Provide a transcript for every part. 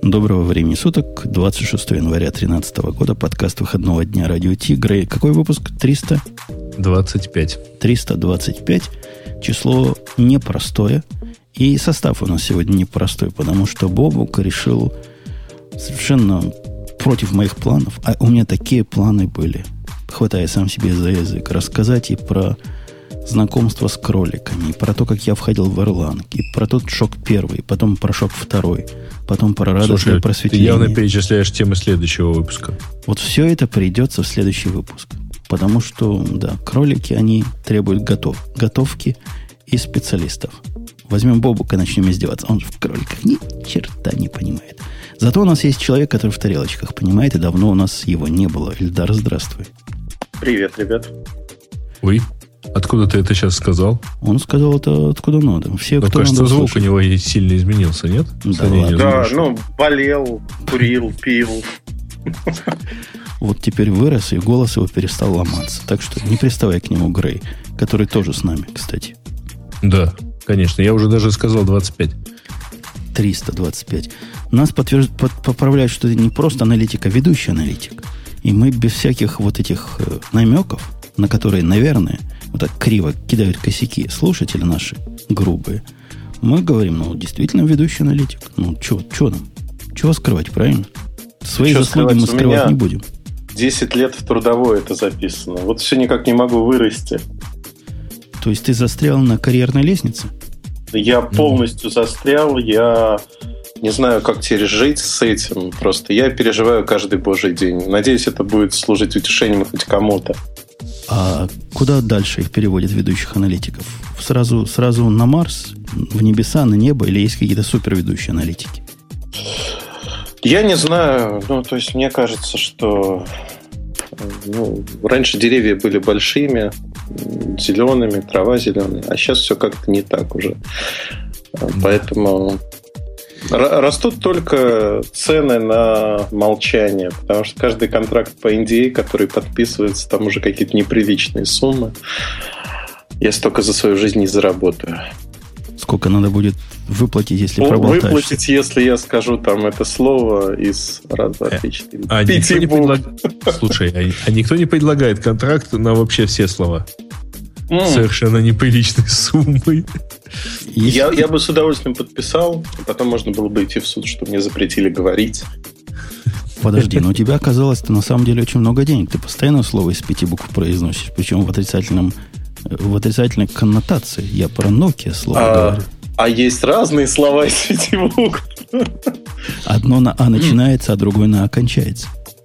Доброго времени суток, 26 января 2013 года, подкаст выходного дня Радио Ти. Грей, какой выпуск? 325. 325. Число непростое. И состав у нас сегодня непростой, потому что Бобук решил совершенно против моих планов, а у меня такие планы были, хватая сам себе за язык, рассказать и про знакомство с кроликами, и про то, как я входил в Erlang, и про тот шок первый, потом про шок второй, потом про радостное просветление. Ты явно перечисляешь темы следующего выпуска. Вот все это придется в следующий выпуск. Потому что, да, кролики, они требуют готовки и специалистов. Возьмем Бобука и начнем издеваться. Он в кроликах ни черта не понимает. Зато у нас есть человек, который в тарелочках понимает, и давно у нас его не было. Ильдар, здравствуй. Привет, ребят. Ой, откуда ты это сейчас сказал? Он сказал это откуда надо. Все, но, кто кажется, звук слушать. у него сильно изменился, нет? Да, болел, курил, пил. Вот теперь вырос, и голос его перестал ломаться. Так что не приставай к нему, Грей, который тоже с нами, кстати. Да, конечно. Я уже даже сказал 25. 325. Нас поправляют, что это не просто аналитик, а ведущий аналитик. И мы без всяких вот этих намеков, на которые, наверное, вот так криво кидают косяки слушатели наши, грубые, мы говорим, действительно ведущий аналитик. Что нам? Чего скрывать, правильно? Свои заслуги мы скрывать не будем. 10 лет в трудовой это записано. Вот все никак не могу вырасти. То есть ты застрял на карьерной лестнице? Я полностью застрял. Я не знаю, как теперь жить с этим. Просто я переживаю каждый божий день. Надеюсь, это будет служить утешением хоть кому-то. А куда дальше их переводят ведущих аналитиков? Сразу на Марс, в небеса, на небо? Или есть какие-то суперведущие аналитики? Я не знаю. То есть мне кажется, что раньше деревья были большими, зелеными, трава зеленая, а сейчас все как-то не так уже. Поэтому растут только цены на молчание, потому что каждый контракт по NDA, который подписывается, там уже какие-то неприличные суммы. Я столько за свою жизнь не заработаю. Сколько надо будет выплатить, если проболтаешься? Выплатить, если я скажу там это слово из раз, два, три, четыре, пяти букв. Слушай, а никто не предлагает контракт на вообще все слова? Совершенно неприличной суммой. Я бы с удовольствием подписал, и потом можно было бы идти в суд, что мне запретили говорить. Подожди, но у тебя оказалось-то на самом деле очень много денег. Ты постоянно слово из 5 букв произносишь, причем в отрицательной коннотации. Я про Nokia слово говорю. А есть разные слова из 5 букв. Одно на А начинается, а другое на А кончается.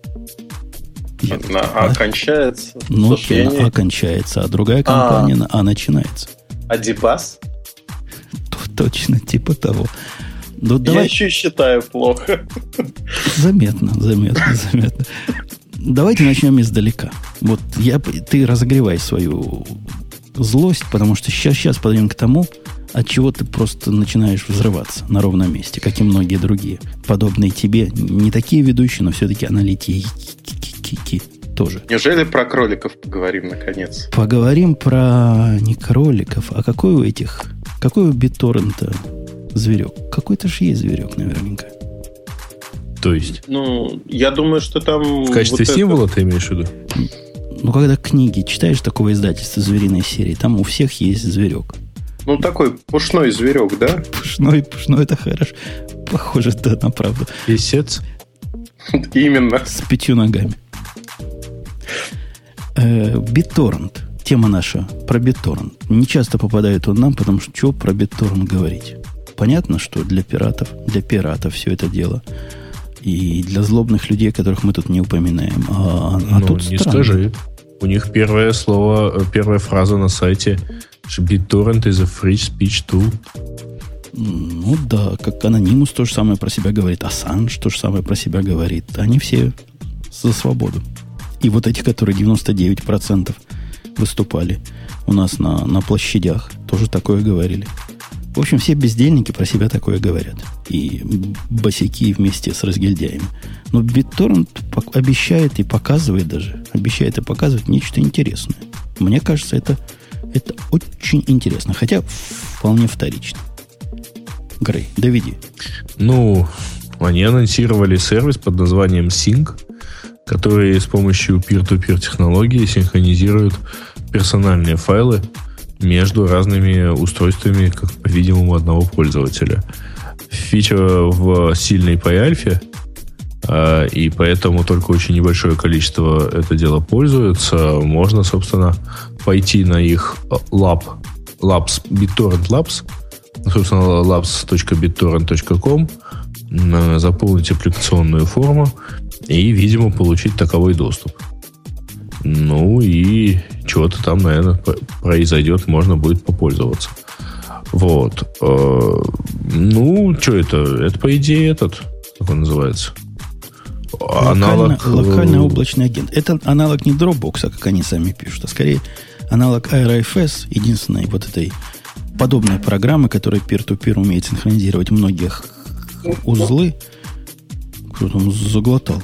На А кончается? Nokia на А кончается, а другая компания на А начинается. Адибас? Точно, типа того. Я еще считаю плохо. Заметно. Давайте начнем издалека. Вот ты разогревай свою злость, потому что сейчас подойдем к тому, от чего ты просто начинаешь взрываться на ровном месте, как и многие другие, подобные тебе, не такие ведущие, но все-таки аналитики тоже. Неужели про кроликов поговорим наконец? Поговорим про не кроликов, а какой у BitTorrent зверек? Какой-то же есть зверек наверняка. То есть? Я думаю, что там... В качестве символа ты имеешь в виду? Когда книги читаешь такого издательства звериной серии, там у всех есть зверек. Такой пушной зверек, да? Пушной, это хорошо. Похоже, да, на правду. Писец? Именно. С 5 ногами. BitTorrent. Тема наша про BitTorrent. Не часто попадает он нам, потому что что про BitTorrent говорить? Понятно, что для пиратов все это дело. И для злобных людей, которых мы тут не упоминаем. Тут не странно. скажи. У них первая фраза на сайте BitTorrent is a free speech tool. Да, как Anonymous то же самое про себя говорит. Assange то же самое про себя говорит. Они все за свободу. И вот эти, которые 99% выступали у нас на площадях, тоже такое говорили. В общем, все бездельники про себя такое говорят. И босяки вместе с разгильдяями. Но BitTorrent обещает и показывает нечто интересное. Мне кажется, это очень интересно. Хотя вполне вторично. Грей, доведи. Они анонсировали сервис под названием Sync, который с помощью peer-to-peer технологии синхронизирует персональные файлы между разными устройствами, как, по-видимому, одного пользователя. Фича в сильной по альфе, и поэтому только очень небольшое количество это дело пользуется. Можно, собственно, пойти на их BitTorrent Labs, собственно, labs.bittorrent.com, заполнить аппликационную форму и, видимо, получить таковой доступ. Ну и чего-то там, наверное, произойдет, можно будет попользоваться. Вот. Ну, что это? Это, по идее, как он называется? Локальный облачный агент. Это аналог не Dropbox, как они сами пишут, а скорее аналог RFS, единственной вот этой подобной программы, которая peer-to-peer умеет синхронизировать многих узлы. Кто там заглотал?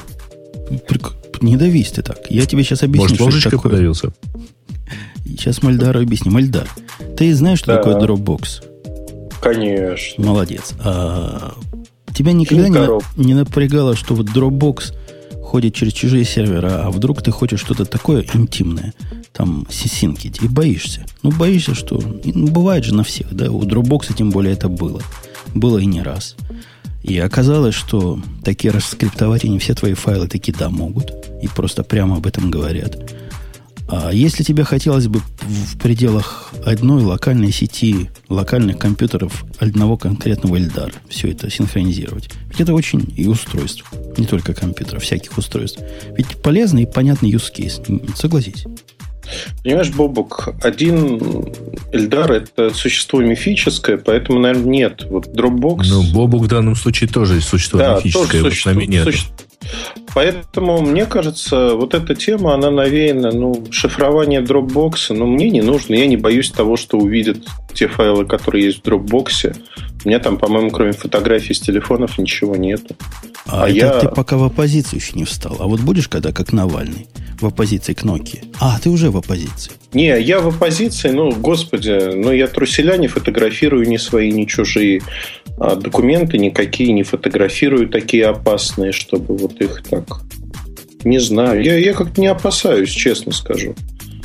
Не давись ты так. Я тебе сейчас объясню, может, что это такое. подавился? Сейчас Мальдару объясню. Мальдар, ты знаешь, что такое Dropbox? Конечно. Молодец. Тебя никогда не напрягало, что вот Dropbox ходит через чужие сервера, а вдруг ты хочешь что-то такое интимное, там, сисинкить, и боишься. Ну, боишься, что... Ну, бывает же на всех, да? У Dropbox тем более это было. Было и не раз. И оказалось, что такие раскриптовать не все твои файлы таки да могут. И просто прямо об этом говорят. А если тебе хотелось бы в пределах одной локальной сети, локальных компьютеров одного конкретного Эльдара все это синхронизировать, ведь это очень и устройств, не только компьютеров, всяких устройств. Ведь полезный и понятный use case, согласись. Понимаешь, Бобук, один Эльдар — это существо мифическое, поэтому, наверное, нет. Вот Dropbox... Ну, Бобук в данном случае тоже существо мифическое, вот с нами нет. Поэтому, мне кажется, вот эта тема, она навеяна, шифрование Dropbox, мне не нужно. Я не боюсь того, что увидят те файлы, которые есть в Dropbox. У меня там, по-моему, кроме фотографий с телефонов ничего нету. Ты пока в оппозицию еще не встал. А вот будешь, когда как Навальный, в оппозиции к Nokia? Ты уже в оппозиции. Не, я в оппозиции, господи, я труселя не фотографирую ни свои, ни чужие. Документы никакие не фотографирую, такие опасные, чтобы вот их так... Не знаю. Я как-то не опасаюсь, честно скажу.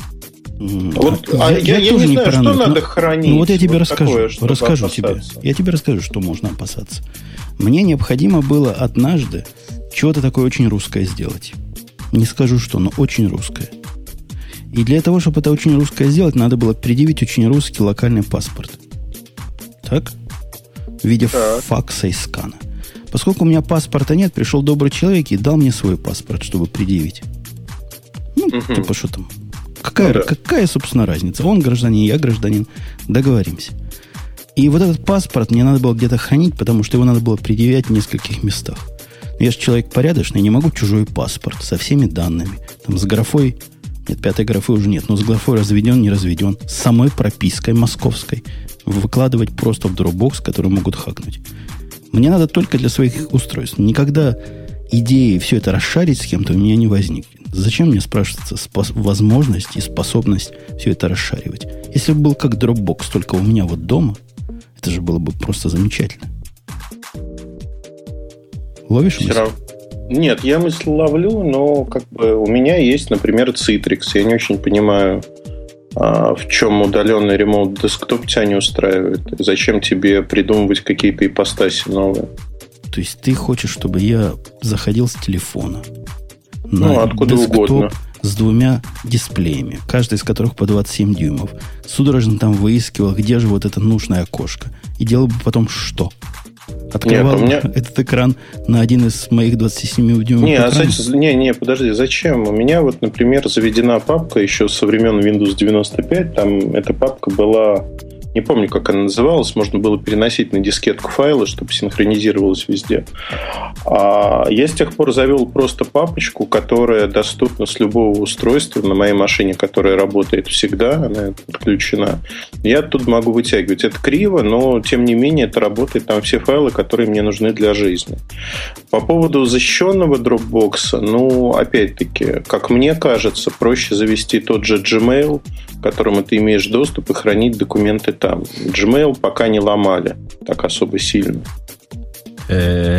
Я не знаю, что надо хранить. Вот я тебе расскажу тебе. Я тебе расскажу, что можно опасаться. Мне необходимо было однажды чего-то такое очень русское сделать. Не скажу что, но очень русское. И для того, чтобы это очень русское сделать, надо было предъявить очень русский локальный паспорт. Так? В виде факса и скана. Поскольку у меня паспорта нет, пришел добрый человек и дал мне свой паспорт, чтобы предъявить. Типа что там? Какая, собственно, разница? Он гражданин, я гражданин. Договоримся. И вот этот паспорт мне надо было где-то хранить, потому что его надо было предъявлять в нескольких местах. Я же человек порядочный, не могу чужой паспорт со всеми данными. Там с графой... Нет, пятой графы уже нет, но с графой разведен, не разведен. С самой пропиской московской. Выкладывать просто в Dropbox, который могут хакнуть. Мне надо только для своих устройств. Никогда идеи все это расшарить с кем-то у меня не возникнет. Зачем мне спрашивается возможность и способность все это расшаривать? Если бы был как Dropbox, только у меня вот дома, это же было бы просто замечательно. Ловишь мысль? Нет, я мысль ловлю, но у меня есть, например, Citrix. Я не очень понимаю, в чем удаленный ремоут десктоп тебя не устраивает. Зачем тебе придумывать какие-то ипостаси новые? То есть ты хочешь, чтобы я заходил с телефона на откуда десктоп угодно с двумя дисплеями, каждый из которых по 27 дюймов, судорожно там выискивал, где же вот это нужное окошко, и делал бы потом что? Открывал этот экран на один из моих 27 дюймов экранов? Подожди, зачем? У меня вот, например, заведена папка еще со времен Windows 95. Там эта папка была... Не помню, как она называлась. Можно было переносить на дискетку файлы, чтобы синхронизировалось везде. Я с тех пор завел просто папочку, которая доступна с любого устройства на моей машине, которая работает всегда. Она подключена. Я оттуда могу вытягивать. Это криво, но тем не менее это работает. Там все файлы, которые мне нужны для жизни. По поводу защищенного Dropbox, опять-таки, как мне кажется, проще завести тот же Gmail, к которому ты имеешь доступ, и хранить документы там. Gmail пока не ломали так особо сильно.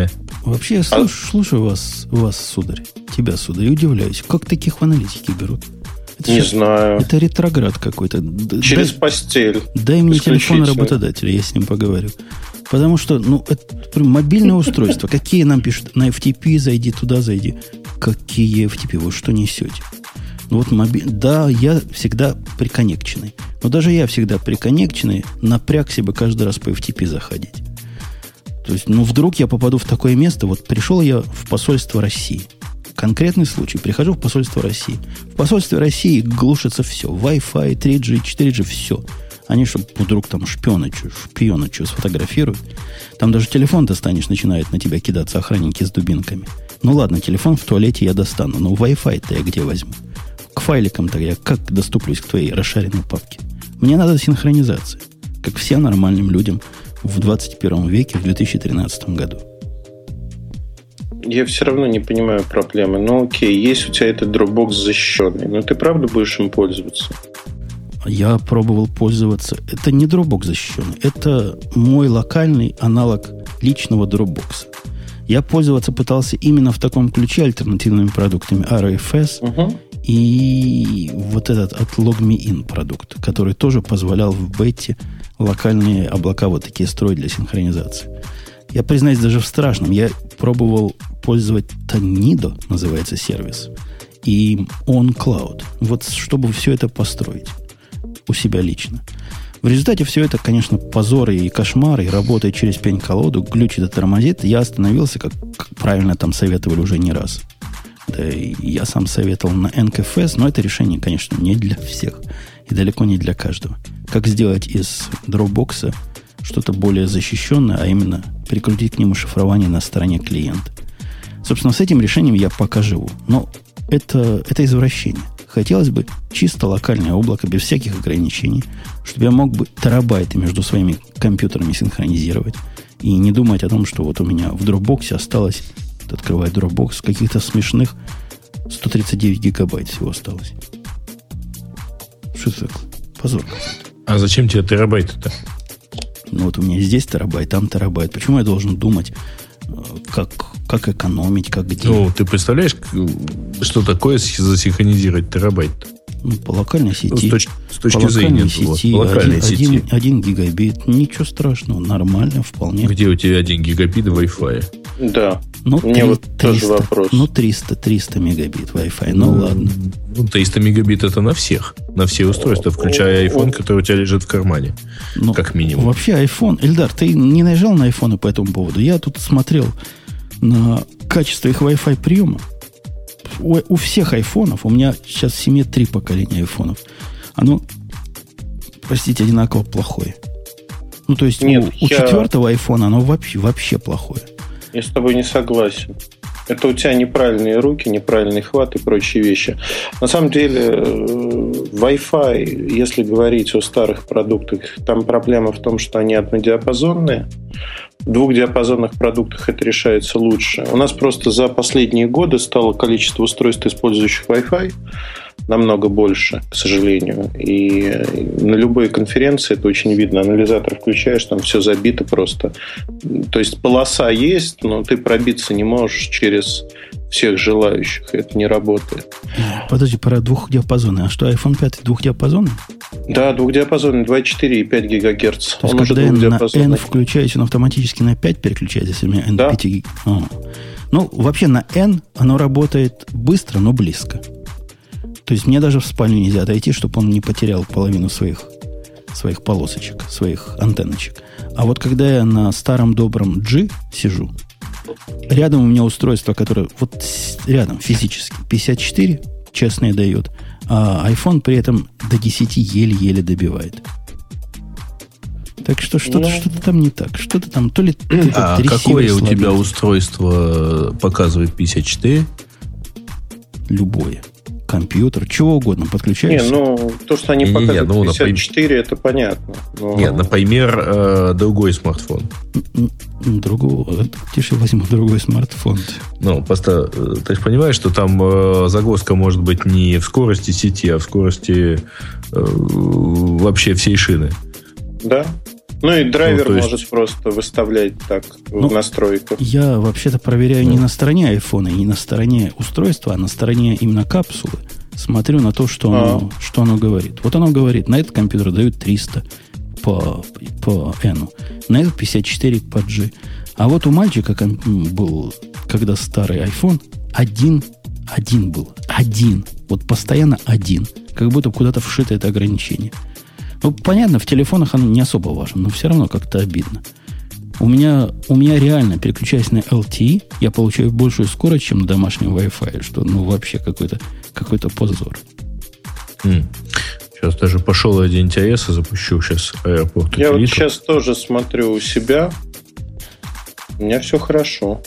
Вообще, я слушаю вас, сударь, тебя, сударь, и удивляюсь. Как таких в аналитике берут? Это не знаю. Это ретроград какой-то. Через постель. Дай мне телефон работодателя, я с ним поговорю. Потому что, это мобильное устройство. Какие нам пишут? На FTP зайди, туда зайди. Какие FTP? Вы что несете? Да, я всегда приконнекченный. Но даже я всегда приконнекченный, напряг себе каждый раз по FTP заходить. То есть, вдруг я попаду в такое место. Вот пришел я в посольство России. Конкретный случай. Прихожу в посольство России. В посольстве России глушится все. Wi-Fi, 3G, 4G, все. Они, чтобы вдруг там шпиона что сфотографируют. Там даже телефон достанешь, начинает на тебя кидаться охранники с дубинками. Ну ладно, телефон в туалете я достану. Но Wi-Fi-то я где возьму? К файликам-то я как доступлюсь к твоей расшаренной папке? Мне надо синхронизация. Как всем нормальным людям в 21 веке, в 2013 году. Я все равно не понимаю проблемы. Окей, есть у тебя этот Dropbox защищенный, но ты правда будешь им пользоваться? Я пробовал пользоваться. Это не Dropbox защищенный. Это мой локальный аналог личного Dropbox. Я пользоваться пытался именно в таком ключе альтернативными продуктами RFS и вот этот от LogMeIn продукт, который тоже позволял в бете локальные облака вот такие строить для синхронизации. Я признаюсь, даже в страшном. Я пробовал пользовать Tanido, называется сервис, и OnCloud. Вот чтобы все это построить у себя лично. В результате все это, конечно, позоры и кошмары, и работает через пень-колоду, глючит и тормозит. Я остановился, как правильно там советовали уже не раз. Да и я сам советовал на NKFS, но это решение, конечно, не для всех. И далеко не для каждого. Как сделать из Dropbox что-то более защищенное, а именно прикрутить к нему шифрование на стороне клиента. Собственно, с этим решением я пока живу. Но это извращение. Хотелось бы чисто локальное облако, без всяких ограничений, чтобы я мог бы терабайты между своими компьютерами синхронизировать и не думать о том, что вот у меня в Dropbox осталось, открываю Dropbox, каких-то смешных 139 гигабайт всего осталось. Что это такое? Позор. А зачем тебе терабайты-то? Вот у меня здесь терабайт, там терабайт. Почему я должен думать, как экономить, как где? Ты представляешь, что такое засинхронизировать терабайт? По локальной сети. С точки зрения сети, локальной сети. 1 гигабит. Ничего страшного, нормально, вполне. Где у тебя 1 гигабит Wi-Fi? Да. Мне вот тоже вопрос. 300 мегабит Wi-Fi. Ладно. 300 мегабит это на всех. На все устройства, включая iPhone, который у тебя лежит в кармане. Как минимум. Вообще iPhone. Эльдар, ты не наезжал на iPhone по этому поводу? Я тут смотрел на качество их Wi-Fi приема. У всех айфонов, у меня сейчас в семье 3 поколения айфонов, оно, простите, одинаково плохое. То есть у четвертого айфона оно вообще плохое. Я с тобой не согласен. Это у тебя неправильные руки, неправильный хват и прочие вещи. На самом деле, Wi-Fi, если говорить о старых продуктах, там проблема в том, что они однодиапазонные. В двухдиапазонных продуктах это решается лучше. У нас просто за последние годы стало количество устройств, использующих Wi-Fi, намного больше, к сожалению. И на любой конференции это очень видно. Анализатор включаешь, там все забито просто. То есть полоса есть, но ты пробиться не можешь через всех желающих. Это не работает. Подожди, про двухдиапазонный. А что, iPhone 5 двухдиапазонный? Да, двухдиапазонный, 2,4 и 5 ГГц. То есть, когда я на N включаюсь, он автоматически на 5 переключается, если у меня N да. 5 ГГц. Вообще на N оно работает быстро, но близко. То есть мне даже в спальню нельзя отойти, чтобы он не потерял половину своих полосочек, своих антенночек. А вот когда я на старом добром G сижу, рядом у меня устройство, которое вот рядом физически 54 честное дает, а iPhone при этом до 10 еле-еле добивает. Так что что-то там не так. Что-то там то ли... А какое у тебя устройство показывает 54? Любое. Компьютер, чего угодно, подключаешься. То, что они показывают 54, это понятно. Нет, например, другой смартфон. Где же я возьму другой смартфон? Просто ты же понимаешь, что там загвоздка может быть не в скорости сети, а в скорости вообще всей шины. Да. Ну и драйвер может просто выставлять так в настройках. Я вообще-то проверяю не на стороне айфона, не на стороне устройства, а на стороне именно капсулы. Смотрю на то, что оно говорит. Вот оно говорит, на этот компьютер дают 300 по N, на этот 54 по G. А вот у мальчика был, когда старый iPhone, один был. Один. Вот постоянно один. Как будто куда-то вшито это ограничение. Ну, понятно, в телефонах оно не особо важно, но все равно как-то обидно. У меня реально, переключаясь на LTE, я получаю большую скорость, чем на домашнем Wi-Fi, что вообще какой-то позор. Сейчас даже пошел один NTS, запущу сейчас аэропорт. Я вот сейчас тоже смотрю у себя. У меня все хорошо.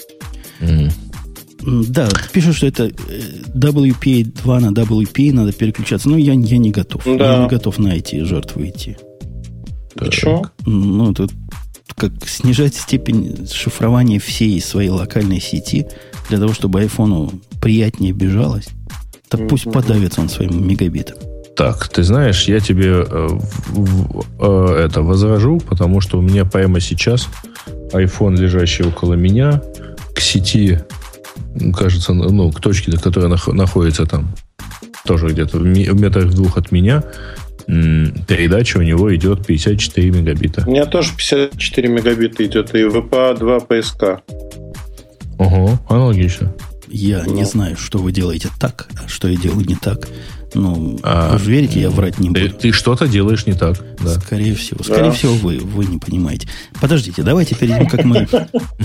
Да, пишут, что это WPA 2 на WPA надо переключаться. Ну, я не готов. Да. Я не готов на эти жертвы идти. Почему? Ну, тут как снижать степень шифрования всей своей локальной сети для того, чтобы айфону приятнее бежалось. Да пусть подавится он своим мегабитом. Так, ты знаешь, я тебе это возражу, потому что у меня прямо сейчас iPhone, лежащий около меня, к сети, кажется, к точке, которая находится там, тоже где-то в метрах 2 от меня, передача у него идет 54 мегабита. У меня тоже 54 мегабита идет, и VPA 2 PSK. Ого, аналогично. Я не знаю, что вы делаете так, а что я делаю не так. Ну, вы же верите, я врать не буду. Ты что-то делаешь не так. Да. Скорее всего. Скорее всего, вы не понимаете. Подождите, давайте перед тем, как мы...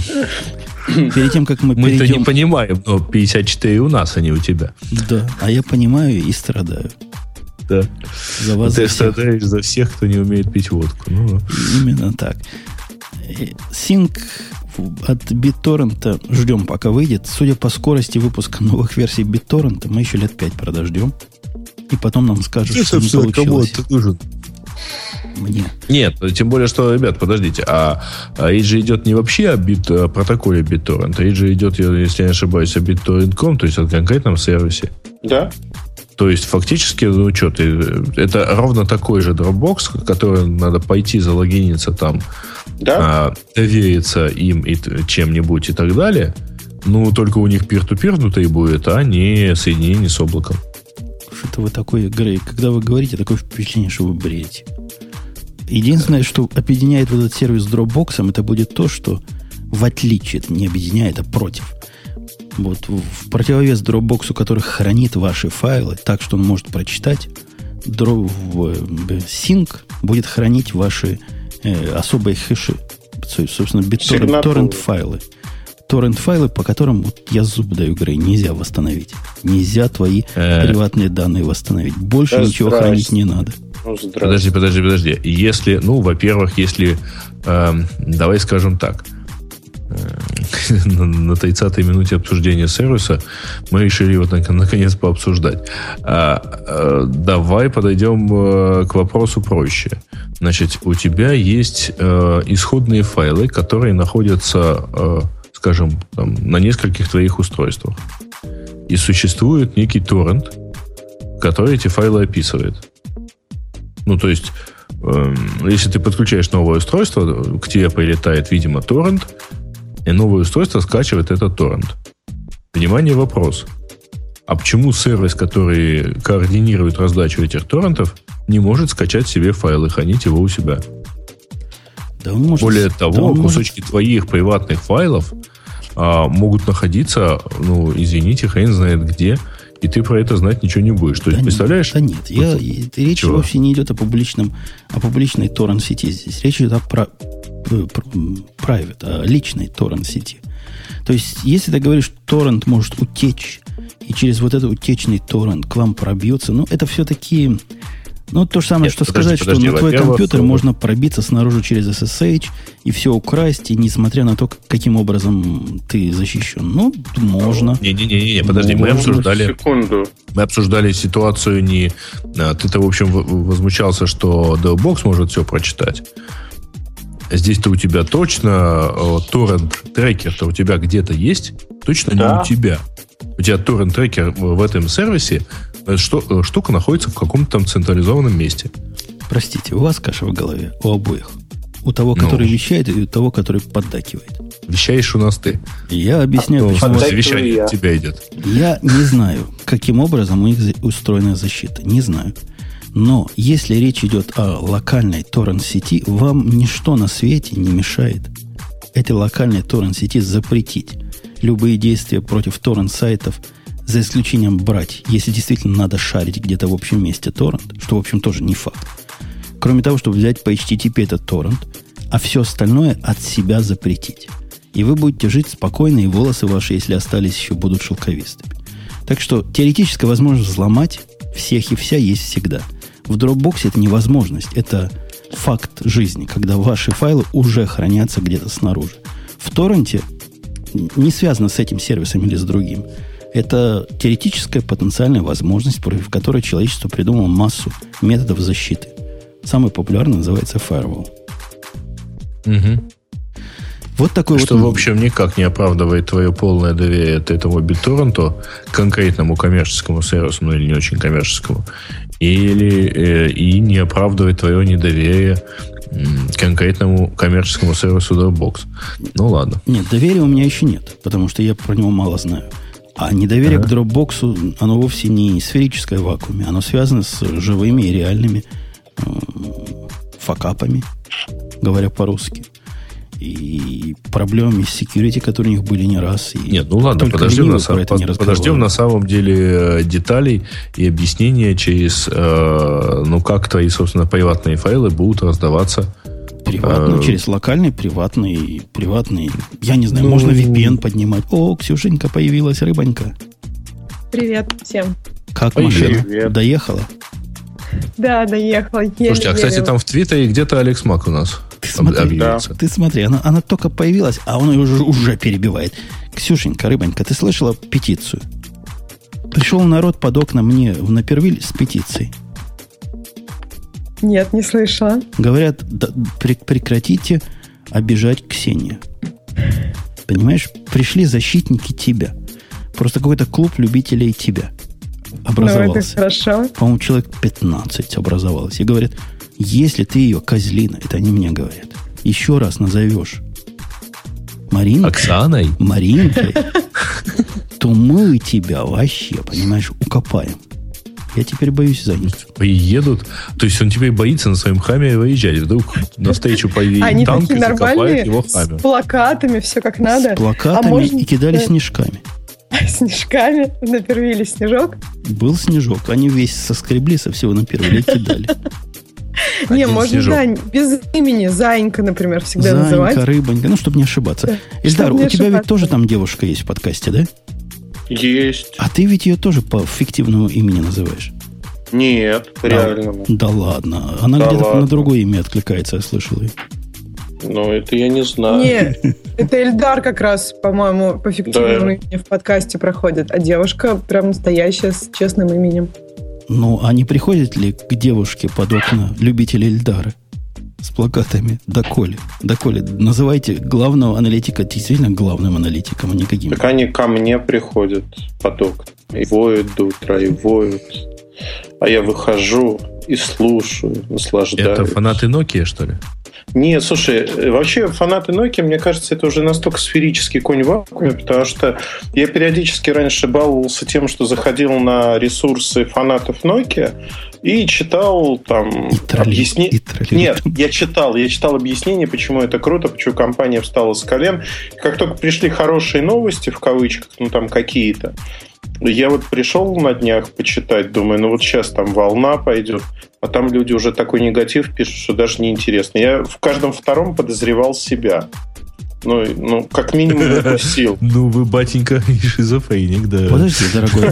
Мы-то не понимаем, но 54 у нас, а не у тебя. Да, а я понимаю и страдаю. Да. За вас, ты страдаешь за всех, кто не умеет пить водку. Именно так. Sync от BitTorrent ждем, пока выйдет. Судя по скорости выпуска новых версий BitTorrent, мы еще лет 5 подождем. И потом нам скажут, что не получилось. Кому это нужен? Мне. Нет, тем более, что, ребят, подождите, речь же идет не вообще о протоколе BitTorrent, речь же идет, если я не ошибаюсь, о BitTorrent.com, то есть о конкретном сервисе. Да. То есть, фактически, это ровно такой же Dropbox, который надо пойти залогиниться там, довериться им и чем-нибудь и так далее. Ну, только у них peer-to-peer внутри будет, а не соединение с облаком. Что-то вы такой, Грей, когда вы говорите, такое впечатление, что вы бредите. Единственное, что объединяет вот этот сервис с Dropbox, это будет то, что в отличие, не объединяет, а против. Вот в противовес Dropbox, который хранит ваши файлы так, что он может прочитать, Sync будет хранить ваши особые хэши. Собственно, торрент-файлы. Торрент-файлы, по которым я зуб даю, Грей, нельзя восстановить. Нельзя твои приватные данные восстановить. Больше ничего хранить не надо. Подожди. Если, во-первых, если, давай скажем так, на 30-й минуте обсуждения сервиса мы решили его наконец пообсуждать. Давай подойдем к вопросу проще. Значит, у тебя есть исходные файлы, которые находятся, скажем, там, на нескольких твоих устройствах. И существует некий торрент, который эти файлы описывает. Ну, то есть, если ты подключаешь новое устройство, к тебе прилетает, видимо, торрент, и новое устройство скачивает этот торрент. Внимание, вопрос. А почему сервис, который координирует раздачу этих торрентов, не может скачать себе файлы, хранить его у себя? Да он может, более того, кусочки твоих приватных файлов могут находиться, извините, хрен знает где, и ты про это знать ничего не будешь. То есть, представляешь? Да нет, речь вовсе не идет о публичной торрент-сети. Здесь речь идет о private, о личной торрент-сети. То есть, если ты говоришь, торрент может утечь, и через вот этот утечный торрент к вам пробьется, это все-таки... то же самое, сказать, что на твой компьютер можно пробиться снаружи через SSH и все украсть, и несмотря на то, каким образом ты защищен. Можно. Не, подожди, мы обсуждали ситуацию не... Ты-то, в общем, возмущался, что Dropbox может все прочитать. Здесь-то у тебя точно торрент-трекер-то у тебя где-то есть? Точно не у тебя. У тебя торрент-трекер в этом сервисе, штука находится в каком-то там централизованном месте. Простите, у вас каша в голове, у обоих. У того, который вещает, и у того, который поддакивает. Вещаешь у нас ты. Я объясняю, почему. Вещание от тебя идет. Я не знаю, каким образом у них устроена защита. Не знаю. Но если речь идет о локальной торрент-сети, вам ничто на свете не мешает этой локальной торрент-сети запретить любые действия против торрент-сайтов, за исключением брать, если действительно надо шарить где-то в общем месте торрент, что, в общем, тоже не факт. Кроме того, чтобы взять по HTTP этот торрент, а все остальное от себя запретить. И вы будете жить спокойно, и волосы ваши, если остались, еще будут шелковистыми. Так что теоретическая возможность взломать всех и вся есть всегда. В Dropbox это невозможность, это факт жизни, когда ваши файлы уже хранятся где-то снаружи. В торренте не связано с этим сервисом или с другим. Это теоретическая потенциальная возможность, против которой человечество придумало массу методов защиты. Самый популярный называется Firewall. Угу. Вот такой что, в общем, никак не оправдывает твое полное доверие этому BitTorrent, конкретному коммерческому сервису, ну или не очень коммерческому, и не оправдывает твое недоверие конкретному коммерческому сервису Dropbox. Ну ладно. Нет, доверия у меня еще нет, потому что я про него мало знаю. А недоверие к Dropbox, оно вовсе не сферическое в вакууме, оно связано с живыми и реальными факапами, говоря по-русски. И проблемами с security, которые у них были не раз. И нет, ну ладно, подождем на самом деле деталей и объяснения через, как твои, собственно, приватные файлы будут раздаваться. Приватно, через локальные, приватные. Я не знаю, можно VPN поднимать. О, Ксюшенька появилась, рыбонька. Привет всем. Как машина? Доехала? Да, доехала. Слушайте, кстати, там в Твиттере где-то Алекс Мак у нас. Ты смотри, она только появилась, а он ее уже перебивает. Ксюшенька, рыбонька, ты слышала петицию? Пришел народ под окна мне в Напервиль с петицией. Нет, не слышала. Говорят, прекратите обижать Ксению. Понимаешь, пришли защитники тебя. Просто какой-то клуб любителей тебя образовался. Ну, это хорошо. По-моему, человек 15 образовалось. И говорят, если ты ее, козлина, это они мне говорят, еще раз назовешь Маринкой, Оксаной, Маринкой, то мы тебя вообще, понимаешь, укопаем. Я теперь боюсь за них. Приедут. То есть он теперь боится на своем хаме выезжать. Вдруг навстречу поедет танк и закопает его хаме. С плакатами, все как надо. С плакатами и кидали снежками. Снежками? Напервили снежок? Был снежок. Они весь соскребли со всего Напервили и кидали. Не, можно, да, без имени. Заинька, например, всегда называть. Заинька, рыбонька. Ну, чтобы не ошибаться. Ильдар, у тебя ведь тоже там девушка есть в подкасте, да? Есть. А ты ведь ее тоже по фиктивному имени называешь? Нет, по реальному. Да ладно. Она где-то на другое имя откликается, я слышал. Ну, это я не знаю. Нет, это Эльдар как раз, по-моему, по фиктивному имени в подкасте проходит. А девушка прям настоящая, с честным именем. Ну, а не приходят ли к девушке под окна любители Эльдара с плакатами? Доколе? Называйте главного аналитика действительно главным аналитиком, а не каким. Так они ко мне приходят под окна. И воют до утра, и воют. А я выхожу и слушаю, наслаждаюсь. Это фанаты Nokia, что ли? Нет, слушай, вообще фанаты Nokia, мне кажется, это уже настолько сферический конь в вакууме, потому что я периодически раньше баловался тем, что заходил на ресурсы фанатов Nokia и читал там объяснения. Нет, я читал объяснения, почему это круто, почему компания встала с колен. Как только пришли хорошие новости, в кавычках, ну там какие-то, я вот пришел на днях почитать, думаю, ну вот сейчас там волна пойдет, а там люди уже такой негатив пишут, что даже неинтересно. Я в каждом втором подозревал себя. Ну как минимум допустил. Ну, вы, батенька, шизофреник, да. Подожди, дорогой,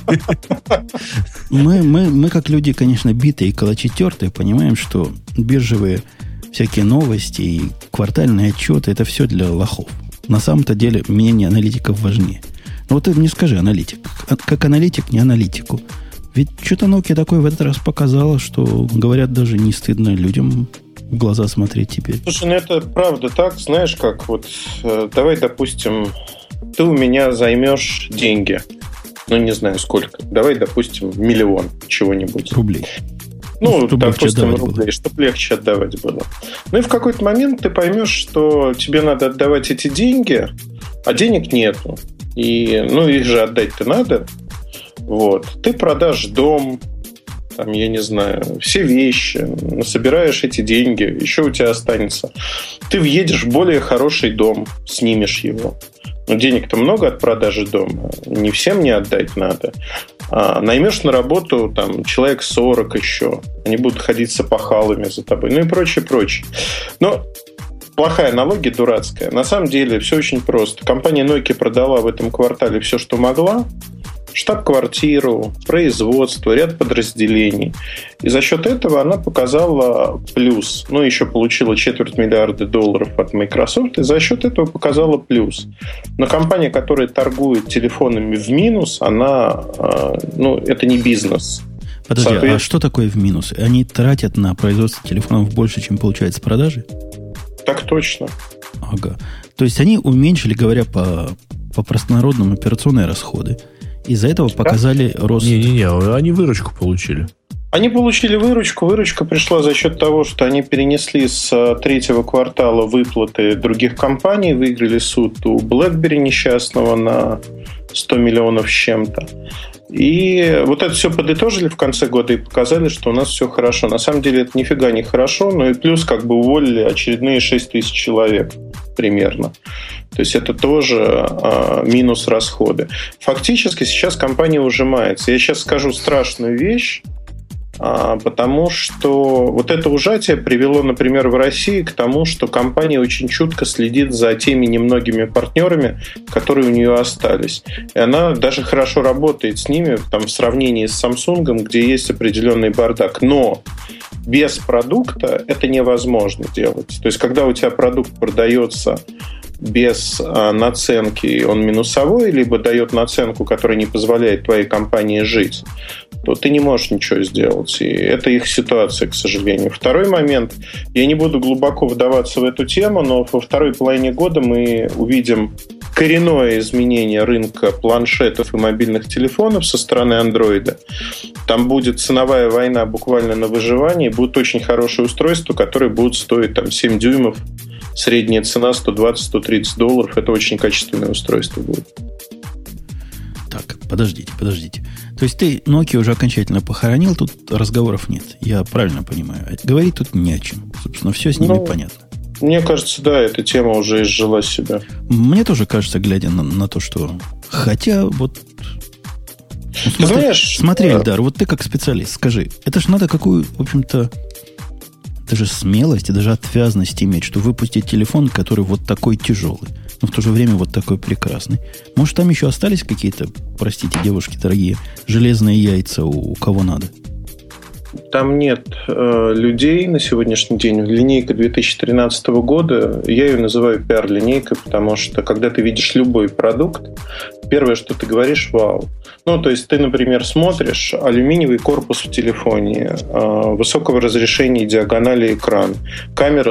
мы как люди, конечно, битые и калачи-тертые, понимаем, что биржевые всякие новости и квартальные отчеты, это все для лохов. На самом-то деле мнение аналитиков важнее. Ну вот ты мне скажи, аналитик, как аналитик, не аналитику. Ведь что-то Nokia такое в этот раз показало, что, говорят, даже не стыдно людям в глаза смотреть теперь. Слушай, ну это правда так, знаешь, как вот, давай, допустим, ты у меня займешь деньги, ну не знаю сколько, давай, допустим, 1 000 000 чего-нибудь. Рублей. допустим, рублей, чтобы легче отдавать было. Ну и в какой-то момент ты поймешь, что тебе надо отдавать эти деньги, а денег нету. И, их же отдать-то надо. Вот. Ты продашь дом, там, я не знаю, все вещи, собираешь эти деньги, еще у тебя останется. Ты въедешь в более хороший дом, снимешь его. Но денег-то много от продажи дома. Не всем не отдать надо. Наймешь на работу там, человек 40 еще. Они будут ходить с опахалами за тобой. Ну и прочее, прочее. Но плохая аналогия, дурацкая. На самом деле все очень просто. Компания Nokia продала в этом квартале все, что могла. Штаб-квартиру, производство, ряд подразделений. И за счет этого она показала плюс. Еще получила $250 миллиарда от Microsoft, и за счет этого показала плюс. Но компания, которая торгует телефонами в минус, она, это не бизнес. Подожди, а что такое в минус? Они тратят на производство телефонов больше, чем получается с продажи? Так точно. Ага. То есть они уменьшили, говоря по простонародному, операционные расходы. Из-за этого показали рост... Не-не-не, они выручку получили. Они получили выручку. Выручка пришла за счет того, что они перенесли с третьего квартала выплаты других компаний, выиграли суд у BlackBerry несчастного на 100 миллионов с чем-то. И вот это все подытожили в конце года и показали, что у нас все хорошо. На самом деле это нифига не хорошо, но и плюс уволили очередные 6 тысяч человек примерно. То есть это тоже минус расходы. Фактически сейчас компания ужимается. Я сейчас скажу страшную вещь, потому что вот это ужатие привело, например, в России к тому, что компания очень чутко следит за теми немногими партнерами, которые у нее остались. И она даже хорошо работает с ними в сравнении с Samsung, где есть определенный бардак. Но без продукта это невозможно делать. То есть, когда у тебя продукт продается без наценки, он минусовой, либо дает наценку, которая не позволяет твоей компании жить, то ты не можешь ничего сделать. И это их ситуация, к сожалению. Второй момент. Я не буду глубоко вдаваться в эту тему, но во второй половине года мы увидим коренное изменение рынка планшетов и мобильных телефонов со стороны Android. Там будет ценовая война буквально на выживание. Будут очень хорошие устройства, которые будут стоить 7 дюймов. Средняя цена $120-130. Это очень качественное устройство будет. Так, подождите. То есть ты Nokia уже окончательно похоронил, тут разговоров нет. Я правильно понимаю. Говорить тут не о чем. Собственно, все с ними понятно. Мне кажется, да, эта тема уже изжила себя. Мне тоже кажется, глядя на то, что... Хотя вот... Смотри, Эльдар, вот ты как специалист, скажи, это же надо какую, в общем-то, даже смелость и даже отвязность иметь, что выпустить телефон, который вот такой тяжелый, но в то же время вот такой прекрасный. Может, там еще остались какие-то, простите, девушки дорогие, железные яйца у кого надо? Там нет людей на сегодняшний день. Линейка 2013 года, я ее называю пиар-линейкой, потому что, когда ты видишь любой продукт, первое, что ты говоришь, вау. То есть ты, например, смотришь алюминиевый корпус в телефоне, высокого разрешения диагонали экран, камера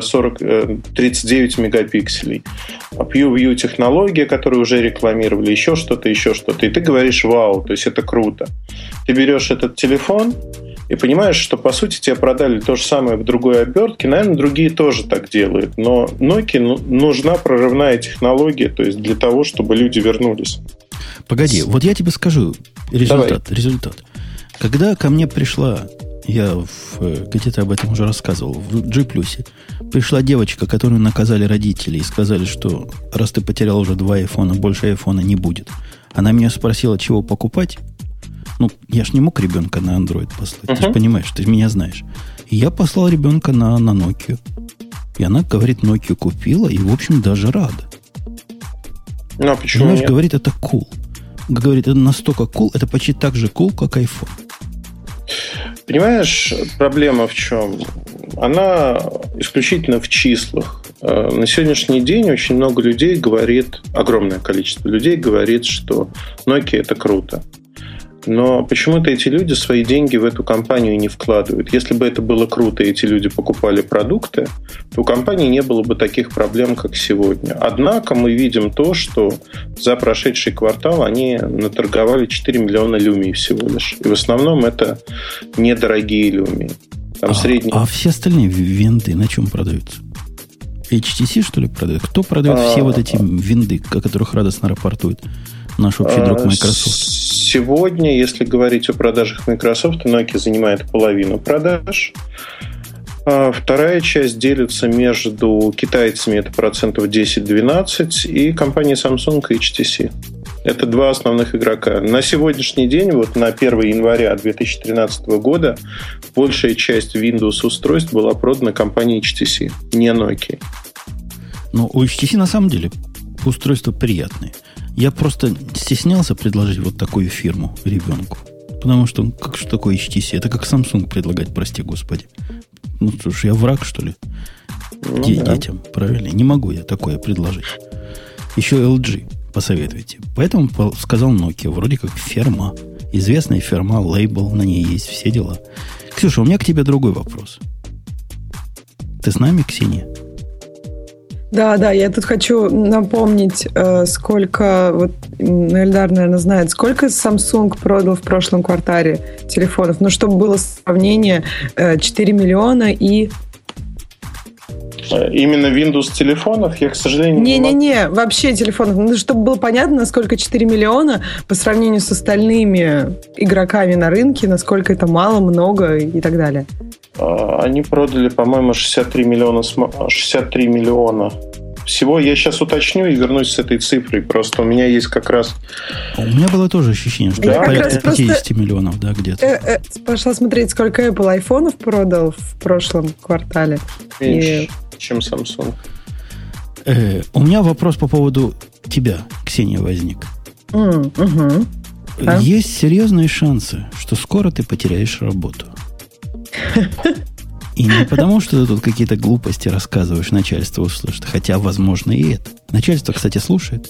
39 мегапикселей, PureView технология, которую уже рекламировали, еще что-то. И ты говоришь, вау, то есть это круто. Ты берешь этот телефон и понимаешь, что, по сути, тебе продали то же самое в другой обертке. Наверное, другие тоже так делают. Но Nokia нужна прорывная технология, то есть для того, чтобы люди вернулись. Погоди, вот я тебе скажу результат. Когда ко мне пришла, я где-то об этом уже рассказывал, в G+, пришла девочка, которую наказали родители и сказали, что раз ты потерял уже 2 айфона, больше айфона не будет. Она меня спросила, чего покупать. Я ж не мог ребенка на Android послать. Ты же понимаешь, ты меня знаешь. И я послал ребенка на Nokia. И она, говорит, Nokia купила и, в общем, даже рада. Ну, а почему понимаешь, нет? говорит, это cool. Говорит, это настолько cool, это почти так же cool, как iPhone. Понимаешь, проблема в чем? Она исключительно в числах. На сегодняшний день очень много людей говорит, огромное количество людей говорит, что Nokia это круто. Но почему-то эти люди свои деньги в эту компанию не вкладывают. Если бы это было круто, и эти люди покупали продукты, то у компании не было бы таких проблем, как сегодня. Однако мы видим то, что за прошедший квартал они наторговали 4 миллиона люмий всего лишь. И в основном это недорогие люмии. Там средний. А все остальные винды на чем продаются? HTC, что ли, продают? Кто продает все вот эти винды, о которых радостно рапортует наш общий друг Microsoft? Сегодня, если говорить о продажах Microsoft, Nokia занимает половину продаж. Вторая часть делится между китайцами, это процентов 10-12, и компанией Samsung и HTC. Это два основных игрока. На сегодняшний день, вот на 1 января 2013 года, большая часть Windows-устройств была продана компанией HTC, не Nokia. Но у HTC на самом деле устройства приятные. Я просто стеснялся предложить вот такую фирму ребенку. Потому что, как же такое HTC? Это как Samsung предлагать, прости господи. Ну, что ж, я враг, что ли? Детям, правильно? Не могу я такое предложить. Еще LG посоветуйте. Поэтому сказал Nokia, вроде как фирма. Известная фирма, лейбл, на ней есть все дела. Ксюша, у меня к тебе другой вопрос. Ты с нами, Ксения? Да, я тут хочу напомнить, сколько, вот Эльдар, наверное, знает, сколько Samsung продал в прошлом квартале телефонов. Ну, чтобы было сравнение, 4 миллиона и... Именно Windows телефонов, я, к сожалению, не вообще телефонов. Ну, чтобы было понятно, насколько 4 миллиона по сравнению с остальными игроками на рынке, насколько это мало, много и так далее. Они продали, по-моему, 63 миллиона. Всего я сейчас уточню и вернусь с этой цифрой. Просто у меня есть как раз... У меня было тоже ощущение, что порядка 50 миллионов, да, где-то. Пошла смотреть, сколько Apple айфонов продал в прошлом квартале. Меньше, чем Samsung. У меня вопрос по поводу тебя, Ксения, возник. Есть серьезные шансы, что скоро ты потеряешь работу. И не потому, что ты тут какие-то глупости рассказываешь, начальство услышит. Хотя, возможно, и это. Начальство, кстати, слушает.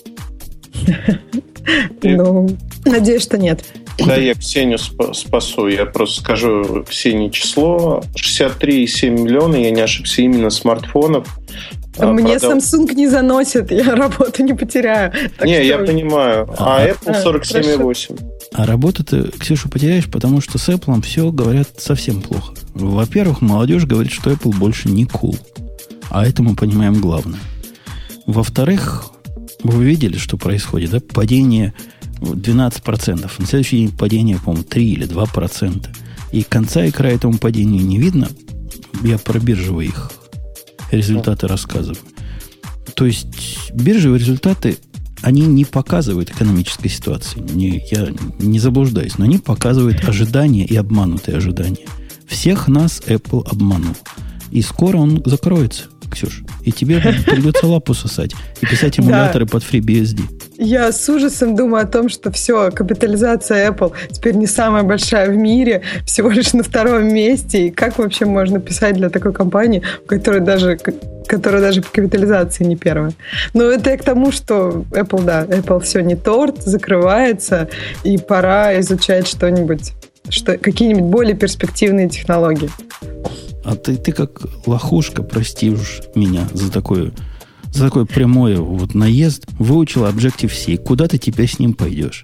Ну, надеюсь, что нет. Да, я Ксению спасу. Я просто скажу Ксении число. 63,7 миллиона, я не ошибся, именно смартфонов. Мне Samsung не заносит, я работу не потеряю. Я понимаю. А Apple 47,8. А работу ты, Ксюша, потеряешь, потому что с Apple все говорят совсем плохо. Во-первых, молодежь говорит, что Apple больше не cool. А это мы понимаем главное. Во-вторых, вы видели, что происходит, да? Падение 12%. На следующий день падение, по-моему, 3 или 2%. И конца и края этому падению не видно. Я про биржевые их результаты рассказываю. То есть биржевые результаты, они не показывают экономической ситуации. Я не заблуждаюсь, но они показывают ожидания и обманутые ожидания. Всех нас Apple обманул. И скоро он закроется, Ксюш. И тебе придется лапу сосать и писать эмуляторы под FreeBSD. Я с ужасом думаю о том, что все, капитализация Apple теперь не самая большая в мире, всего лишь на 2-м месте. И как вообще можно писать для такой компании, которая даже по капитализации не первая? Но это я к тому, что Apple все не торт, закрывается, и пора изучать что-нибудь, какие-нибудь более перспективные технологии. А ты как лохушка, прости уж меня за такое прямое вот наезд, выучила Objective-C. Куда ты теперь с ним пойдешь?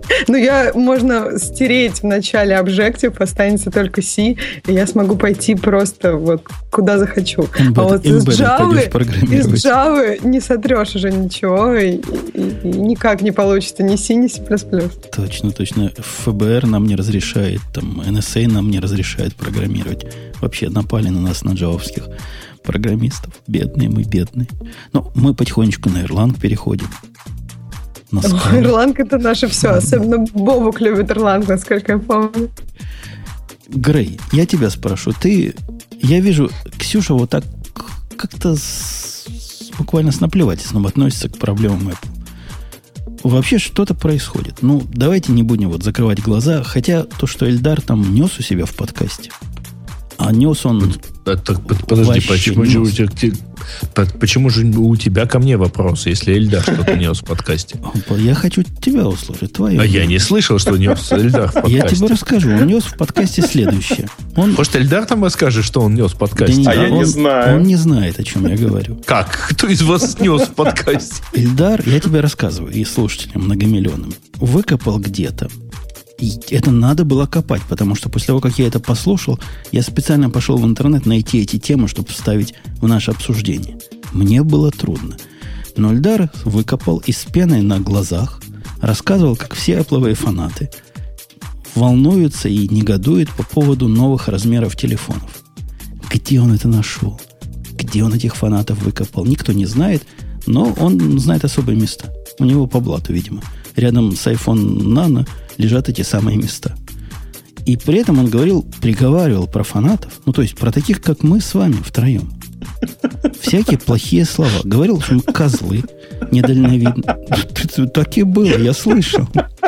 Можно стереть в начале Objective, останется только C, и я смогу пойти просто вот куда захочу. А вот из Java не сотрешь уже ничего, и никак не получится ни C, ни C++. Точно. ФБР нам не разрешает, там, NSA нам не разрешает программировать. Вообще напали на нас, на джавовских программистов. Бедные мы, бедные. Но мы потихонечку на Erlang переходим. Erlang это наше все. Особенно Бобук любит Erlang, насколько я помню. Грей, я тебя спрошу. Я вижу, Ксюша вот так как-то буквально с наплевательством относится к проблемам Apple. Вообще что-то происходит. Давайте не будем закрывать глаза. Хотя то, что Эльдар там нес у себя в подкасте, а нес он... Подожди, почему же у тебя ко мне вопрос, если Эльдар что-то нес в подкасте? Я хочу тебя услышать. А я не слышал, что нес Эльдар в подкасте. Я тебе расскажу. Он нес в подкасте следующее. Может, Эльдар там расскажет, что он нес в подкасте? Да я не знаю. Он не знает, о чем я говорю. Как? Кто из вас нес в подкасте? Эльдар, я тебе рассказываю, и слушателям многомиллионным, выкопал где-то И это надо было копать, потому что после того, как я это послушал, я специально пошел в интернет найти эти темы, чтобы вставить в наше обсуждение. Мне было трудно. Но Эльдар выкопал и с пеной на глазах рассказывал, как все Apple'овые фанаты волнуются и негодуют по поводу новых размеров телефонов. Где он это нашел? Где он этих фанатов выкопал? Никто не знает, но он знает особые места. У него по блату, видимо. Рядом с iPhone Nano лежат эти самые места. И при этом он приговаривал про фанатов, ну, то есть про таких, как мы с вами втроем. Всякие плохие слова. Говорил, что мы козлы, недальновидные. Так и было, я слышал.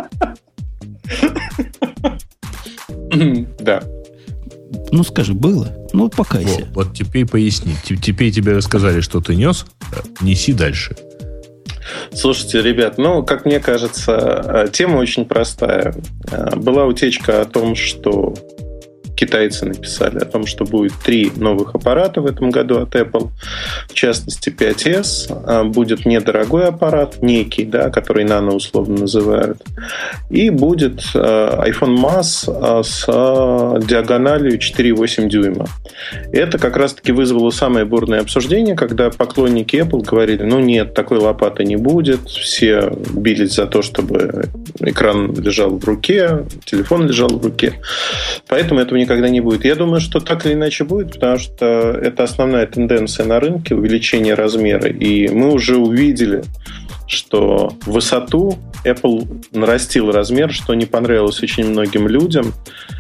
Да. Ну, скажи, было? Ну, покайся. Вот теперь поясни. Теперь тебе рассказали, что ты нес. Неси дальше. Слушайте, ребят, как мне кажется, тема очень простая. Была утечка о том, что китайцы написали о том, что будет 3 новых аппарата в этом году от Apple. В частности, 5S. Будет недорогой аппарат, некий, да, который Nano условно называют. И будет iPhone Max с диагональю 4,8 дюйма. Это как раз-таки вызвало самое бурное обсуждение, когда поклонники Apple говорили, нет, такой лопаты не будет. Все бились за то, чтобы экран лежал в руке, телефон лежал в руке. Поэтому этого никогда не будет. Я думаю, что так или иначе будет, потому что это основная тенденция на рынке, увеличение размера. И мы уже увидели, что в высоту Apple нарастил размер, что не понравилось очень многим людям.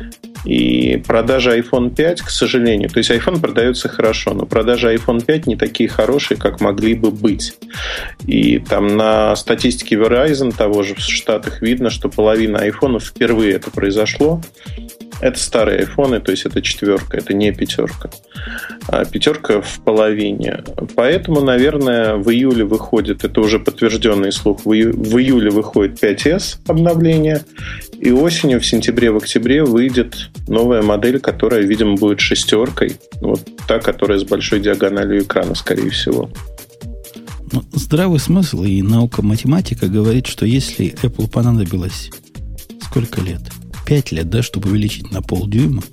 И продажи iPhone 5, к сожалению, то есть iPhone продается хорошо, но продажи iPhone 5 не такие хорошие, как могли бы быть. И там на статистике Verizon того же в Штатах видно, что половина айфонов впервые это произошло. Это старые айфоны, то есть это 4, это не 5. А 5 в половине. Поэтому, наверное, в июле выходит, это уже подтвержденный слух, в июле выходит 5S обновление, и осенью, в сентябре, в октябре выйдет новая модель, которая, видимо, будет 6. Вот та, которая с большой диагональю экрана, скорее всего. Здравый смысл и наука-математика говорит, что если Apple понадобилось сколько лет? 5 лет, да, чтобы увеличить на полдюйма,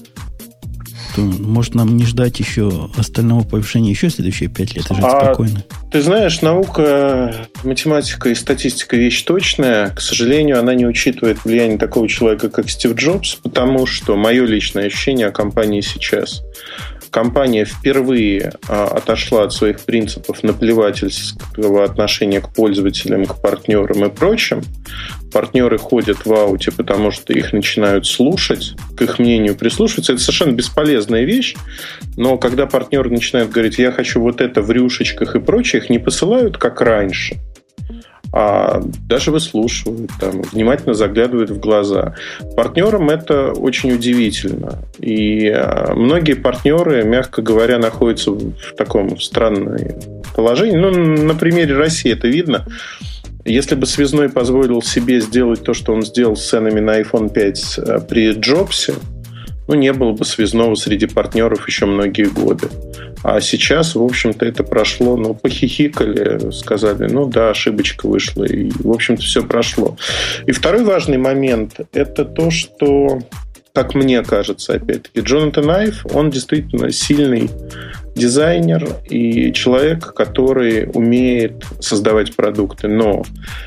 то может нам не ждать еще остального повышения еще следующие 5 лет и жить спокойно. Ты знаешь, наука, математика и статистика вещь точная. К сожалению, она не учитывает влияние такого человека, как Стив Джобс, потому что мое личное ощущение о компании сейчас. Компания впервые отошла от своих принципов наплевательского отношения к пользователям, к партнерам и прочим. Партнеры ходят в ауте, потому что их начинают слушать, к их мнению прислушиваться. Это совершенно бесполезная вещь, но когда партнеры начинают говорить, я хочу вот это в рюшечках и прочее, их не посылают, как раньше, а даже выслушивают, там, внимательно заглядывают в глаза. Партнерам это очень удивительно. И многие партнеры, мягко говоря, находятся в таком странном положении. На примере России это видно. Если бы Связной позволил себе сделать то, что он сделал с ценами на iPhone 5 при Джобсе, не было бы Связного среди партнеров еще многие годы. А сейчас, в общем-то, это прошло, похихикали, сказали, да, ошибочка вышла, и, в общем-то, все прошло. И второй важный момент – это то, что, как мне кажется, опять-таки, Джонатан Айв, он действительно сильный дизайнер и человек, который умеет создавать продукты, но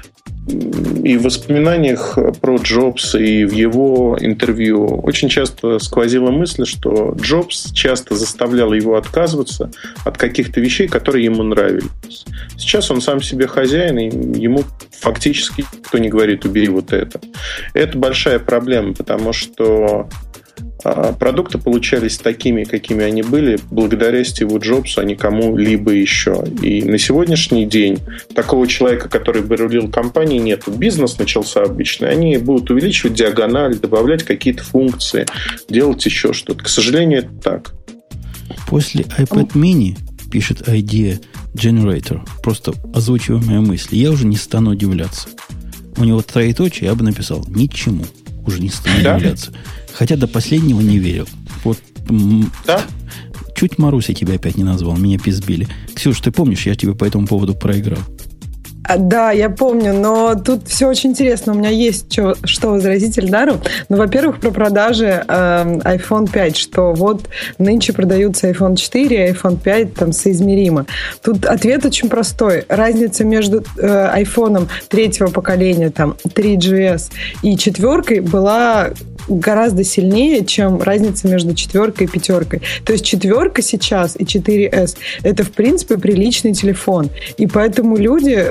и в воспоминаниях про Джобса, и в его интервью очень часто сквозила мысль, что Джобс часто заставлял его отказываться от каких-то вещей, которые ему нравились. Сейчас он сам себе хозяин, и ему фактически никто не говорит «убери вот это». Это большая проблема, потому что продукты получались такими, какими они были, благодаря Стиву Джобсу, а не кому-либо еще. И на сегодняшний день такого человека, который бы рулил компанией, нет. Бизнес начался обычный. Они будут увеличивать диагональ, добавлять какие-то функции, делать еще что-то. К сожалению, это так. После iPad mini, пишет Idea Generator, просто озвучивая мои мысли, я уже не стану удивляться. У него троеточие, я бы написал ничему. Уже не стану удивляться. Хотя до последнего не верил. Да? Чуть Маруся тебя опять не назвал, меня пизбили. Ксюш, ты помнишь, я тебе по этому поводу проиграл? Да, я помню, но тут все очень интересно. У меня есть что возразить Эльдару. Ну, во-первых, про продажи iPhone 5, что вот нынче продаются iPhone 4 и iPhone 5 там соизмеримо. Тут ответ очень простой. Разница между iPhone третьего поколения, там, 3GS и 4 была гораздо сильнее, чем разница между 4 и 5. То есть 4 сейчас и 4S это, в принципе, приличный телефон. И поэтому люди,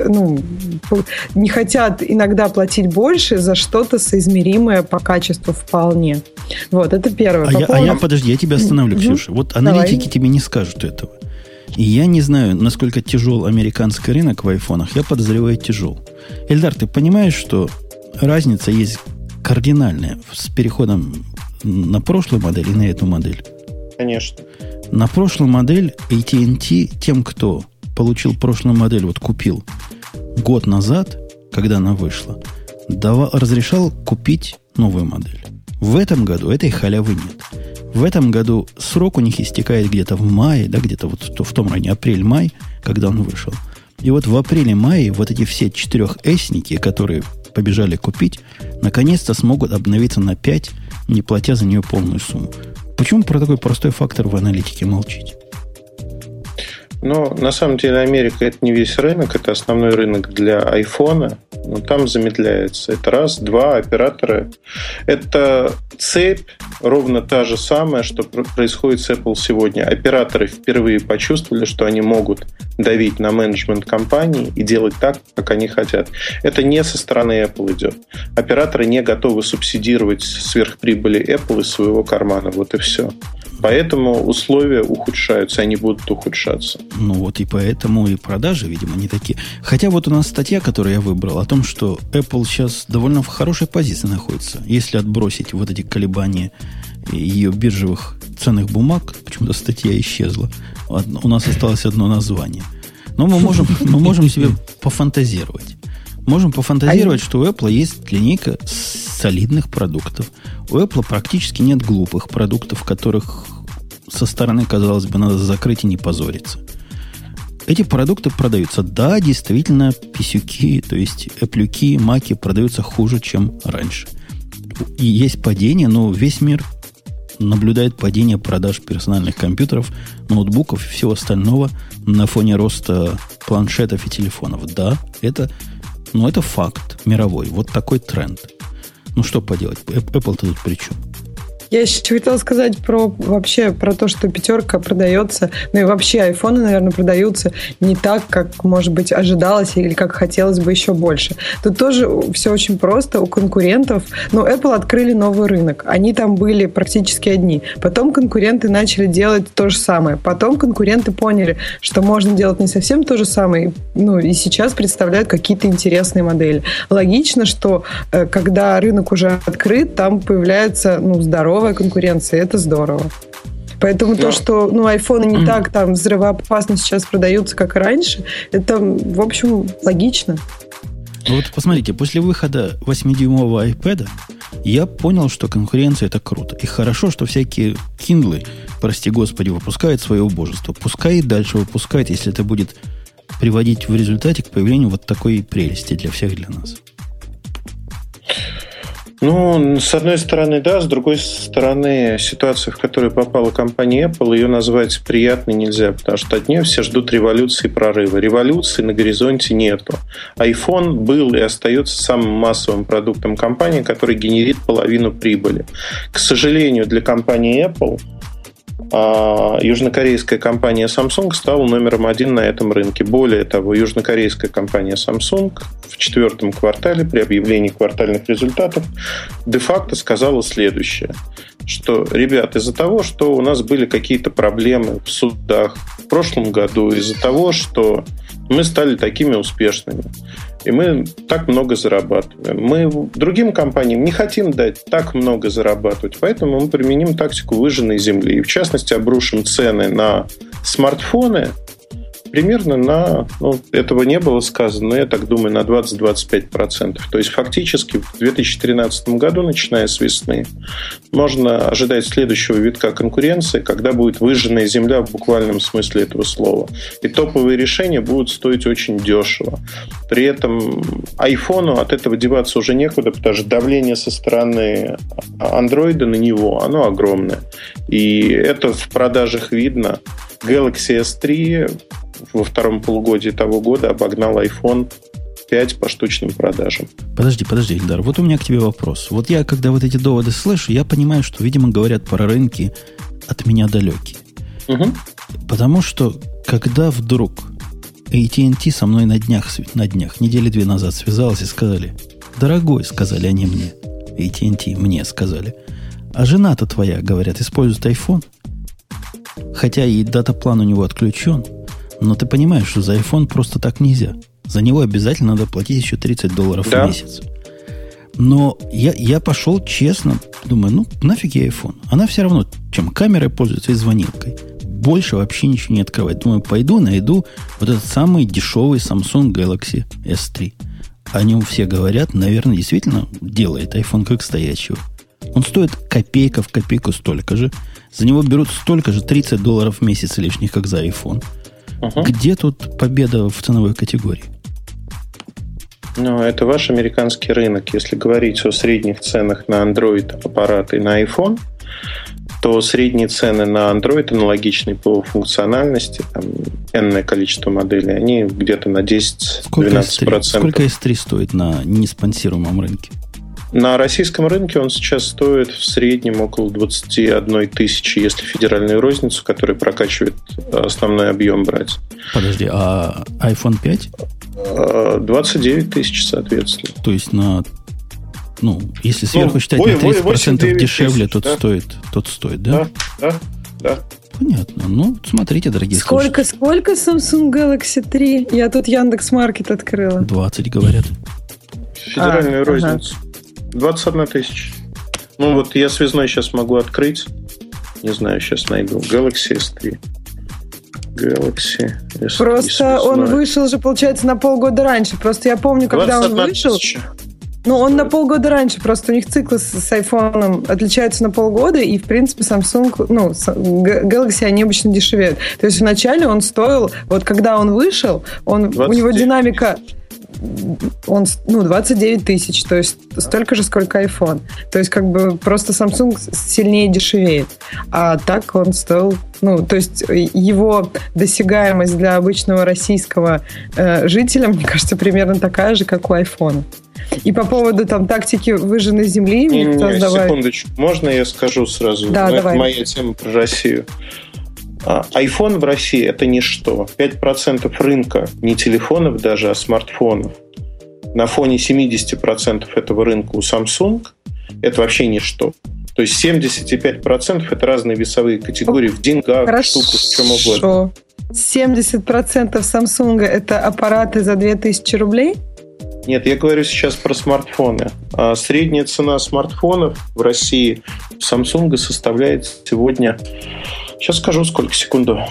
не хотят иногда платить больше за что-то соизмеримое по качеству вполне. Вот, это первое. Подожди, я тебя остановлю, Ксюша. Вот аналитики тебе не скажут этого. И я не знаю, насколько тяжел американский рынок в айфонах. Я подозреваю, тяжел. Эльдар, ты понимаешь, что разница есть кардинальная с переходом на прошлую модель и на эту модель? Конечно. На прошлую модель AT&T тем, кто получил прошлую модель, вот купил год назад, когда она вышла, разрешал купить новую модель. В этом году этой халявы нет. В этом году срок у них истекает где-то в мае, да, где-то вот в том районе апрель-май, когда он вышел. И вот в апреле-мае вот эти все 4S-ники, которые побежали купить, наконец-то смогут обновиться на 5, не платя за нее полную сумму. Почему про такой простой фактор в аналитике молчите? Ну, на самом деле, Америка – это не весь рынок, это основной рынок для айфона, но там замедляется. Это раз. Два, операторы. Это цепь ровно та же самая, что происходит с Apple сегодня. Операторы впервые почувствовали, что они могут давить на менеджмент компании и делать так, как они хотят. Это не со стороны Apple идет. Операторы не готовы субсидировать сверхприбыли Apple из своего кармана. Вот и все. Поэтому условия ухудшаются, они будут ухудшаться. Ну вот и поэтому и продажи, видимо, не такие. Хотя вот у нас статья, которую я выбрал, о том, что Apple сейчас довольно в хорошей позиции находится. Если отбросить вот эти колебания ее биржевых ценных бумаг, почему-то статья исчезла. У нас осталось одно название. Но мы можем себе пофантазировать. Можем пофантазировать, что у Apple есть линейка солидных продуктов. У Apple практически нет глупых продуктов, которых со стороны, казалось бы, надо закрыть и не позориться. Эти продукты продаются. Да, действительно, писюки, то есть эплюки, маки продаются хуже, чем раньше. И есть падение, но весь мир наблюдает падение продаж персональных компьютеров, ноутбуков и всего остального на фоне роста планшетов и телефонов. Да, это факт мировой. Вот такой тренд. Ну, что поделать? Apple-то тут при чем? Я еще хотела сказать про то, что 5 продается, ну и вообще айфоны, наверное, продаются не так, как, может быть, ожидалось или как хотелось бы еще больше. Тут тоже все очень просто. У конкурентов, Apple открыли новый рынок. Они там были практически одни. Потом конкуренты начали делать то же самое. Потом конкуренты поняли, что можно делать не совсем то же самое. И сейчас представляют какие-то интересные модели. Логично, что когда рынок уже открыт, там появляется, здоровая конкуренция, это здорово. Поэтому то, что айфоны не так там взрывоопасно сейчас продаются, как и раньше, это, в общем, логично. Вот посмотрите, после выхода 8-дюймового iPad я понял, что конкуренция это круто. И хорошо, что всякие Kindle, прости господи, выпускают свое убожество. Пускай и дальше выпускают, если это будет приводить в результате к появлению вот такой прелести для всех, для нас. С одной стороны, да, с другой стороны, ситуация, в которую попала компания Apple, ее назвать приятной нельзя, потому что от нее все ждут революции и прорыва. Революции на горизонте нету. iPhone был и остается самым массовым продуктом компании, который генерит половину прибыли. К сожалению, для компании Apple южнокорейская компания Samsung стала номером 1 на этом рынке. Более того, южнокорейская компания Samsung в 4 квартале при объявлении квартальных результатов де-факто сказала следующее, что, ребят, из-за того, что у нас были какие-то проблемы в судах в прошлом году, из-за того, что мы стали такими успешными, и мы так много зарабатываем. Мы другим компаниям не хотим дать так много зарабатывать, поэтому мы применим тактику выжженной земли. И в частности обрушим цены на смартфоны примерно на, этого не было сказано, но я так думаю, на 20-25%. То есть фактически в 2013 году, начиная с весны, можно ожидать следующего витка конкуренции, когда будет выжженная земля в буквальном смысле этого слова. И топовые решения будут стоить очень дешево. При этом айфону от этого деваться уже некуда, потому что давление со стороны андроида на него, оно огромное. И это в продажах видно. Galaxy S3 во втором полугодии того года обогнал iPhone 5 по штучным продажам. Подожди, Ильдар, вот у меня к тебе вопрос. Вот я, когда вот эти доводы слышу, я понимаю, что, видимо, говорят про рынки от меня далекие. Угу. Потому что, когда вдруг AT&T со мной на днях, недели 2 назад связалась и сказали, дорогой, сказали они мне, AT&T мне сказали, а жена-то твоя, говорят, использует iPhone, хотя и дата-план у него отключен, но ты понимаешь, что за iPhone просто так нельзя. За него обязательно надо платить еще $30 в месяц. Но я пошел честно, думаю, нафиг я iPhone. Она все равно, чем камерой пользуется и звонилкой. Больше вообще ничего не открывать. Думаю, пойду, найду вот этот самый дешевый Samsung Galaxy S3. О нем все говорят, наверное, действительно делает iPhone как стоячего. Он стоит копейка в копейку столько же. За него берут столько же, $30 в месяц лишних, как за iPhone. Угу. Где тут победа в ценовой категории? Это ваш американский рынок. Если говорить о средних ценах на Android аппараты и на iPhone, то средние цены на Android аналогичные по функциональности, там энное количество моделей, они где-то на 10-12%. Сколько S3 стоит на неспонсируемом рынке? На российском рынке он сейчас стоит в среднем около 21 тысячи, если федеральную розницу, которая прокачивает основной объем брать. Подожди, а iPhone 5? 29 тысяч, соответственно. То есть если сверху считать на 30% дешевле, тот стоит, да? Да. Понятно. Смотрите, дорогие слушатели. Сколько Samsung Galaxy 3? Я тут Яндекс.Маркет открыла. 20, говорят. Федеральную розницу. 21 тысяча. Я связной сейчас могу открыть. Не знаю, сейчас найду. Galaxy S3. Galaxy S3. Просто связной. Он вышел же, получается, на полгода раньше. Просто я помню, когда он вышел... он на полгода раньше. Просто у них циклы с айфоном отличаются на полгода. И, в принципе, Samsung... Galaxy, они обычно дешевеют. То есть, вначале он стоил... Вот когда он вышел, у него динамика... Он 29 тысяч, то есть столько же, сколько iPhone. То есть просто Samsung сильнее дешевеет. А так он стоил... то есть его досягаемость для обычного российского жителя, мне кажется, примерно такая же, как у iPhone. И по поводу тактики выжженной земли... Секундочку. Можно я скажу сразу? Да, давай. Это моя тема про Россию. iPhone в России – это ничто. 5% рынка не телефонов даже, а смартфонов. На фоне 70% этого рынка у Samsung – это вообще ничто. То есть 75% – это разные весовые категории в деньгах, в штуках, в чем угодно. 70% Samsung – это аппараты за 2000 рублей? Нет, я говорю сейчас про смартфоны. Средняя цена смартфонов в России у Samsung составляет сегодня... Сейчас скажу, сколько, секунду.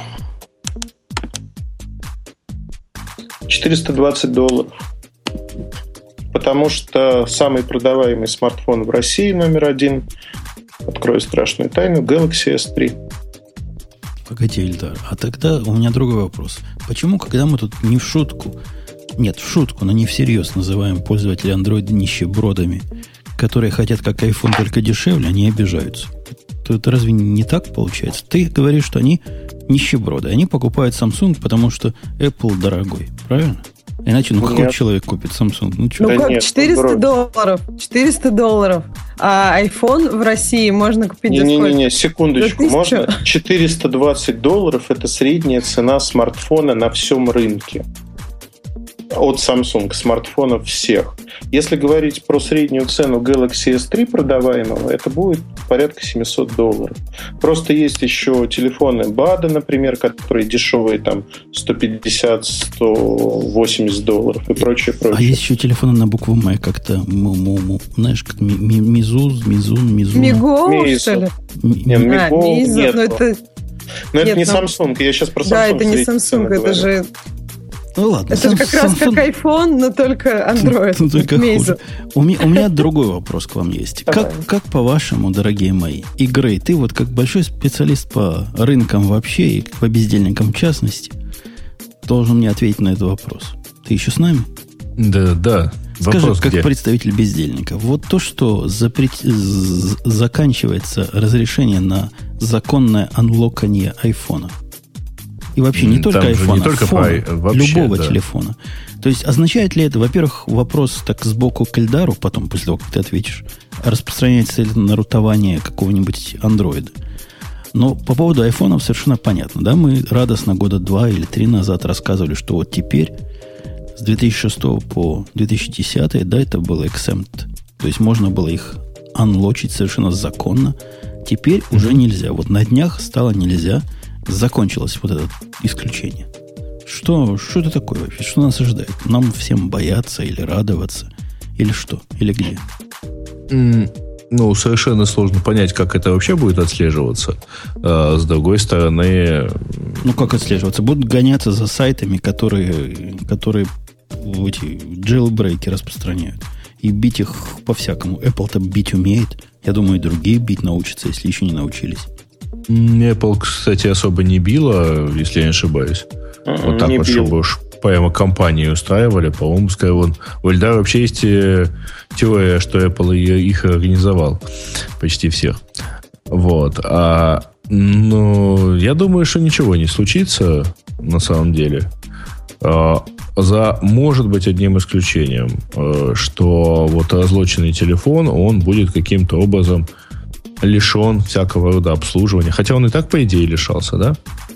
$420. Потому что самый продаваемый смартфон в России номер 1, открою страшную тайну, Galaxy S3. Погоди, Ильдар, а тогда у меня другой вопрос. Почему, когда мы тут не в шутку, нет, в шутку, но не всерьез называем пользователей Android нищебродами, которые хотят как iPhone, только дешевле, они обижаются? Это разве не так получается? Ты говоришь, что они нищеброды. Они покупают Samsung, потому что Apple дорогой. Правильно? Иначе, какой человек купит Samsung? $400. $400. А iPhone в России можно купить за сколько? Не, секундочку. Можно $420 – это средняя цена смартфона на всем рынке. От Samsung, смартфонов всех. Если говорить про среднюю цену Galaxy S3 продаваемого, это будет порядка $700. Просто есть еще телефоны BADA, например, которые дешевые, там $150-180 и прочее. А есть еще телефоны на букву М, как-то, знаешь, как Мизун. Миго, что ли? Миго нет. Но это не Samsung, я сейчас про Samsung. Да, это не Samsung, это же... Ну ладно. Это же как раз как iPhone, но только Android. Только хуже. У меня другой вопрос к вам есть. Как по-вашему, дорогие мои, игры, ты вот как большой специалист по рынкам вообще и по бездельникам в частности, должен мне ответить на этот вопрос. Ты еще с нами? Да. Скажи, вопрос как где? представитель бездельников, вот то, что заканчивается разрешение на законное анлокание айфона. И вообще не только айфона, любого телефона. То есть означает ли это, во-первых, вопрос так сбоку к Эльдару, потом, после того, как ты ответишь, распространяется ли это на рутование какого-нибудь андроида? Но по поводу айфонов совершенно понятно. Да? Мы радостно года 2 или 3 назад рассказывали, что вот теперь с 2006 по 2010, да, это было exempt. То есть можно было их анлочить совершенно законно. Теперь уже нельзя. Вот на днях стало нельзя. Закончилось вот это исключение. Что это такое вообще? Что нас ожидает? Нам всем бояться или радоваться? Или что? Или где? Ну, совершенно сложно понять, как это вообще будет отслеживаться. С другой стороны... Ну, как отслеживаться? Будут гоняться за сайтами, которые эти jailbreaki распространяют. И бить их по-всякому. Apple-то бить умеет. Я думаю, и другие бить научатся, если еще не научились. Apple, кстати, особо не била, если я не ошибаюсь. Вот так вот, чтобы уж прямо компании устраивали. По-моему, у Эльдара вообще есть теория, что Apple их организовал. Почти всех. Вот. Но я думаю, что ничего не случится на самом деле. За, может быть, одним исключением, что вот разлоченный телефон, он будет каким-то образом лишен всякого рода обслуживания. Хотя он и так, по идее, лишался, да?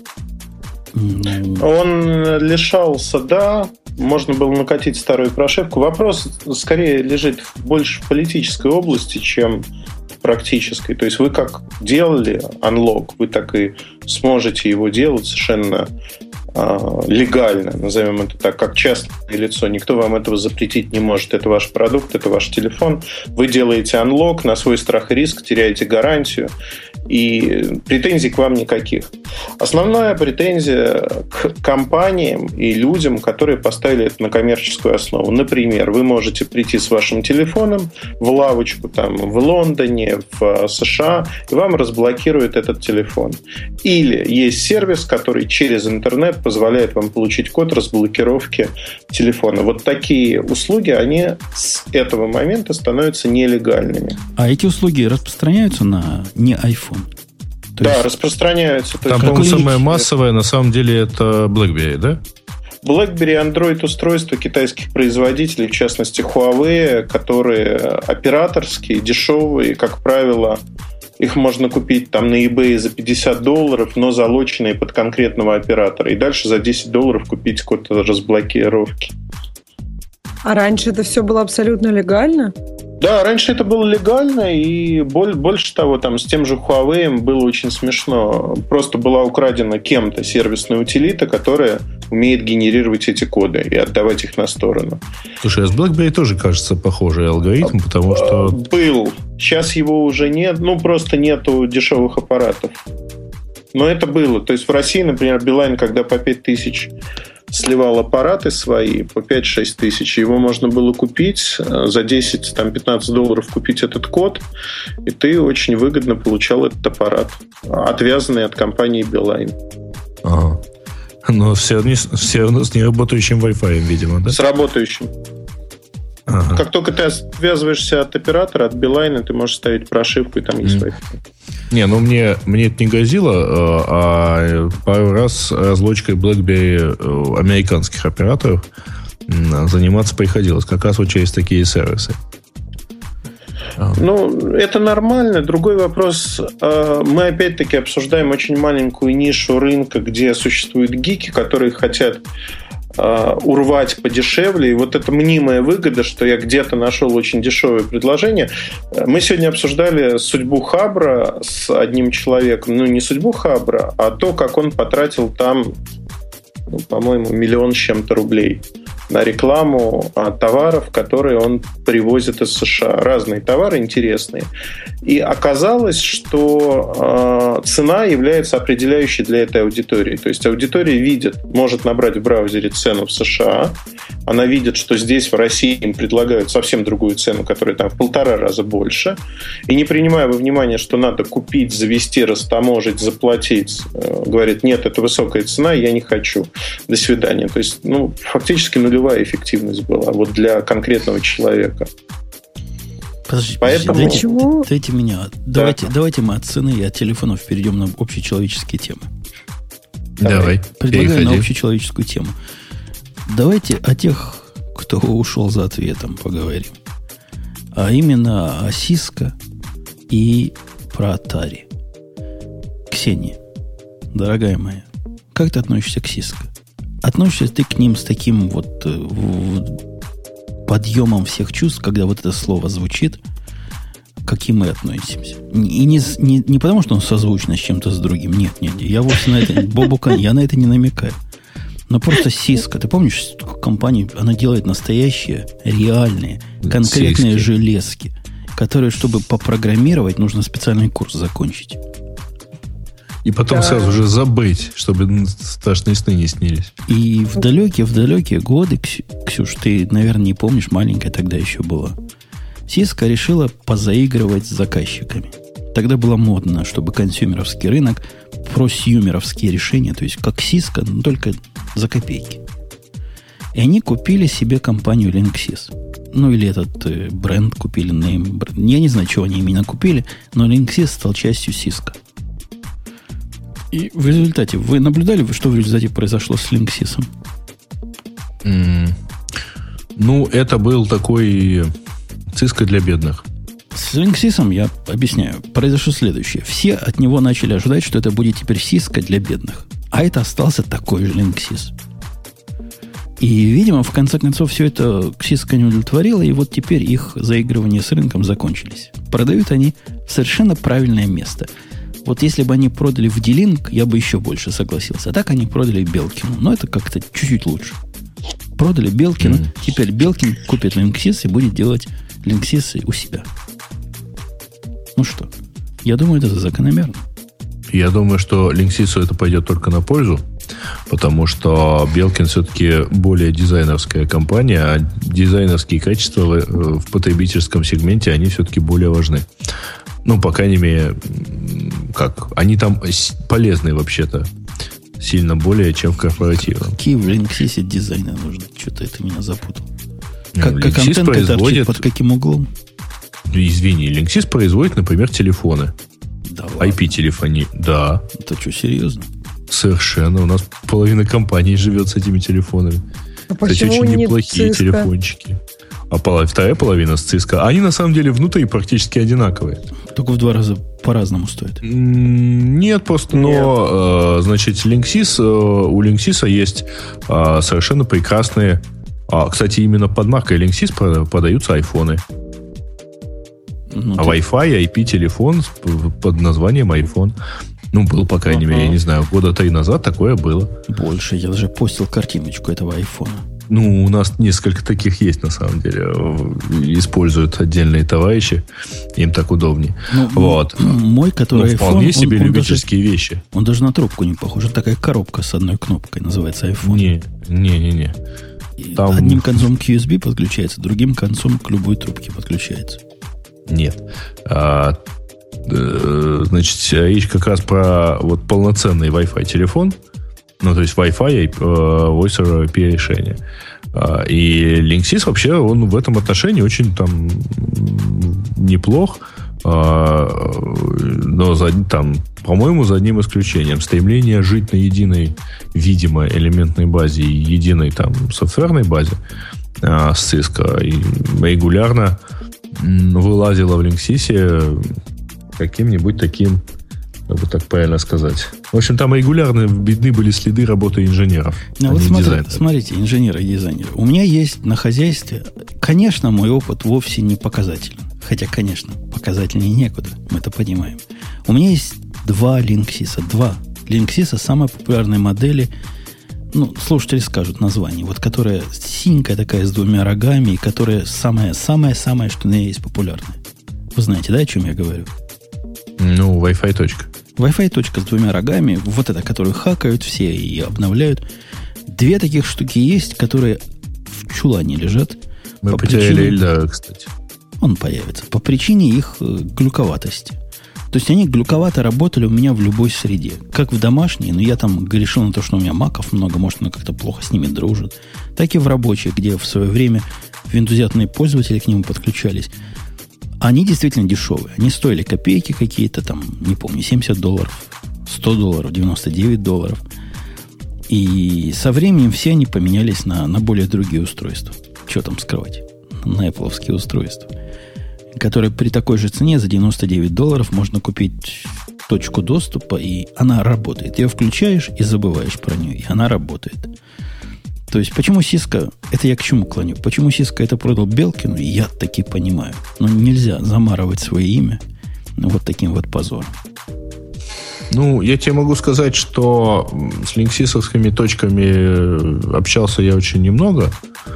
Он лишался, да. Можно было накатить старую прошивку. Вопрос скорее лежит больше в политической области, чем в практической. То есть вы как делали unlock, вы так и сможете его делать совершенно легально, назовем это так, как частное лицо. Никто вам этого запретить не может. Это ваш продукт, это ваш телефон. Вы делаете unlock на свой страх и риск, теряете гарантию, и претензий к вам никаких. Основная претензия к компаниям и людям, которые поставили это на коммерческую основу. Например, вы можете прийти с вашим телефоном в лавочку там, в Лондоне, в США, и вам разблокируют этот телефон. Или есть сервис, который через интернет позволяет вам получить код разблокировки телефона. Вот такие услуги, они с этого момента становятся нелегальными. А эти услуги распространяются на не iPhone? Да, распространяются. Там, по-моему, самое массовое, на самом деле, это BlackBerry, да? BlackBerry, Android-устройства китайских производителей, в частности Huawei, которые операторские, дешевые, как правило, их можно купить там на eBay за $50, но залоченные под конкретного оператора. И дальше за $10 купить код разблокировки. А раньше это все было абсолютно легально? Да, раньше это было легально, и больше того, там с тем же Huawei было очень смешно. Просто была украдена кем-то сервисная утилита, которая умеет генерировать эти коды и отдавать их на сторону. Слушай, а с BlackBerry тоже, кажется, похожий алгоритм, потому что... Был. Сейчас его уже нет. Просто нету дешевых аппаратов. Но это было. То есть в России, например, Билайн, когда по 5000 сливал аппараты свои, по 5-6 тысяч, его можно было купить за $10-15 купить этот код, и ты очень выгодно получал этот аппарат, отвязанный от компании Билайн. Ага. Но все равно с неработающим Wi-Fi, видимо, да? С работающим. Ага. Как только ты отвязываешься от оператора, от Билайна, ты можешь ставить прошивку, и там есть Wi-Fi. Не, мне это не грозило, а пару раз разлочкой BlackBerry американских операторов заниматься приходилось, как раз вот через такие сервисы. Это нормально. Другой вопрос. Мы опять-таки обсуждаем очень маленькую нишу рынка, где существуют гики, которые хотят урвать подешевле. И вот эта мнимая выгода, что я где-то нашел очень дешевое предложение. Мы сегодня обсуждали судьбу Хабра с одним человеком. Не судьбу Хабра, а то, как он потратил там, по-моему, $1 миллион с чем-то рублей на рекламу товаров, которые он привозит из США. Разные товары интересные. И оказалось, что цена является определяющей для этой аудитории. То есть аудитория может набрать в браузере цену в США, она видит, что здесь в России им предлагают совсем другую цену, которая там в 1,5 раза больше. И не принимая во внимание, что надо купить, завести, растаможить, заплатить, говорит, нет, это высокая цена, я не хочу. До свидания. То есть, фактически нулевая эффективность была вот для конкретного человека. Подождите, Поэтому... дайте меня. Да. Давайте мы от цены и от телефонов перейдем на общечеловеческие темы. Давай. Предлагаю на общечеловеческую тему. Давайте о тех, кто ушел за ответом, поговорим. А именно о Cisco и про Atari. Ксения, дорогая моя, как ты относишься к Cisco? Относишься ты к ним с таким вот подъемом всех чувств, когда вот это слово звучит, каким мы относимся? И не потому, что он созвучно с чем-то с другим. Нет. Я вовсе на это... Бобука, я на это не намекаю. Но просто Cisco. Ты помнишь, компания, она делает настоящие, реальные, конкретные железки, которые, чтобы попрограммировать, нужно специальный курс закончить. И потом сразу же забыть, чтобы страшные сны не снились. И в далекие годы, Ксюш, ты, наверное, не помнишь, маленькая тогда еще была, Cisco решила позаигрывать с заказчиками. Тогда было модно, чтобы консюмеровский рынок, просюмеровские решения, то есть как Cisco, но только за копейки. И они купили себе компанию Linksys. Или этот бренд купили, name бренд. Я не знаю, чего они именно купили, но Linksys стал частью Cisco. И в результате, вы наблюдали, что в результате произошло с Linksys? Это был такой Cisco для бедных. С Linksys, я объясняю, произошло следующее. Все от него начали ожидать, что это будет теперь Cisco для бедных. А это остался такой же Linksys. И, видимо, в конце концов, все это Cisco не удовлетворило, и вот теперь их заигрывания с рынком закончились. Продают они в совершенно правильное место. Вот если бы они продали в D-Link, я бы еще больше согласился. А так они продали Белкину. Но это как-то чуть-чуть лучше. Продали Белкину. Теперь Белкин купит Linksys и будет делать Linksys у себя. Ну что? Я думаю, это закономерно. Я думаю, что Linksys это пойдет только на пользу, потому что Белкин все-таки более дизайнерская компания, а дизайнерские качества в потребительском сегменте, они все-таки более важны. По крайней мере, они там полезны вообще-то сильно более, чем в корпоративах. Какие в Linksys дизайны нужны? Что-то это меня запутал. Как Linksys антенка торчит под каким углом? Извини, Linksys производит, например, телефоны. Да IP-телефонии. Да. Это что, серьезно? Совершенно. У нас половина компании живет с этими телефонами. Кстати, очень неплохие телефончики. А вторая половина с Cisco. Они на самом деле внутри практически одинаковые. Только в 2 раза по-разному стоят. Нет, просто. Но, значит, Linksys, у Linksys есть совершенно прекрасные. Кстати, именно под маркой Linksys продаются айфоны. Wi-Fi, IP-телефон под названием iPhone. Был, по крайней мере, я не знаю, 3 года назад такое было. Больше. Я даже постил картиночку этого айфона. У нас несколько таких есть, на самом деле. Используют отдельные товарищи. Им так удобнее. Мой, который iPhone... Вполне себе любительские вещи. Он даже на трубку не похож. Это такая коробка с одной кнопкой. Называется iPhone. Не. Там... Одним концом к USB подключается, другим концом к любой трубке подключается. Нет. Значит, речь как раз про полноценный Wi-Fi телефон. То есть Wi-Fi и Voice over IP решение. И Linksys вообще, он в этом отношении очень там неплох. Но по-моему, за одним исключением. Стремление жить на единой, видимо, элементной базе и единой софтверной базе с Cisco и регулярно вылазила в Linksys каким-нибудь таким, как бы так правильно сказать. В общем, там регулярно видны были следы работы инженеров. Смотрите, инженеры и дизайнеры. У меня есть на хозяйстве, конечно, мой опыт вовсе не показателен. Хотя, конечно, показательнее некуда, мы это понимаем. У меня есть 2 Linksys. 2 Linksys самой популярной модели ну, слушатели скажут название, вот которая синенькая такая с двумя рогами, и которая самая-самая-самая, что на ней есть популярная. Вы знаете, да, о чем я говорю? Ну, Wi-Fi точка. Wi-Fi точка с двумя рогами, вот эта, которую хакают все и обновляют. Две таких штуки есть, которые в чулане лежат. Мы потеряли Эльдара, кстати. Он появится. По причине их глюковатости. То есть они глюковато работали у меня в любой среде. Как в домашней, но я там грешил на то, что у меня маков много, может, он как-то плохо с ними дружит. Так и в рабочей, где в свое время виндузятные пользователи к нему подключались. Они действительно дешевые. Они стоили копейки какие-то, там, не помню, $70, $100, $99. И со временем все они поменялись на более другие устройства. Что там скрывать? На Apple-овские устройства. Которые при такой же цене за $99 можно купить точку доступа, и она работает. Ее включаешь и забываешь про нее, и она работает. То есть, почему Cisco, это я к чему клоню? Почему Cisco это продал Белкину, я таки понимаю. Но нельзя замарывать свое имя вот таким вот позором. Ну, я тебе могу сказать, что с линксисовскими точками общался я очень немного,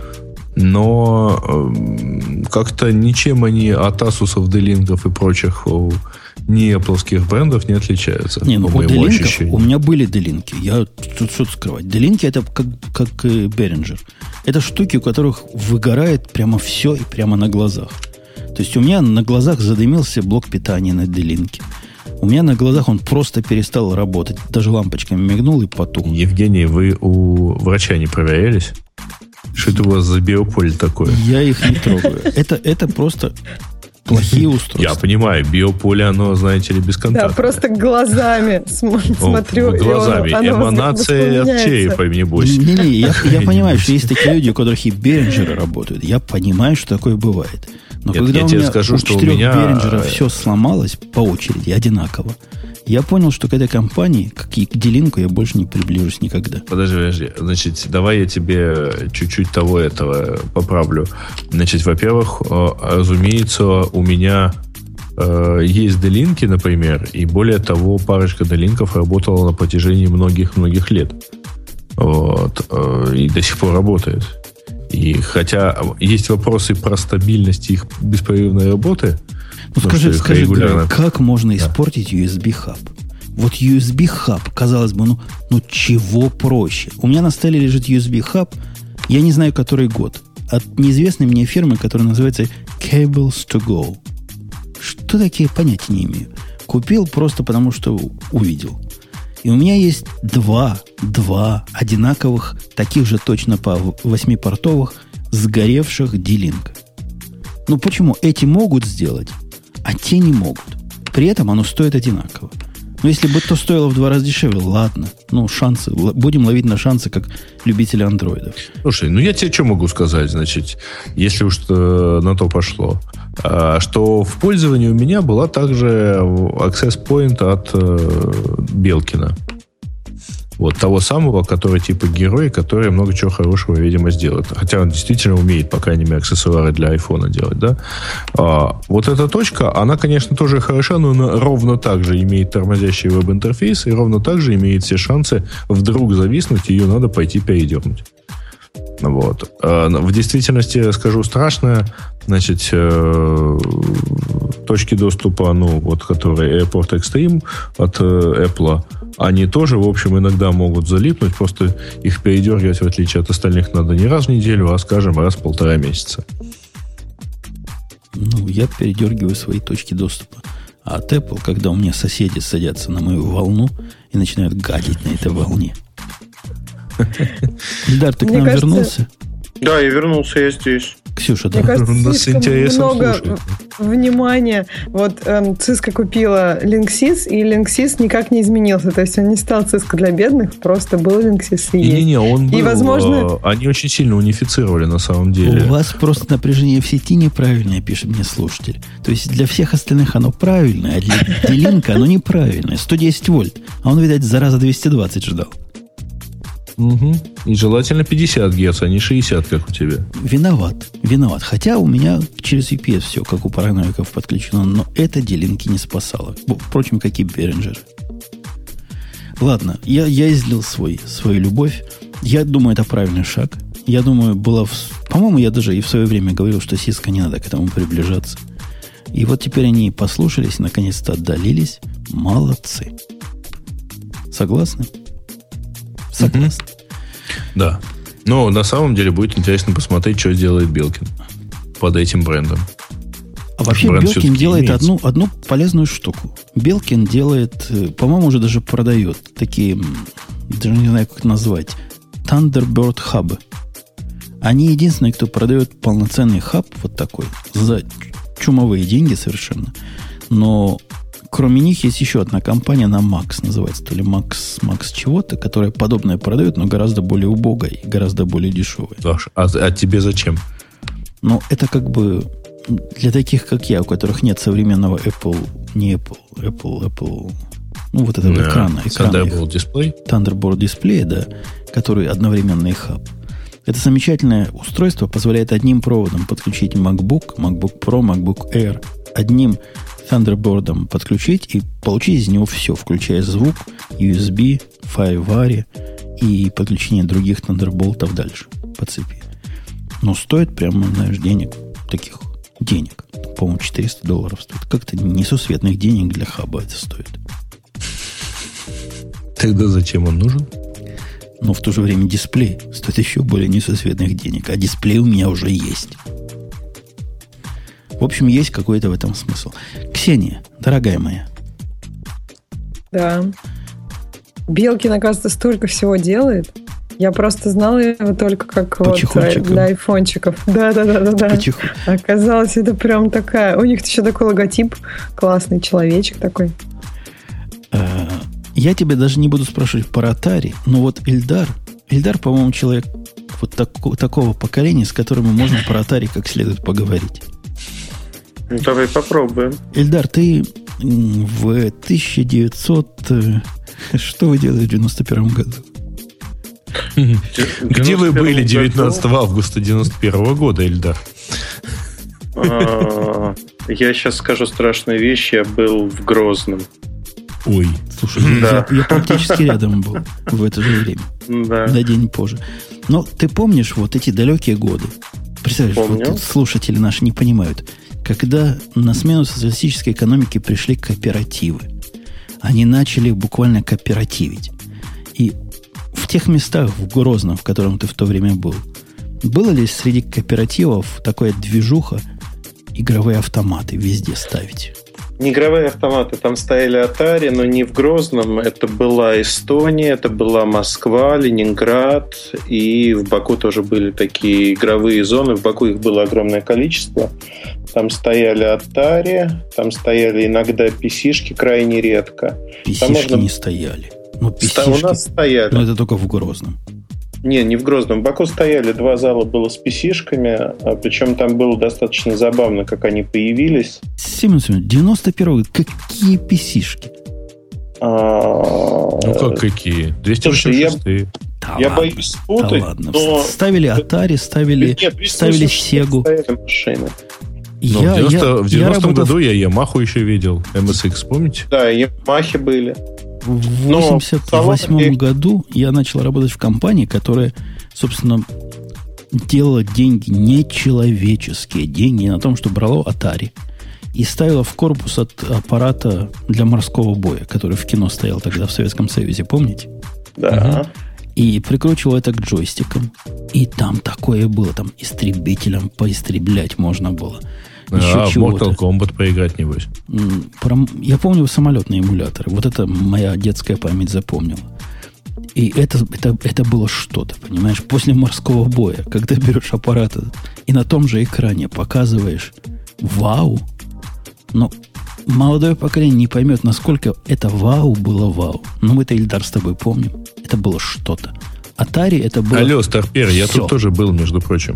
но как-то ничем они от Asus'ов, D-Link'ов и прочих не Apple'ских брендов не отличаются. Не, ну у D-Link'ов у меня были D-Link'и. Я тут что-то скрывать. D-Link'и это как Behringer. Это штуки, у которых выгорает прямо все и прямо на глазах. То есть у меня на глазах задымился блок питания на D-Link'е. У меня на глазах он просто перестал работать. Даже лампочками мигнул и потух. Евгений, вы у врача не проверялись? Что это у вас за биополе такое? Я их не трогаю. Это просто плохие устройства. Я понимаю, биополе, оно, знаете ли, бесконтактное. Да, просто глазами смотрю. Глазами. Эманация от черепа, небось. Не-не, я понимаю, что есть такие люди, у которых и Behringer работают. Я понимаю, что такое бывает. Но когда у меня у 4 Behringer все сломалось по очереди, одинаково, я понял, что к этой компании, как и к D-Link'у, я больше не приближусь никогда. Подожди. Значит, давай я тебе чуть-чуть этого поправлю. Значит, во-первых, разумеется, у меня есть D-Link'и, например, и более того, парочка D-Link'ов работала на протяжении многих-многих лет. Вот. И до сих пор работает. И хотя есть вопросы про стабильность их беспрерывной работы. Ну, скажи, регулярно... как можно испортить USB-хаб? Вот USB-хаб, казалось бы, ну чего проще? У меня на столе лежит USB-хаб, я не знаю, который год, от неизвестной мне фирмы, которая называется Cables to Go. Что такие, понятия не имею. Купил просто потому, что увидел. И у меня есть два одинаковых, таких же точно по 8-портовых, сгоревших D-Link. Ну почему? Эти могут сделать, а те не могут. При этом оно стоит одинаково. Но если бы то стоило в 2 раза дешевле, ладно. Ну, шансы. Будем ловить на шансы, как любители андроидов. Слушай, ну я тебе что могу сказать, значит, если уж на то пошло. Что в пользовании у меня была также access point от Белкина. Вот того самого, который типа герой, который много чего хорошего, видимо, сделает. Хотя он действительно умеет, по крайней мере, аксессуары для айфона делать, да? Вот эта точка, она, конечно, тоже хороша, но она ровно так же имеет тормозящий веб-интерфейс и ровно так же имеет все шансы вдруг зависнуть, ее надо пойти передернуть. Вот. В действительности, скажу страшно, значит, точки доступа, ну, вот, которые Airport Extreme от Apple, они тоже, в общем, иногда могут залипнуть, просто их передергивать, в отличие от остальных, надо не раз в неделю, а, скажем, раз в 1,5 месяца. Ну, я передергиваю свои точки доступа. А от Apple, когда у меня соседи садятся на мою волну и начинают гадить на этой волне. Ильдар, ты к нам вернулся? Да, я вернулся, я здесь. Ксюша, да? Мне кажется, слишком много внимания. Вот Cisco купила Linksys, и Linksys никак не изменился. То есть он не стал Cisco для бедных, просто был Linksys и есть. Не-не, он был. И, возможно... Они очень сильно унифицировали на самом деле. У вас просто напряжение в сети неправильное, пишет мне слушатель. То есть для всех остальных оно правильное, а для D-Link оно неправильное. 110 вольт. А он, видать, зараза 220 ждал. Угу. И желательно 50 Гц, а не 60, как у тебя. Виноват. Хотя у меня через UPS все, как у параноиков, подключено. Но это D-Link не спасало. Впрочем, как и Behringer. Ладно, я излил свою любовь. Я думаю, это правильный шаг. Я думаю, по-моему, я даже и в свое время говорил, что Cisco не надо к этому приближаться. И вот теперь они послушались, наконец-то отдалились. Молодцы. Согласны? Согласны. Да. Но на самом деле будет интересно посмотреть, что делает Белкин под этим брендом. А вообще Белкин делает одну полезную штуку. Белкин делает, по-моему, уже даже продает такие, даже не знаю, как назвать, Thunderbird хабы. Они единственные, кто продает полноценный хаб вот такой за чумовые деньги совершенно. Но кроме них есть еще одна компания, она Max называется, то ли Max чего-то, которая подобное продает, но гораздо более убогая и гораздо более дешевая. Саш, а тебе зачем? Ну, это как бы для таких, как я, у которых нет современного Apple, ну, вот этого экрана Thunderbolt дисплей. Thunderbolt дисплей, да, который одновременно и хаб. Это замечательное устройство позволяет одним проводом подключить MacBook Pro, MacBook Air, одним Thunderbolt подключить и получить из него все, включая звук, USB, FireWire и подключение других Thunderbolt'ов дальше по цепи. Но стоит прямо, знаешь, денег. По-моему, $400 стоит. Как-то несусветных денег для хаба это стоит. Тогда зачем он нужен? Но в то же время дисплей стоит еще более несусветных денег. А дисплей у меня уже есть. В общем, есть какой-то в этом смысл. Ксения, дорогая моя. Да. Белкин, оказывается, столько всего делает. Я просто знала его только как вот для айфончиков. Да. Оказалось, это прям такая... У них еще такой логотип классный, человечек такой. Я тебя даже не буду спрашивать про Atari, но вот Ильдар, по-моему, человек вот такого поколения, с которым мы можем про Atari как следует поговорить. Давай попробуем. Ильдар, ты в 1900... Что вы делали в 91 году? Где вы были 19 августа 91 года, Ильдар? Я сейчас скажу страшную вещь. Я был в Грозном. Ой, слушай, я практически рядом был в это же время. Да. На день позже. Но ты помнишь вот эти далекие годы? Представляешь, вот слушатели наши не понимают. Когда на смену социалистической экономике пришли кооперативы, они начали буквально кооперативить. И в тех местах, в Грозном, в котором ты в то время был, было ли среди кооперативов такая движуха игровые автоматы везде ставить? Не игровые автоматы, там стояли Atari, но не в Грозном. Это была Эстония, это была Москва, Ленинград, и в Баку тоже были такие игровые зоны. В Баку их было огромное количество. Там стояли Atari, там стояли иногда PC-шки, крайне редко. PC-шки не стояли. Ну, у нас стояли. Но это только в Грозном. Не в Грозном. В Баку стояли 2 зала было с PC-шками, причем там было достаточно забавно, как они появились. Семен Семенович, 91 год, какие PC-шки? Ну, как какие? 286. Я боюсь спутать. Да ладно. Но... Ставили Atari, ставили Sega. В 90-м году я Yamaha еще видел. MSX, помните? Да, Yamaha были. В 1988 году я начал работать в компании, которая, собственно, делала деньги, нечеловеческие деньги на том, что брало Atari и ставила в корпус от аппарата для морского боя, который в кино стоял тогда в Советском Союзе, помните? Да. И прикручивал это к джойстикам. И там такое было, там истребителям поистреблять можно было. В Mortal Kombat поиграть, небось. Я помню самолетные эмуляторы. Вот это моя детская память запомнила. И это было что-то, понимаешь? После морского боя, когда берешь аппарат и на том же экране показываешь вау. Но молодое поколение не поймет, насколько это вау было вау. Но мы-то, Ильдар, с тобой помним. Это было что-то. Atari это было... Алло, Старпер, я тут тоже был, между прочим.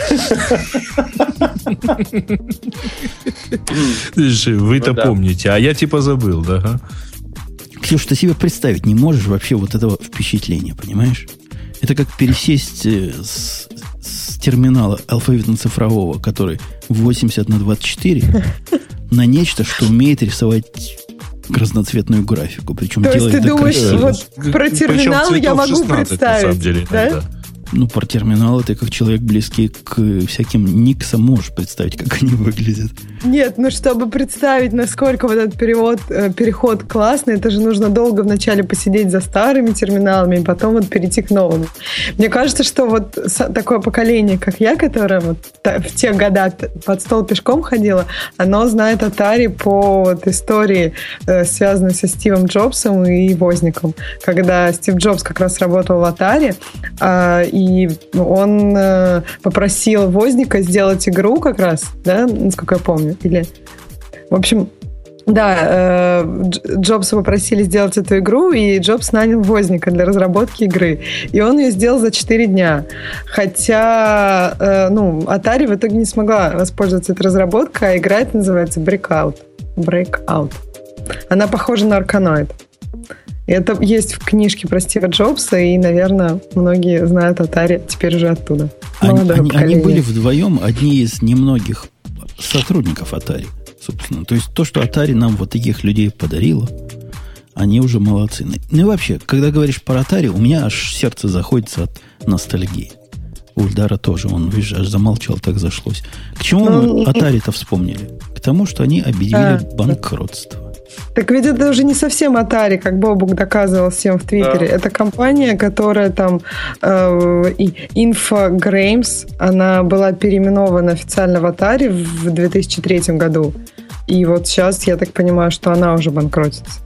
Вы-то помните, а я типа забыл, да? Ксюша, ты себе представить не можешь вообще вот этого впечатления, понимаешь? Это как пересесть с терминала алфавитно-цифрового, который 80 на 24, на нечто, что умеет рисовать разноцветную графику. Причем то есть ты думаешь, красиво. Про терминал я могу 16, представить, на самом деле, да? Ну, про терминалы ты как человек, близкий к всяким Никсам, можешь представить, как они выглядят. Нет, чтобы представить, насколько вот этот переход классный, это же нужно долго вначале посидеть за старыми терминалами, и потом перейти к новым. Мне кажется, что такое поколение, как я, которое в те года под стол пешком ходила, оно знает Atari по истории, связанной со Стивом Джобсом и Возником. Когда Стив Джобс как раз работал в Atari, и он попросил Возника сделать игру как раз, да, насколько я помню. В общем, да, Джобса попросили сделать эту игру, и Джобс нанял Возника для разработки игры. И он ее сделал за 4 дня. Хотя, Atari в итоге не смогла воспользоваться этой разработкой, а игра эта называется Breakout. Она похожа на Arkanoid. И это есть в книжке про Стива Джобса, и, наверное, многие знают Atari теперь уже оттуда. Они были вдвоем одни из немногих сотрудников Atari, собственно. То есть то, что Atari нам вот таких людей подарила, они уже молодцы. Ну и вообще, когда говоришь про Atari, у меня аж сердце заходится от ностальгии. У Ильдара тоже, он, видишь, аж замолчал, так зашлось. К чему мы Atari-то вспомнили? К тому, что они объявили банкротство. Так ведь это уже не совсем Atari, как Бобук доказывал всем в Твиттере. Да. Это компания, которая там Infogrames, она была переименована официально в Atari в 2003 году. И вот сейчас, я так понимаю, что она уже банкротится.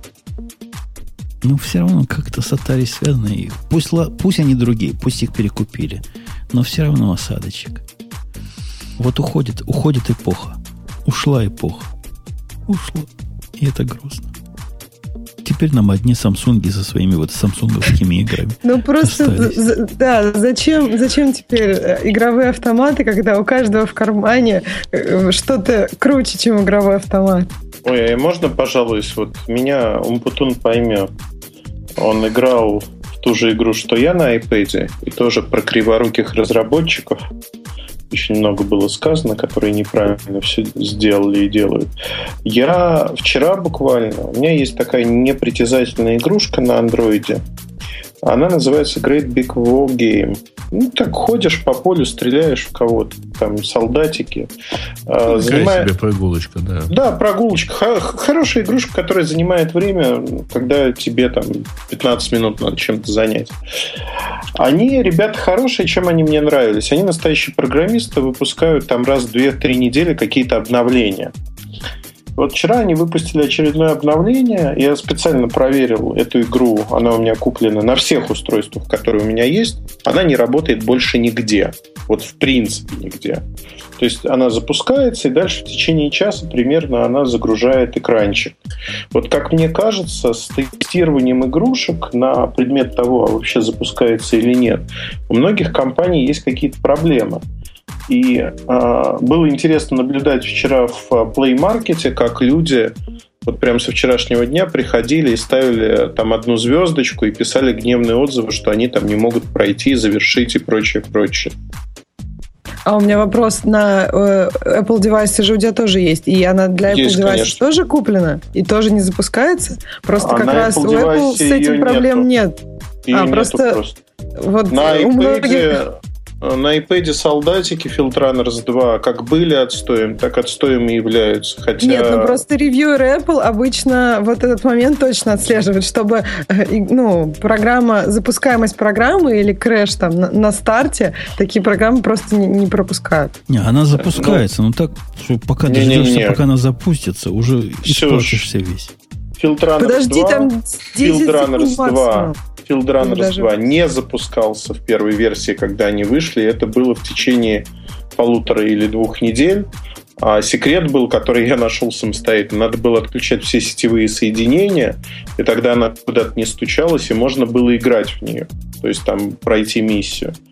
Ну, все равно как-то с Atari связано. И пусть они другие, пусть их перекупили. Но все равно осадочек. Вот уходит эпоха. Ушла эпоха. Ушла. И это грустно. Теперь нам одни самсунги со своими самсунговскими играми. Ну просто, да, зачем теперь игровые автоматы, когда у каждого в кармане что-то круче, чем игровой автомат? Ой, можно, пожалуйста, меня Умпутун поймет. Он играл в ту же игру, что я на iPad, и тоже про криворуких разработчиков. Очень много было сказано, которые неправильно все сделали и делают. Я вчера буквально... У меня есть такая непритязательная игрушка на андроиде. Она называется Great Big War Game. Ну, так ходишь по полю, стреляешь в кого-то, там, солдатики. Себе прогулочка, да. Да, прогулочка. Хорошая игрушка, которая занимает время, когда тебе там 15 минут надо чем-то занять. Они, ребята, хорошие, чем они мне нравились. Они настоящие программисты, выпускают там раз в 2-3 недели какие-то обновления. Вот вчера они выпустили очередное обновление. Я специально проверил эту игру. Она у меня куплена на всех устройствах, которые у меня есть. Она не работает больше нигде. Вот в принципе нигде. То есть она запускается, и дальше в течение часа примерно она загружает экранчик. Вот как мне кажется, с тестированием игрушек на предмет того, а вообще запускается или нет, у многих компаний есть какие-то проблемы. И было интересно наблюдать вчера в Play Market, как люди вот прямо со вчерашнего дня приходили и ставили там 1 звездочку и писали гневные отзывы, что они там не могут пройти, завершить и прочее. А у меня вопрос. На Apple девайсе же у тебя тоже есть. И она для Apple девайса тоже куплена? И тоже не запускается? Просто как раз у Apple с этим проблем нет. Просто. Вот на iPad солдатики Field Runners 2 как были отстоем, так отстоем и являются. Хотя... Нет, просто ревьюеры Apple обычно вот этот момент точно отслеживают, чтобы запускаемость программы или крэш там на старте, такие программы просто не пропускают. Не, она запускается, но так, что пока дождешься, пока она запустится, уже испортишься весь. Field Runners 2 Field Runners 2 не запускался в первой версии, когда они вышли. Это было в течение 1,5 или 2 недель. А секрет был, который я нашел самостоятельно. Надо было отключать все сетевые соединения, и тогда она куда-то не стучалась, и можно было играть в нее. То есть там пройти миссию.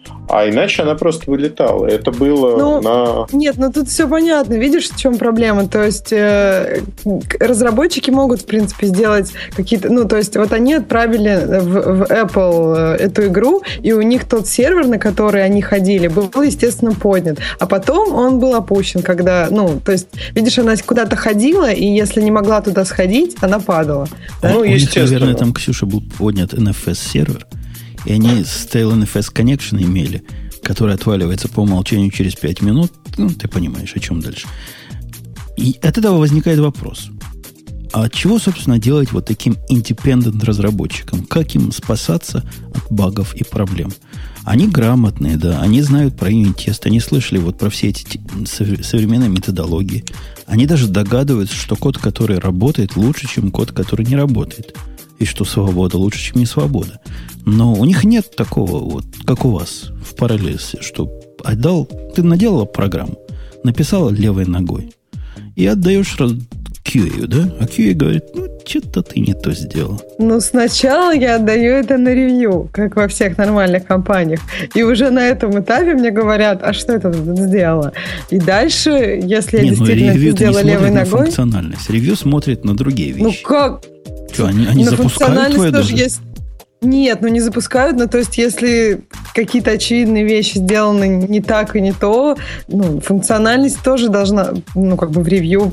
А иначе она просто вылетала. Это было Нет, тут все понятно. Видишь, в чем проблема? То есть разработчики могут, в принципе, сделать какие-то... то есть вот они отправили в Apple эту игру, и у них тот сервер, на который они ходили, был, естественно, поднят. А потом он был опущен, когда... то есть, видишь, она куда-то ходила, и если не могла туда сходить, она падала. Да? У них, наверное, там, Ксюша, был поднят NFS-сервер, и они Stale NFS Connection имели, который отваливается по умолчанию через 5 минут. Ты понимаешь, о чем дальше. И от этого возникает вопрос. А чего, собственно, делать вот таким independent разработчикам? Как им спасаться от багов и проблем? Они грамотные, да, они знают про юнит-тест, они слышали вот про все эти современные методологии. Они даже догадываются, что код, который работает, лучше, чем код, который не работает. И что свобода лучше, чем не свобода. Но у них нет такого, вот, как у вас в параллельсе, что ты наделала программу, написала левой ногой и отдаешь QA, да? А QA говорит, что-то ты не то сделал. Сначала я отдаю это на ревью, как во всех нормальных компаниях. И уже на этом этапе мне говорят, а что это сделала? И дальше, если я действительно это сделала левой ногой... на функциональность. Ревью смотрит на другие вещи. Как? Что, они запускают твою даже? Есть... Нет, не запускают, то есть если какие-то очевидные вещи сделаны не так и не то, функциональность тоже должна, в ревью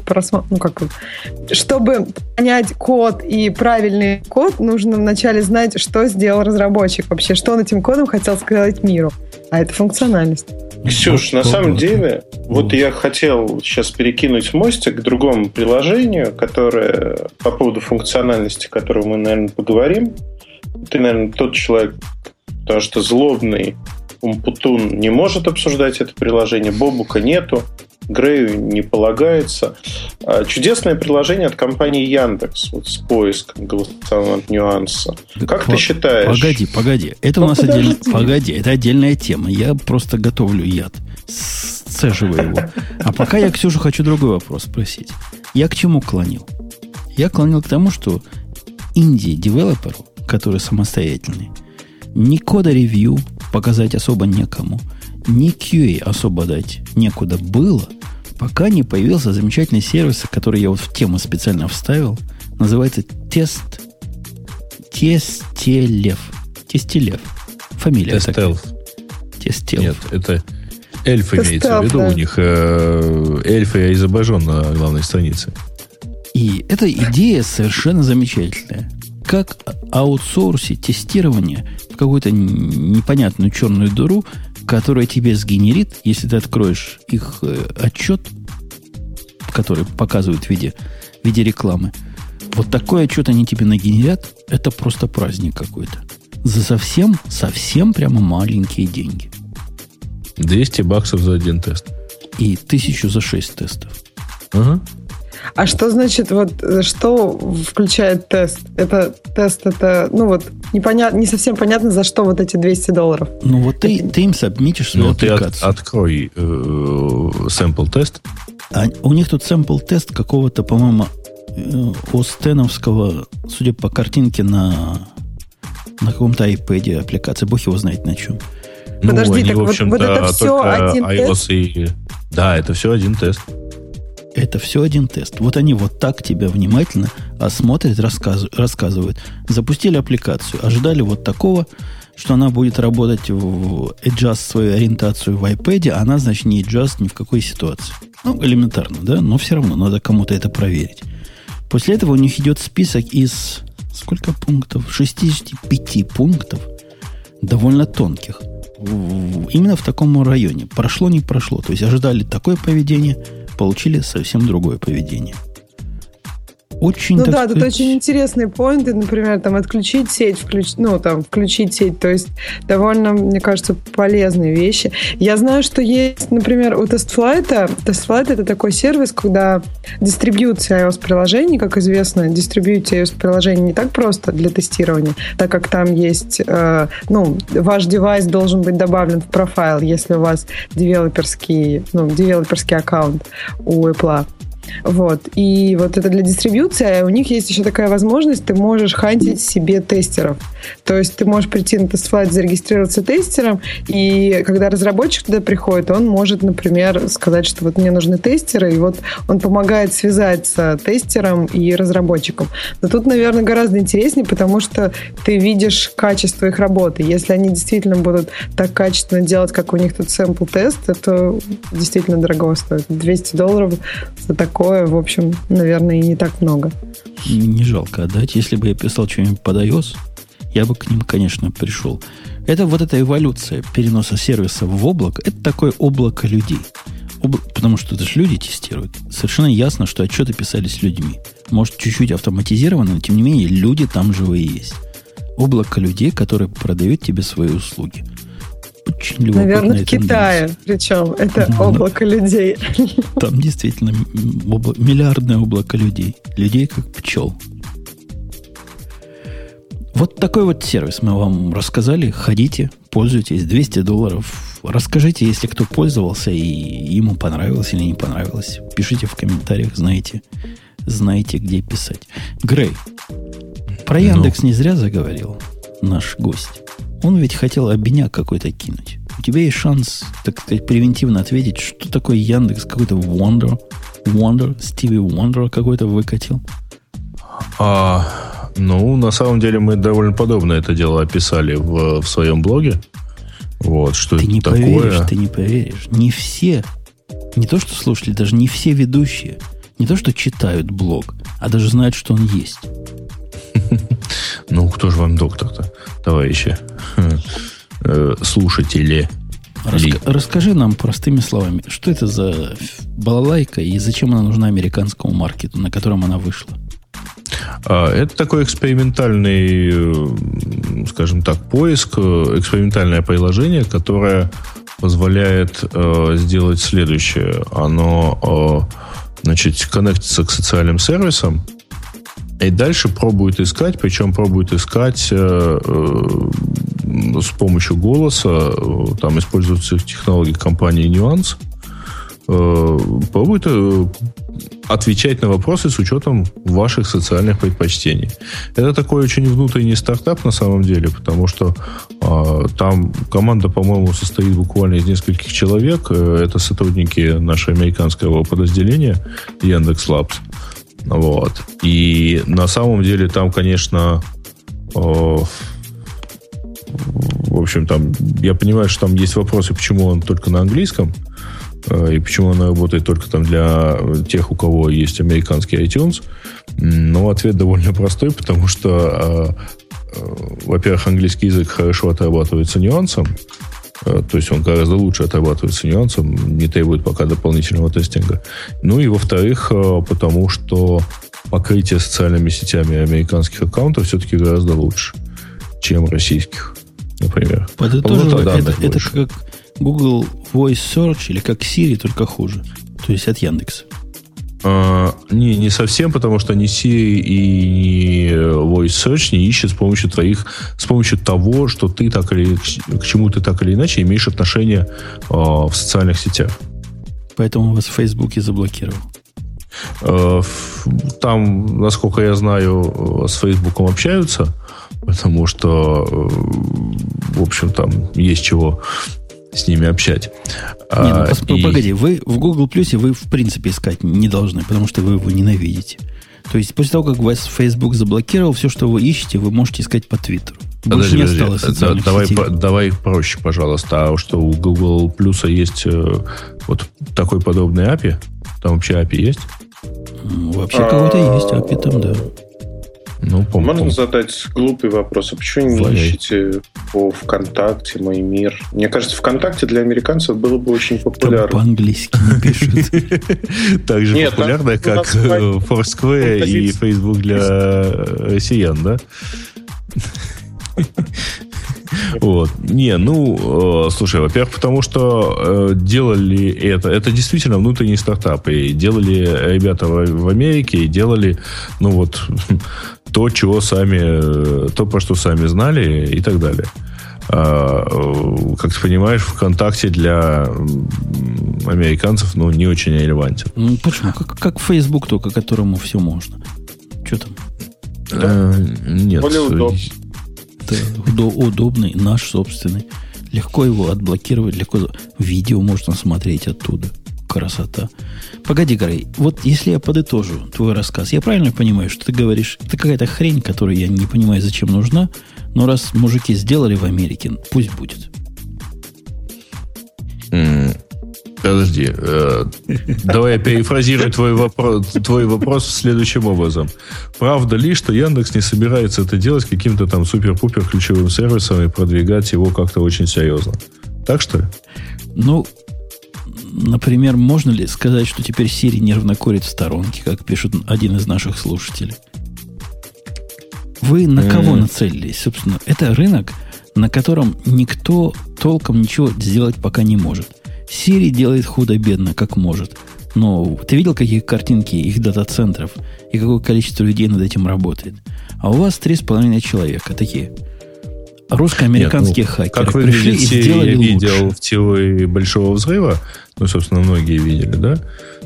чтобы понять код и правильный код, нужно вначале знать, что сделал разработчик вообще, что он этим кодом хотел сказать миру, а это функциональность. Ксюш, на самом деле, я хотел сейчас перекинуть мостик к другому приложению, которое по поводу функциональности, о котором мы, наверное, поговорим. Ты, наверное, тот человек, потому что злобный Умпутун не может обсуждать это приложение, Бобука нету, Грею не полагается. Чудесное приложение от компании Яндекс, с поиском голосового нюанса. Как ты считаешь? Погоди. Это у нас это отдельная тема. Я просто готовлю яд. Сцеживаю его. А пока я, Ксюшу, хочу другой вопрос спросить. Я к чему клонил? Я клонил к тому, что инди-девелоперу, который самостоятельный, ни кода ревью показать особо некому, ни QA особо дать некуда было, пока не появился замечательный сервис, который я в тему специально вставил, называется Тестелев. Фамилия такая. Тестелев. Нет, это эльф имеется в виду. Да. У них эльф изображен на главной странице. И эта идея совершенно замечательная. Как аутсорсить тестирование в какую-то непонятную черную дыру, которая тебе сгенерит, если ты откроешь их отчет, который показывают в виде рекламы. Вот такой отчет они тебе нагенерят, это просто праздник какой-то. За совсем прямо маленькие деньги. $200 за один тест. И 1000 за 6 тестов. Ага. А что значит, что включает тест? Непонятно, не совсем понятно, за что эти $200. Ты им сабмитишь свою аппликацию. Ты открой сэмпл-тест. У них тут сэмпл-тест какого-то, по-моему, Остеновского, судя по картинке, на каком-то iPad аппликации. Бог его знает на чем. Подожди, они, так в общем-то, это все один тест? Да, это все один тест. Это все один тест. Вот они вот так тебя внимательно осмотрят, рассказывают. Запустили аппликацию, ожидали вот такого, что она будет работать в adjust свою ориентацию в iPad, а она, значит, не adjust ни в какой ситуации. Элементарно, да? Но все равно надо кому-то это проверить. После этого у них идет список из... Сколько пунктов? 65 пунктов, довольно тонких. Именно в таком районе. Прошло, не прошло. То есть ожидали такое поведение, получили совсем другое поведение. Очень, тут очень интересные поинты, например, отключить сеть, включить сеть, то есть довольно, мне кажется, полезные вещи. Я знаю, что есть, например, у TestFlight это такой сервис, когда дистрибьюция iOS-приложений, как известно, дистрибьюция iOS-приложений не так просто для тестирования, так как там есть, ваш девайс должен быть добавлен в профайл, если у вас девелоперский аккаунт у Apple. Вот. И вот это для дистрибьюции. У них есть еще такая возможность, ты можешь хантить себе тестеров. То есть ты можешь прийти на TestFlight, зарегистрироваться тестером, и когда разработчик туда приходит, он может, например, сказать, что вот мне нужны тестеры, и вот он помогает связаться тестером и разработчиком. Но тут, наверное, гораздо интереснее, потому что ты видишь качество их работы. Если они действительно будут так качественно делать, как у них тут сэмпл-тест, это действительно дорого стоит. $200 за такое, в общем, наверное, и не так много. Не жалко отдать. Если бы я писал что-нибудь под iOS, я бы к ним, конечно, пришел. Это вот эта эволюция переноса сервиса в облако, это такое облако людей. Потому что это же люди тестируют. Совершенно ясно, что отчеты писались людьми. Может, чуть-чуть автоматизировано, но тем не менее люди там живые есть. Облако людей, которые продают тебе свои услуги. Очень любопытная тенденция. Наверное, в Китае, причем это облако людей. Там действительно миллиардное облако людей. Людей как пчел. Вот такой вот сервис мы вам рассказали. Ходите, пользуйтесь. $200. Расскажите, если кто пользовался и ему понравилось или не понравилось. Пишите в комментариях, знаете, где писать. Грей, про Яндекс не зря заговорил наш гость. Он ведь хотел обиняк какой-то кинуть. У тебя есть шанс, так сказать, превентивно ответить, что такое Яндекс, какой-то Wonder, Стиви Wonder какой-то выкатил. Ну, на самом деле мы довольно подобно это дело описали в своем блоге. Вот, что ты это не такое. Ты не поверишь. Не все, не то что слушатели, даже не все ведущие, не то что читают блог, а даже знают, что он есть. Ну, кто же вам доктор-то, товарищи? Слушатели. Расскажи нам простыми словами, что это за балалайка и зачем она нужна американскому маркету, на котором она вышла? Это такой экспериментальный, скажем так, поиск, экспериментальное приложение, которое позволяет сделать следующее. Оно, коннектится к социальным сервисам и дальше пробует искать, причем пробует искать с помощью голоса, там используются технологии компании Nuance, пробует отвечать на вопросы с учетом ваших социальных предпочтений. Это такой очень внутренний стартап на самом деле, потому что там команда, по-моему, состоит буквально из нескольких человек. Это сотрудники нашего американского подразделения Яндекс.Лабс. Вот. И на самом деле там, конечно, в общем, там я понимаю, что там есть вопросы, почему он только на английском, и почему она работает только там для тех, у кого есть американский iTunes. Но ответ довольно простой, потому что, во-первых, английский язык хорошо отрабатывается нюансом, то есть он гораздо лучше отрабатывается нюансом, не требует пока дополнительного тестинга. Ну и, во-вторых, потому что покрытие социальными сетями американских аккаунтов все-таки гораздо лучше, чем российских, например. Это как Google Voice Search или как Siri, только хуже. То есть от Яндекса. Не совсем, потому что ни Siri и ни Voice Search не ищет с помощью того, что ты так или к чему ты так или иначе имеешь отношение в социальных сетях. Поэтому вас в Фейсбуке заблокировал. Там, насколько я знаю, с Фейсбуком общаются, потому что, в общем, там есть чего с ними общать. Погоди, вы в Google Плюсе вы в принципе искать не должны, потому что вы его ненавидите. То есть после того, как вас Facebook заблокировал, все, что вы ищете, вы можете искать по Твиттеру. Больше не осталось социальных сетей. Давай проще, пожалуйста. А что у Google Плюса есть вот такой подобный API? Там вообще API есть? Вообще какой-то есть API там, да. Можно задать глупый вопрос. А почему не ищете по ВКонтакте, Мой мир? Мне кажется, ВКонтакте для американцев было бы очень популярно. Там по-английски не пишут. Так же популярно, как Foursquare и Facebook для россиян, да? Вот. Слушай, во-первых, потому что делали это действительно внутренний стартап, и делали ребята в Америке, и делали, то, про что сами знали, и так далее. как ты понимаешь, ВКонтакте для американцев, не очень релевантен. Ну, почему? Как Facebook, только которому все можно. Что там? Нет. Более удобно. Удобный, наш собственный. Легко его отблокировать, легко видео можно смотреть оттуда. Красота. Погоди, Грей, вот если я подытожу твой рассказ, я правильно понимаю, что ты говоришь, это какая-то хрень, которую я не понимаю, зачем нужна, но раз мужики сделали в Америке, пусть будет. Подожди. Давай я перефразирую твой вопрос следующим образом. Правда ли, что Яндекс не собирается это делать каким-то там супер-пупер ключевым сервисом и продвигать его как-то очень серьезно? Так что ли? Ну, например, можно ли сказать, что теперь Siri нервно курит в сторонке, как пишет один из наших слушателей? Вы на кого нацелились? Собственно, это рынок, на котором никто толком ничего сделать пока не может. Siri делает худо-бедно, как может. Но ты видел, какие картинки их дата-центров и какое количество людей над этим работает? А у вас 3,5 человека такие русско-американские хакеры. Как вы пришли видите, и сделали я видел лучше. в теории Большого взрыва, собственно, многие видели, да?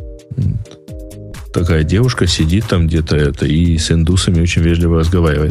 Такая девушка сидит там где-то и с индусами очень вежливо разговаривает.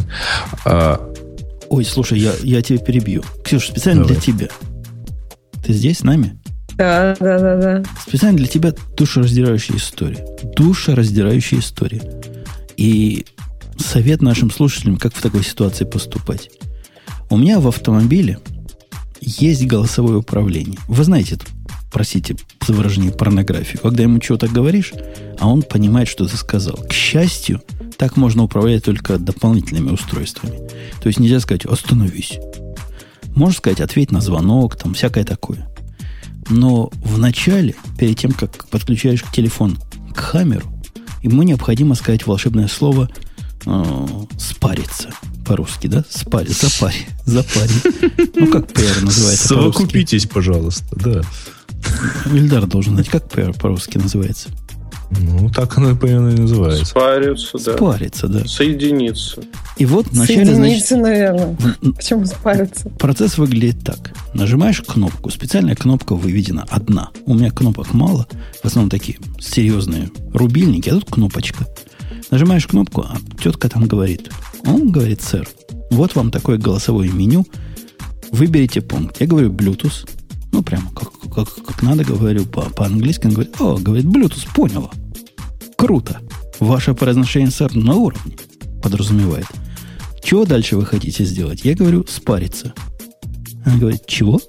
Ой, слушай, я тебя перебью. Ксюша, специально Давай. для тебя. Ты здесь с нами? Да. Специально для тебя душераздирающая история. Душераздирающая история. И совет нашим слушателям, как в такой ситуации поступать. У меня в автомобиле есть голосовое управление. Вы знаете, простите за выражение, порнографию. Когда ему чего-то говоришь, а он понимает, что ты сказал. К счастью, так можно управлять только дополнительными устройствами. То есть нельзя сказать «остановись». Можно сказать «ответь на звонок», там всякое такое. Но в начале, перед тем, как подключаешь телефон к хаммеру, ему необходимо сказать волшебное слово «спариться». По-русски, да? Запари. Ну, как PR называется по-русски? Совокупитесь, пожалуйста, да. Ильдар должен знать, как PR по-русски называется. Ну, так оно, примерно, и называется. Спариться, да. Соединиться. И вот вначале, Соединиться, наверное. Почему спариться? Процесс выглядит так. Нажимаешь кнопку. Специальная кнопка выведена одна. У меня кнопок мало. В основном такие серьезные рубильники. А тут кнопочка. Нажимаешь кнопку, а тетка там говорит. Он говорит: сэр, вот вам такое голосовое меню. Выберите пункт. Я говорю Bluetooth. Ну, прямо как надо, говорю по-английски. Он говорит, Bluetooth, поняла. Круто. Ваше произношение, сэр, на уровне. Подразумевает. Чего дальше вы хотите сделать? Я говорю, спариться. Она говорит, чего?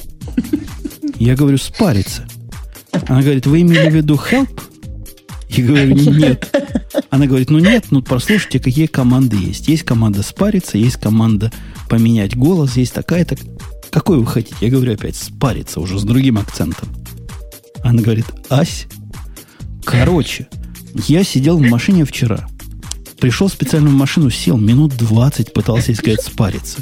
Я говорю, спариться. Она говорит, вы имели в виду help? Я говорю, нет. Она говорит, нет, прослушайте, какие команды есть. Есть команда спариться, есть команда поменять голос, есть такая-то. Какой вы хотите? Я говорю опять, спариться, уже с другим акцентом. Она говорит, ась. Короче, я сидел в машине вчера. Пришел специально в машину, сел, минут 20 пытался сказать спариться.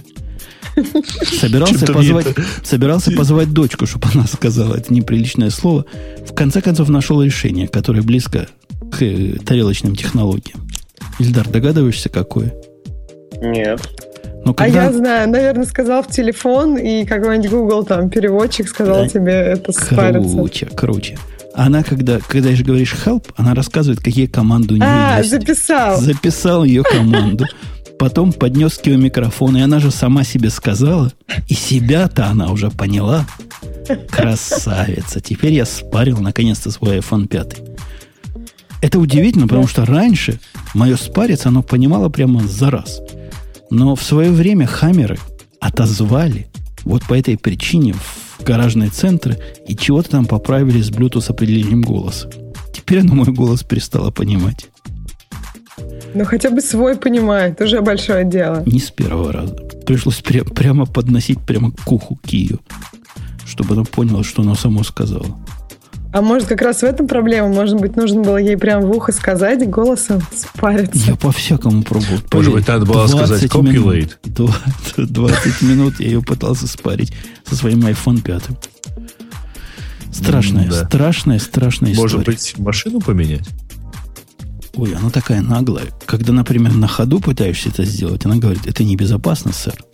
Собирался позвать дочку, чтобы она сказала это неприличное слово. В конце концов нашел решение, которое близко к тарелочным технологиям. Ильдар, догадываешься, какое? Нет. Но когда... А я знаю, наверное, сказал в телефон, и какой-нибудь Google там переводчик сказал тебе это спариться. Круче. Она, когда же говоришь help, она рассказывает, какие команды у нее есть. Записал ее команду. Потом поднес к ее микрофону, и она же сама себе сказала. И себя-то она уже поняла. Красавица. Теперь я спарил, наконец-то, свой iPhone 5. Это удивительно, потому что раньше мое спариться, оно понимало прямо за раз. Но в свое время хаммеры отозвали вот по этой причине в гаражные центры и чего-то там поправили с Bluetooth с определением голоса. Теперь оно мой голос перестало понимать. Ну, хотя бы свой понимает, уже большое дело. Не с первого раза. Пришлось прямо подносить прямо к уху Кию, чтобы она поняла, что она само сказала. А может, как раз в этом проблема? Может быть, нужно было ей прямо в ухо сказать, голосом спариться? Я по-всякому пробовал. Может быть, надо было сказать copulate. 20 минут я ее пытался спарить со своим iPhone 5. Страшная история. Может быть, машину поменять? Ой, она такая наглая. Когда, например, на ходу пытаешься это сделать, она говорит, это небезопасно, сэр.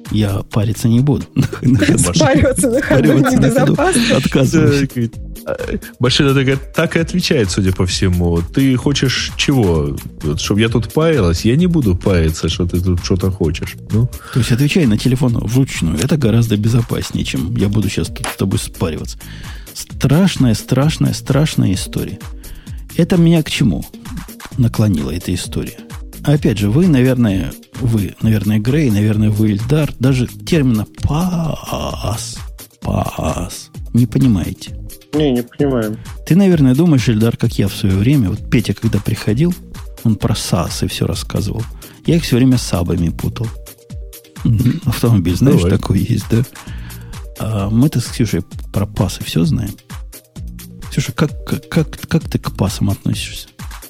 Я париться не буду. Спариваться на ходу небезопасно. Отказываюсь. Машина такая, так и отвечает, судя по всему. Ты хочешь чего? Чтобы я тут парилась? Я не буду париться, что ты тут что-то хочешь. Ну? То есть отвечай на телефон вручную. Это гораздо безопаснее, чем я буду сейчас тут с тобой спариваться. Страшная история. Это меня к чему наклонила эта история? Опять же, вы, наверное, Грей, наверное, вы, Ильдар, даже термина пас не понимаете. Не понимаем. Ты, наверное, думаешь, Ильдар, как я в свое время. Вот Петя, когда приходил, он про САС и все рассказывал. Я их все время сабами путал. Автомобиль, знаешь, такой есть, да? А мы-то с Ксюшей про пасы все знаем. Ксюша, как ты к пасам относишься?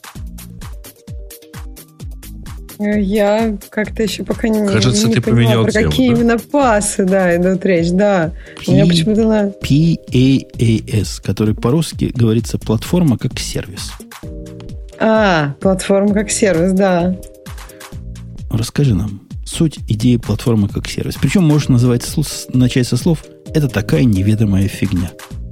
Я как-то еще пока не Кажется, ты поняла, про тему, какие именно пасы, идут речь, да. У меня почему-то PaaS, который по-русски говорится платформа как сервис. Платформа как сервис, да. Расскажи нам суть идеи платформы как сервис. Причем можешь начать со слов «это такая неведомая фигня».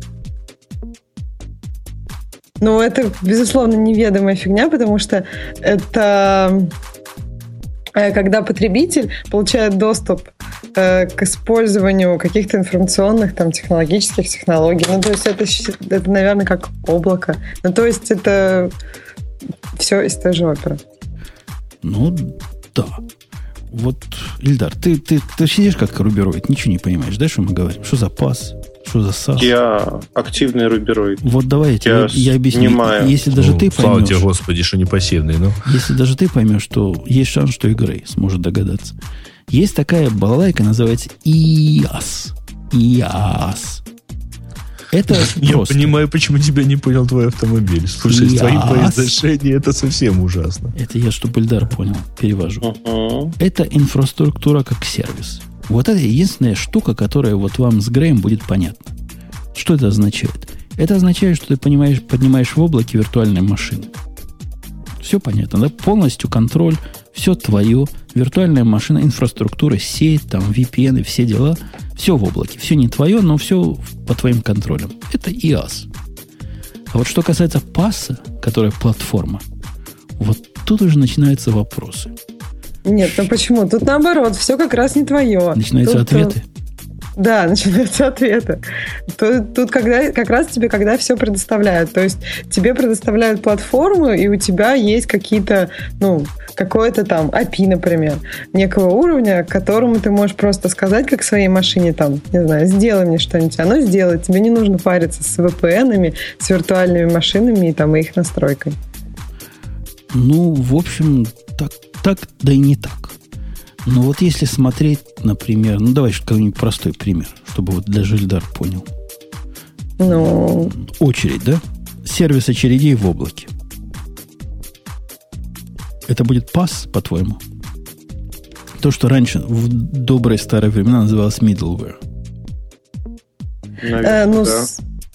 Ну, это, безусловно, неведомая фигня, потому что это когда потребитель получает доступ к использованию каких-то информационных, технологических технологий. Ну, то есть это, наверное, как облако. Ну, то есть это все из той же оперы. Ну, да. Вот, Ильдар, ты сидишь как рубероид, ничего не понимаешь, да, что мы говорим? Что за пас? Что за САС? Я активный рубероид. Вот давай я объясню. Снимаю. Если даже ты поймешь... Слава тебе, Господи, что не пассивный. Ну. Если даже ты поймешь, что есть шанс, что и Грей сможет догадаться. Есть такая балалайка, называется IaaS. Это Я просто. понимаю, почему тебя не понял твой автомобиль. Слушай, с твоим произношением это совсем ужасно. Это я, чтобы Ильдар понял, перевожу. Это инфраструктура как сервис. Вот это единственная штука, которая вот вам с Греем будет понятна. Что это означает? Это означает, что ты поднимаешь в облаке виртуальные машины. Все понятно, да? Полностью контроль, все твое, виртуальная машина, инфраструктура, сеть, VPN и все дела. Все в облаке. Все не твое, но все по твоим контролям. Это IaaS. А вот что касается паса, которая платформа, вот тут уже начинаются вопросы. Нет, почему? Тут наоборот, все как раз не твое. Начинаются ответы? Да, начинаются ответы. Тут как раз тебе когда все предоставляют. То есть тебе предоставляют платформу, и у тебя есть какие-то, какое-то API, например, некого уровня, к которому ты можешь просто сказать, как своей машине, не знаю, сделай мне что-нибудь. Оно сделает. Тебе не нужно париться с VPN-ами, с виртуальными машинами и их настройкой. В общем, так, да и не так. Но вот если смотреть, например, давай какой-нибудь простой пример, чтобы вот даже Ильдар понял. Очередь, да? Сервис очередей в облаке. Это будет пас, по-твоему? То, что раньше в добрые старые времена называлось middleware. Наверное, да.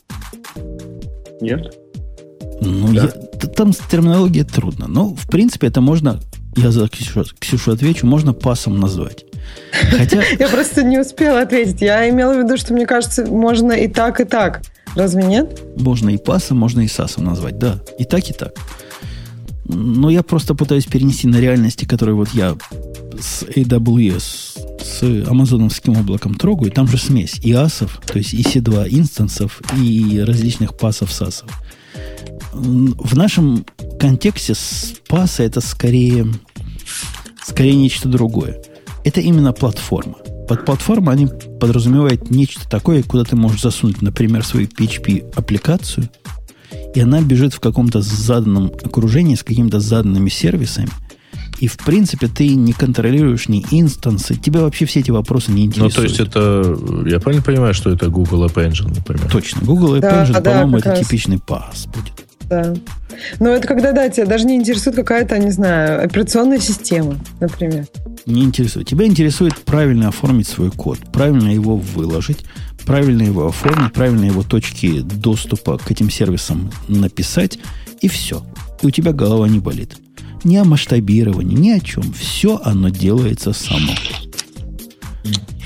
Нет? Там с терминологией трудно. Но, в принципе, это можно... Я за Ксюшу отвечу, можно пасом назвать. Хотя... Я просто не успела ответить. Я имела в виду, что, мне кажется, можно и так, и так. Разве нет? Можно и пасом, можно и сасом назвать, да. И так, и так. Но я просто пытаюсь перенести на реальности, которые вот я с AWS, с амазоновским облаком трогаю. Там же смесь IaaS, то есть EC2 инстансов и различных пасов, сасов. В нашем контексте пасы это скорее нечто другое. Это именно платформа. Под платформой они подразумевают нечто такое, куда ты можешь засунуть, например, свою PHP-аппликацию, и она бежит в каком-то заданном окружении с какими-то заданными сервисами. И, в принципе, ты не контролируешь ни инстансы. Тебя вообще все эти вопросы не интересуют. То есть это... Я правильно понимаю, что это Google App Engine, например? Точно. Google App Engine, по-моему, это типичный пас будет. Да. Но это когда, тебя даже не интересует какая-то, не знаю, операционная система, например. Не интересует. Тебя интересует правильно оформить свой код, правильно его выложить, правильно его оформить, правильно его точки доступа к этим сервисам написать, и все. И у тебя голова не болит. Ни о масштабировании, ни о чем. Все оно делается само.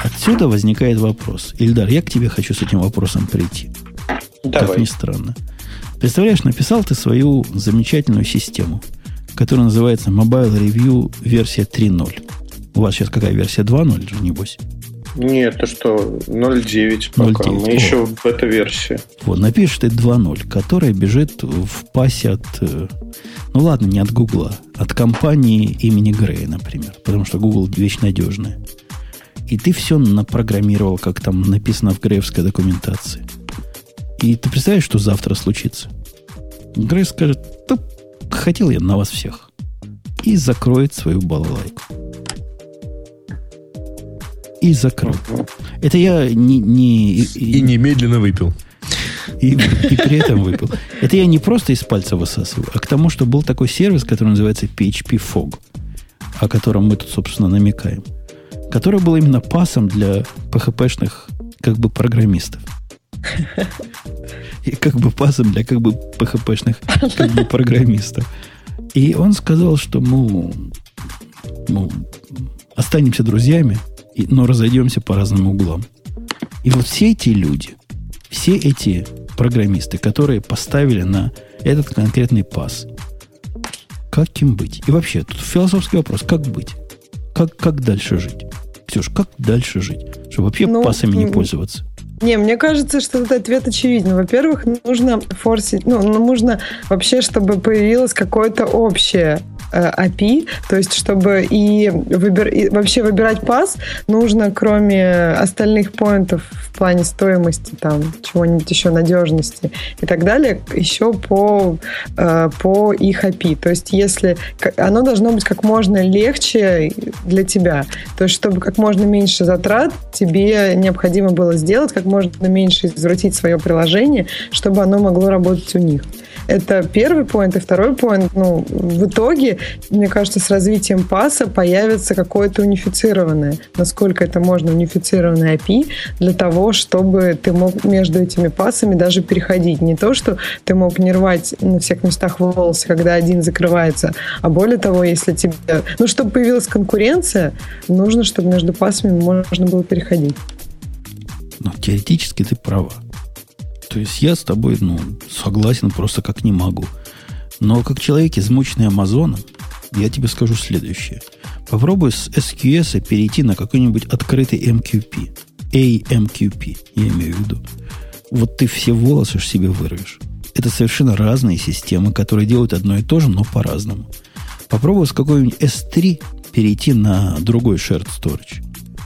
Отсюда возникает вопрос. Ильдар, я к тебе хочу с этим вопросом прийти. Давай. Как ни странно. Представляешь, написал ты свою замечательную систему, которая называется Mobile Review версия 3.0. У вас сейчас какая версия? 2.0 же, небось? Нет, ты что, 0.9 пока. 0.9. Мы еще в бета-версии. Вот, напишешь ты 2.0, которая бежит в пасе от... Ну ладно, не от Гугла, от компании имени Грея, например. Потому что Google вещь надежная. И ты все напрограммировал, как там написано в греевской документации. И ты представляешь, что завтра случится? Грей скажет, да хотел я на вас всех. И закроет свою балалайку. И закрыл. Это я И немедленно выпил. И при этом выпил. Это я не просто из пальца высасываю, а к тому, что был такой сервис, который называется PHP Fog, о котором мы тут, собственно, намекаем, который был именно пасом для PHP-шных как бы программистов. И как бы пасом для как бы PHP-шных как бы программистов. И он сказал, что мы останемся друзьями, но разойдемся по разным углам. И вот все эти люди, все эти программисты, которые поставили на этот конкретный пас, как им быть? И вообще, тут философский вопрос, как быть? Как дальше жить? Ксюш, как дальше жить? Чтобы вообще пасами не пользоваться. Не, мне кажется, что этот ответ очевиден. Во-первых, нужно форсить, нужно вообще, чтобы появилось какое-то общее API, то есть, чтобы вообще выбирать пас нужно, кроме остальных поинтов в плане стоимости, там, чего-нибудь еще, надежности и так далее, еще по их API. То есть, если оно должно быть как можно легче для тебя, то есть, чтобы как можно меньше затрат тебе необходимо было сделать, как можно меньше извратить свое приложение, чтобы оно могло работать у них. Это первый поинт. И второй поинт, в итоге, мне кажется, с развитием паса появится какое-то унифицированное, насколько это можно, унифицированное API для того, чтобы ты мог между этими пасами даже переходить. Не то, что ты мог не рвать на всех местах волосы, когда один закрывается, а более того, если тебе... чтобы появилась конкуренция, нужно, чтобы между пасами можно было переходить. Теоретически ты права. То есть я с тобой, согласен просто как не могу. Но как человек, измученный Амазоном, я тебе скажу следующее. Попробуй с SQS перейти на какой-нибудь открытый MQP. AMQP, я имею в виду. Вот ты все волосы себе вырвешь. Это совершенно разные системы, которые делают одно и то же, но по-разному. Попробуй с какой-нибудь S3 перейти на другой shared storage.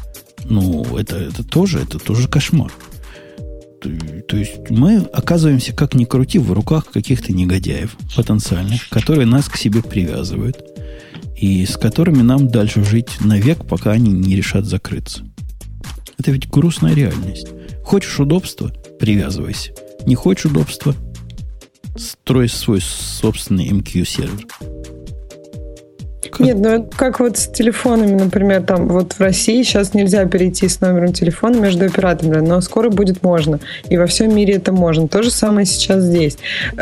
Это тоже кошмар. То есть мы оказываемся, как ни крути, в руках каких-то негодяев потенциальных, которые нас к себе привязывают и с которыми нам дальше жить навек, пока они не решат закрыться. Это ведь грустная реальность. Хочешь удобства – привязывайся. Не хочешь удобства – строй свой собственный MQ-сервер. Нет, это как вот с телефонами, например, там вот в России сейчас нельзя перейти с номером телефона между операторами, но скоро будет можно. И во всем мире это можно. То же самое сейчас здесь.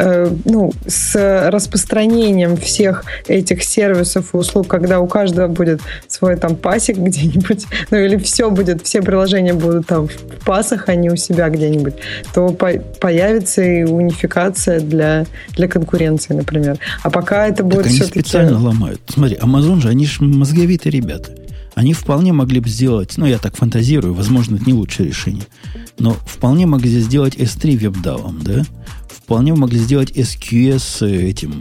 С распространением всех этих сервисов и услуг, когда у каждого будет свой там пасик где-нибудь, или все приложения будут там в пасах, а не у себя где-нибудь, то появится и унификация для конкуренции, например. А пока это будет все-таки... Они специально ломают. Смотри, Amazon же, они же мозговитые ребята. Они вполне могли бы сделать, я так фантазирую, возможно, это не лучшее решение, но вполне могли сделать S3 веб-давом, да? Вполне могли сделать SQS этим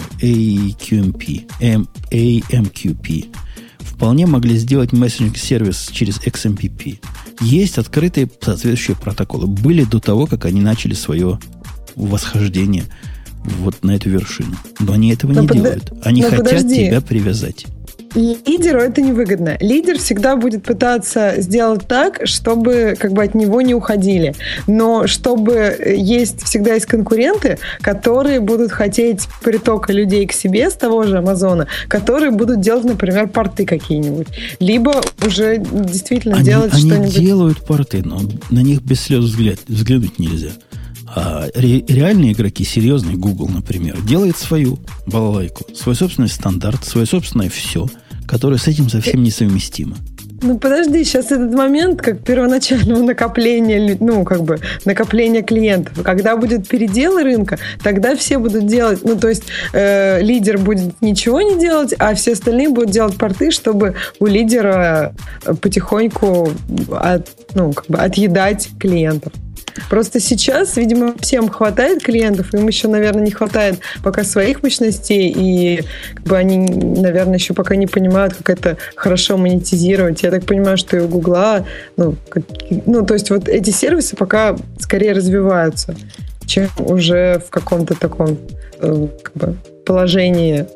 AMQP. Вполне могли сделать мессенджинг-сервис через XMPP. Есть открытые соответствующие протоколы. Были до того, как они начали свое восхождение вот на эту вершину. Но они этого не делают. Они хотят тебя привязать. Лидеру это невыгодно. Лидер всегда будет пытаться сделать так, чтобы как бы от него не уходили. Но чтобы всегда есть конкуренты, которые будут хотеть притока людей к себе с того же Амазона, которые будут делать, например, порты какие-нибудь. Либо уже действительно делать что-нибудь. Они делают порты, но на них без слез взглянуть нельзя. А реальные игроки, серьезный Google, например, делает свою балалайку, свой собственный стандарт, свое собственное все, которое с этим совсем несовместимо. Ну, подожди, сейчас этот момент как первоначального накопления, накопления клиентов. Когда будет передел рынка, тогда все будут делать, то есть лидер будет ничего не делать, а все остальные будут делать порты, чтобы у лидера потихоньку отъедать клиентов. Просто сейчас, видимо, всем хватает клиентов, им еще, наверное, не хватает пока своих мощностей, и они, наверное, еще пока не понимают, как это хорошо монетизировать. Я так понимаю, что и у Гугла, то есть вот эти сервисы пока скорее развиваются, чем уже в каком-то таком положении,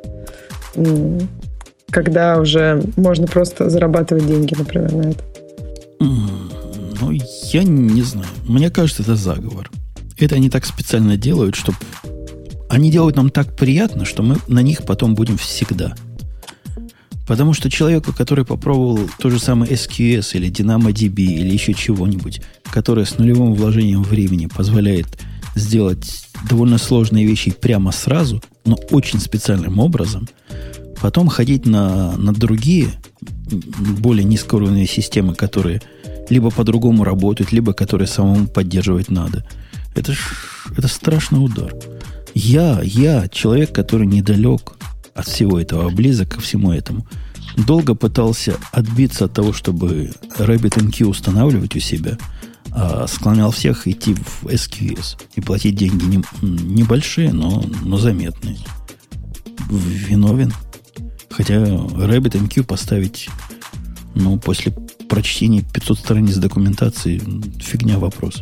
когда уже можно просто зарабатывать деньги, например, на это. Ну, я не знаю. Мне кажется, это заговор. Это они так специально делают, чтобы... Они делают нам так приятно, что мы на них потом будем всегда. Потому что человеку, который попробовал то же самое SQS или DynamoDB или еще чего-нибудь, которое с нулевым вложением времени позволяет сделать довольно сложные вещи прямо сразу, но очень специальным образом, потом ходить на другие, более низкоуровневые системы, которые либо по-другому работают, либо которые самому поддерживать надо. Это страшный удар. Я человек, который недалек от всего этого, близок ко всему этому, долго пытался отбиться от того, чтобы RabbitMQ устанавливать у себя, а склонял всех идти в SQS и платить деньги небольшие, но заметные. Виновен. Хотя RabbitMQ поставить, после прочтения 500 страниц документации, фигня вопрос.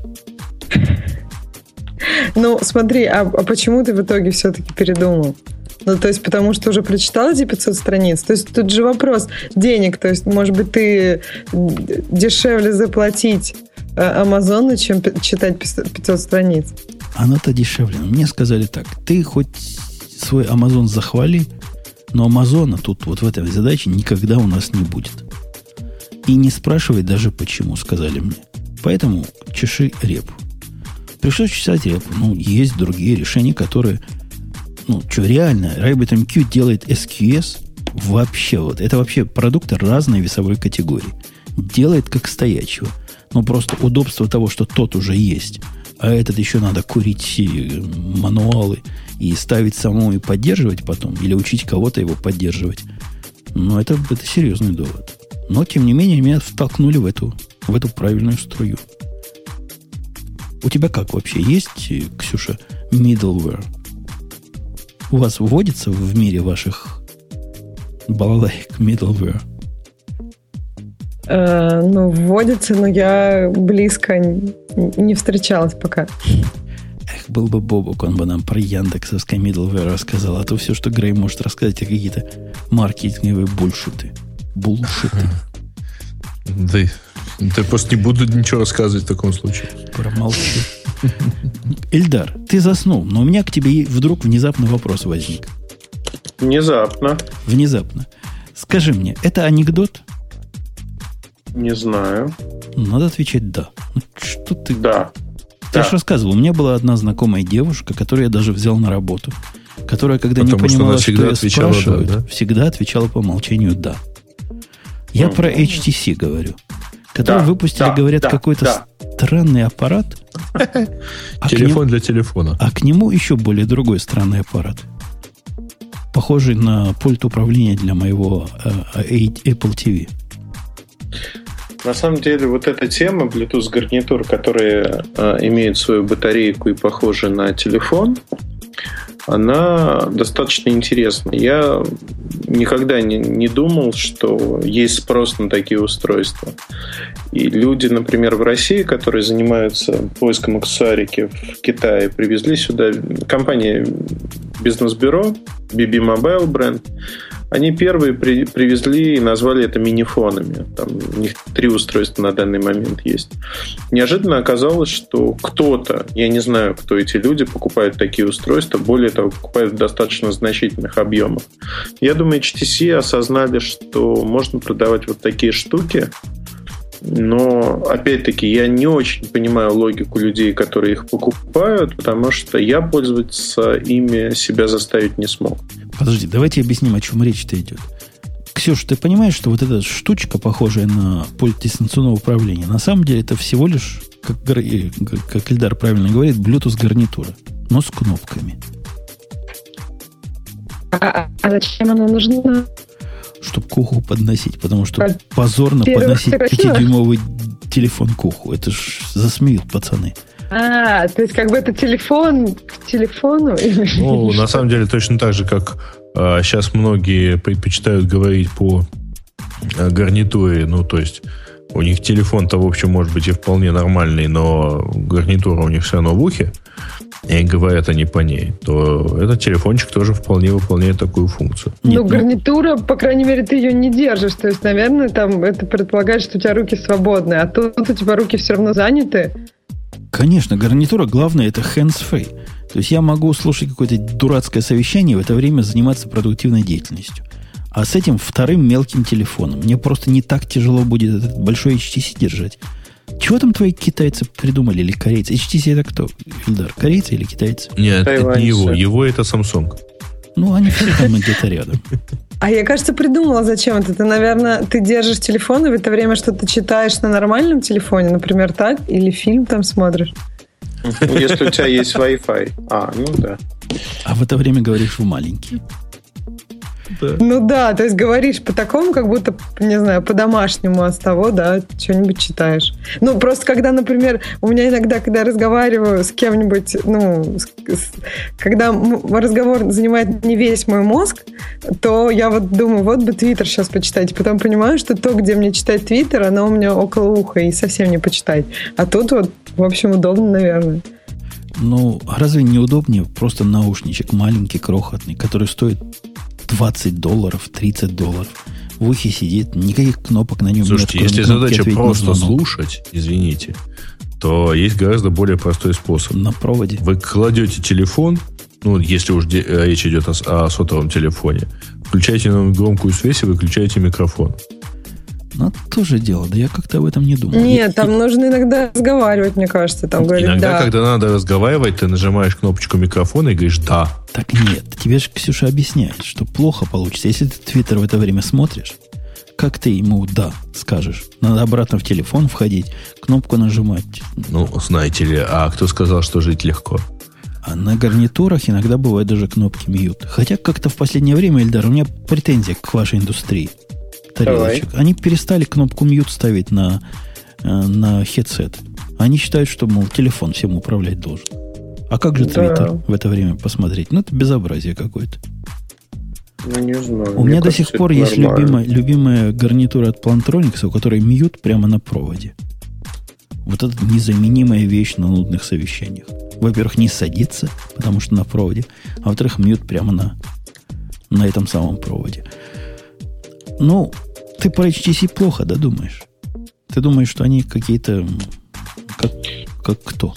Смотри, а почему ты в итоге все-таки передумал? То есть, потому что уже прочитал эти 500 страниц? То есть, тут же вопрос денег. То есть, может быть, ты дешевле заплатить Амазону, чем читать 500 страниц? Оно-то дешевле. Мне сказали так. Ты хоть свой Амазон захвали, но Амазона тут вот в этой задаче никогда у нас не будет. И не спрашивай даже почему, сказали мне. Поэтому чеши репу. Пришлось чесать репу. Есть другие решения, которые... реально, RabbitMQ делает SQS вообще. Это вообще продукты разной весовой категории. Делает как стоячего. Просто удобство того, что тот уже есть, а этот еще надо курить мануалы и ставить самому и поддерживать потом, или учить кого-то его поддерживать. Это серьезный довод. Но, тем не менее, меня втолкнули в эту правильную струю. У тебя как вообще есть, Ксюша, middleware? У вас вводится в мире ваших балалайк middleware? Вводится, но я близко не встречалась пока. Был бы Бобок, он бы нам про яндексовское middleware рассказал, а то все, что Грей может рассказать, это какие-то маркетинговые булшиты. Да, я просто не буду ничего рассказывать в таком случае. Промолчу. Эльдар, ты заснул, но у меня к тебе вдруг внезапно вопрос возник. Внезапно. Скажи мне, это анекдот? Не знаю. Надо отвечать «да». Что ты... Да. Я же рассказывал, у меня была одна знакомая девушка, которую я даже взял на работу, которая, когда не понимала, что я спрашиваю, всегда отвечала по умолчанию «да». Я про HTC говорю, который выпустили, говорят, какой-то странный аппарат. Телефон для телефона. А к нему еще более другой странный аппарат, похожий на пульт управления для моего Apple TV. На самом деле, вот эта тема Bluetooth гарнитур, которые имеют свою батарейку и похожи на телефон, она достаточно интересна. Я никогда не думал, что есть спрос на такие устройства. И люди, например, в России, которые занимаются поиском аксессуарики в Китае, привезли сюда компания бизнес-бюро, BB Mobile бренд. Они первые привезли и назвали это минифонами. Там у них 3 устройства на данный момент есть. Неожиданно оказалось, что кто-то, я не знаю, кто эти люди, покупают такие устройства, более того, покупают в достаточно значительных объемах. Я думаю, HTC осознали, что можно продавать вот такие штуки, но, опять-таки, я не очень понимаю логику людей, которые их покупают, потому что я пользоваться ими себя заставить не смог. Подожди, давайте объясним, о чем речь-то идет. Ксюш, ты понимаешь, что вот эта штучка, похожая на пульт дистанционного управления, на самом деле это всего лишь, как Ильдар правильно говорит, Bluetooth гарнитура, но с кнопками. А зачем она нужна? Чтобы к уху подносить, потому что позорно подносить 5-дюймовый телефон к уху. Это ж засмеют пацаны. То есть как бы это телефон к телефону? Ну, на самом деле точно так же, как сейчас многие предпочитают говорить по гарнитуре, ну, то есть у них телефон-то, в общем, может быть и вполне нормальный, но гарнитура у них все равно в ухе, и говорят они по ней, то этот телефончик тоже вполне выполняет такую функцию. Ну, гарнитура, по крайней мере, ты ее не держишь. То есть, наверное, там это предполагает, что у тебя руки свободные, а тут у тебя руки все равно заняты. Конечно, гарнитура, главное, это hands-free. То есть я могу слушать какое-то дурацкое совещание и в это время заниматься продуктивной деятельностью. А с этим вторым мелким телефоном мне просто не так тяжело будет этот большой HTC держать. Чего там твои китайцы придумали или корейцы? HTC это кто, Ильдар? Корейцы или китайцы? Нет, это не его. Его это Samsung. Ну, они все там где-то рядом. А я, кажется, придумала, зачем это. Ты, наверное, ты держишь телефон и в это время что-то читаешь на нормальном телефоне, например, так, или фильм там смотришь. Если у тебя есть Wi-Fi. Ну да. А в это время говоришь в маленький. Да. Ну да, то есть говоришь по такому, как будто, не знаю, по-домашнему, а с того, да, что-нибудь читаешь. Ну, просто когда, например, у меня иногда, когда я разговариваю с кем-нибудь, когда разговор занимает не весь мой мозг, то я вот думаю, вот бы Твиттер сейчас почитать. И потом понимаю, что то, где мне читать Твиттер, оно у меня около уха, и совсем не почитать. А тут вот, в общем, удобно, наверное. Ну, разве не удобнее просто наушничек маленький, крохотный, который стоит $20, $30. В ухе сидит, никаких кнопок на нем нет. Слушайте, если задача просто слушать, извините, то есть гораздо более простой способ. На проводе. Вы кладете телефон, ну, если уж речь идет о сотовом телефоне, включаете на громкую связь и выключаете микрофон. Ну, тоже дело. Да я как-то об этом не думал. Нет, там нужно иногда разговаривать, мне кажется. Там говорить, иногда, да. Когда надо разговаривать, ты нажимаешь кнопочку микрофона и говоришь «да». Так нет, тебе же Ксюша объясняет, что плохо получится. Если ты Твиттер в это время смотришь, как ты ему «да» скажешь? Надо обратно в телефон входить, кнопку нажимать. Ну, знаете ли, а кто сказал, что жить легко? А на гарнитурах иногда бывают даже кнопки мьют. Хотя как-то в последнее время, Ильдар, у меня претензия к вашей индустрии тарелочек. Они перестали кнопку мьют ставить на хедсет. Они считают, что, мол, телефон всем управлять должен. А как же Твиттер в это время посмотреть? Ну, это безобразие какое-то. Ну, не знаю. У меня до сих пор есть любимая гарнитура от Plantronics, у которой мьют прямо на проводе. Вот это незаменимая вещь на нудных совещаниях. Во-первых, не садится, потому что на проводе. А во-вторых, мьют прямо на этом самом проводе. Ну, ты про HTC плохо, да, думаешь? Ты думаешь, что они какие-то... Как кто?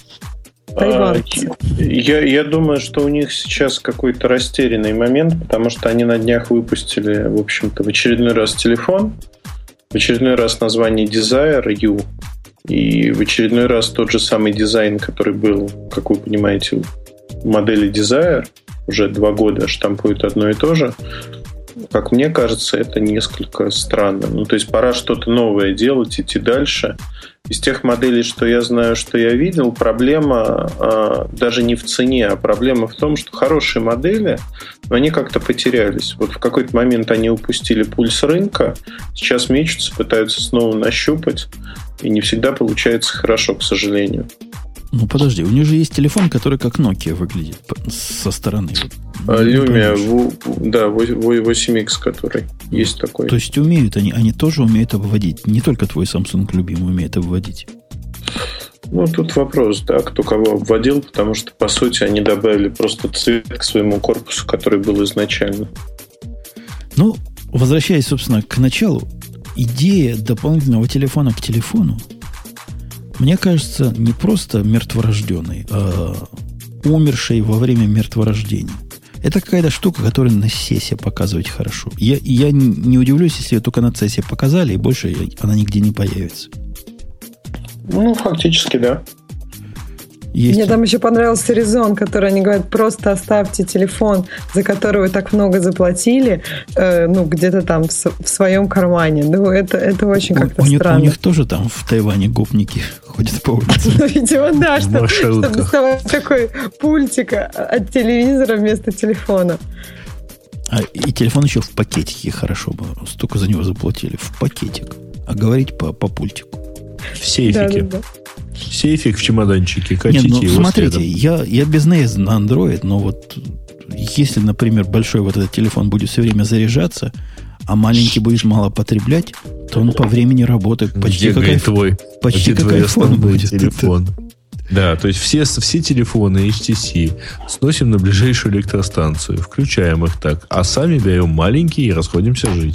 Я думаю, что у них сейчас какой-то растерянный момент, потому что они на днях выпустили, в общем-то, в очередной раз телефон, в очередной раз название Desire U, и в очередной раз тот же самый дизайн, который был, как вы понимаете, в модели Desire, уже 2 года штампуют одно и то же. Как мне кажется, это несколько странно. Ну, то есть пора что-то новое делать, идти дальше. Из тех моделей, что я знаю, что я видел, проблема даже не в цене, а проблема в том, что хорошие модели, но они как-то потерялись. Вот в какой-то момент они упустили пульс рынка, сейчас мечутся, пытаются снова нащупать, и не всегда получается хорошо, к сожалению. Ну, подожди, у них же есть телефон, который как Nokia выглядит со стороны. Lumia, да, 8X, который есть такой. То есть умеют они тоже умеют обводить. Не только твой Samsung любимый умеет обводить. Ну, тут вопрос, да, кто кого обводил, потому что, по сути, они добавили просто цвет к своему корпусу, который был изначально. Ну, возвращаясь, собственно, к началу, идея дополнительного телефона к телефону, мне кажется, не просто мертворожденной, а умершей во время мертворождения. Это какая-то штука, которую на CES показывать хорошо. Я не удивлюсь, если ее только на CES показали, и больше она нигде не появится. Ну, фактически, да. Мне там еще понравился резон, который они говорят, просто оставьте телефон, за который вы так много заплатили, где-то там в своем кармане. Ну, это очень как-то странно. У них тоже там в Тайване гопники ходят по улице. Ну, видимо, да, чтобы доставать такой пультик от телевизора вместо телефона. И телефон еще в пакетике хорошо бы. Столько за него заплатили. В пакетик. А говорить по пультику. В сейфике. Да. Сейфик в чемоданчике. Катите его смотрите, следом. я без наезда на Android, но вот если, например, большой вот этот телефон будет все время заряжаться, а маленький будет мало потреблять, то он по времени работает почти как iPhone. Почти как iPhone будет. Телефон. Да, то есть все телефоны HTC сносим на ближайшую электростанцию, включаем их так, а сами берем маленькие и расходимся жить.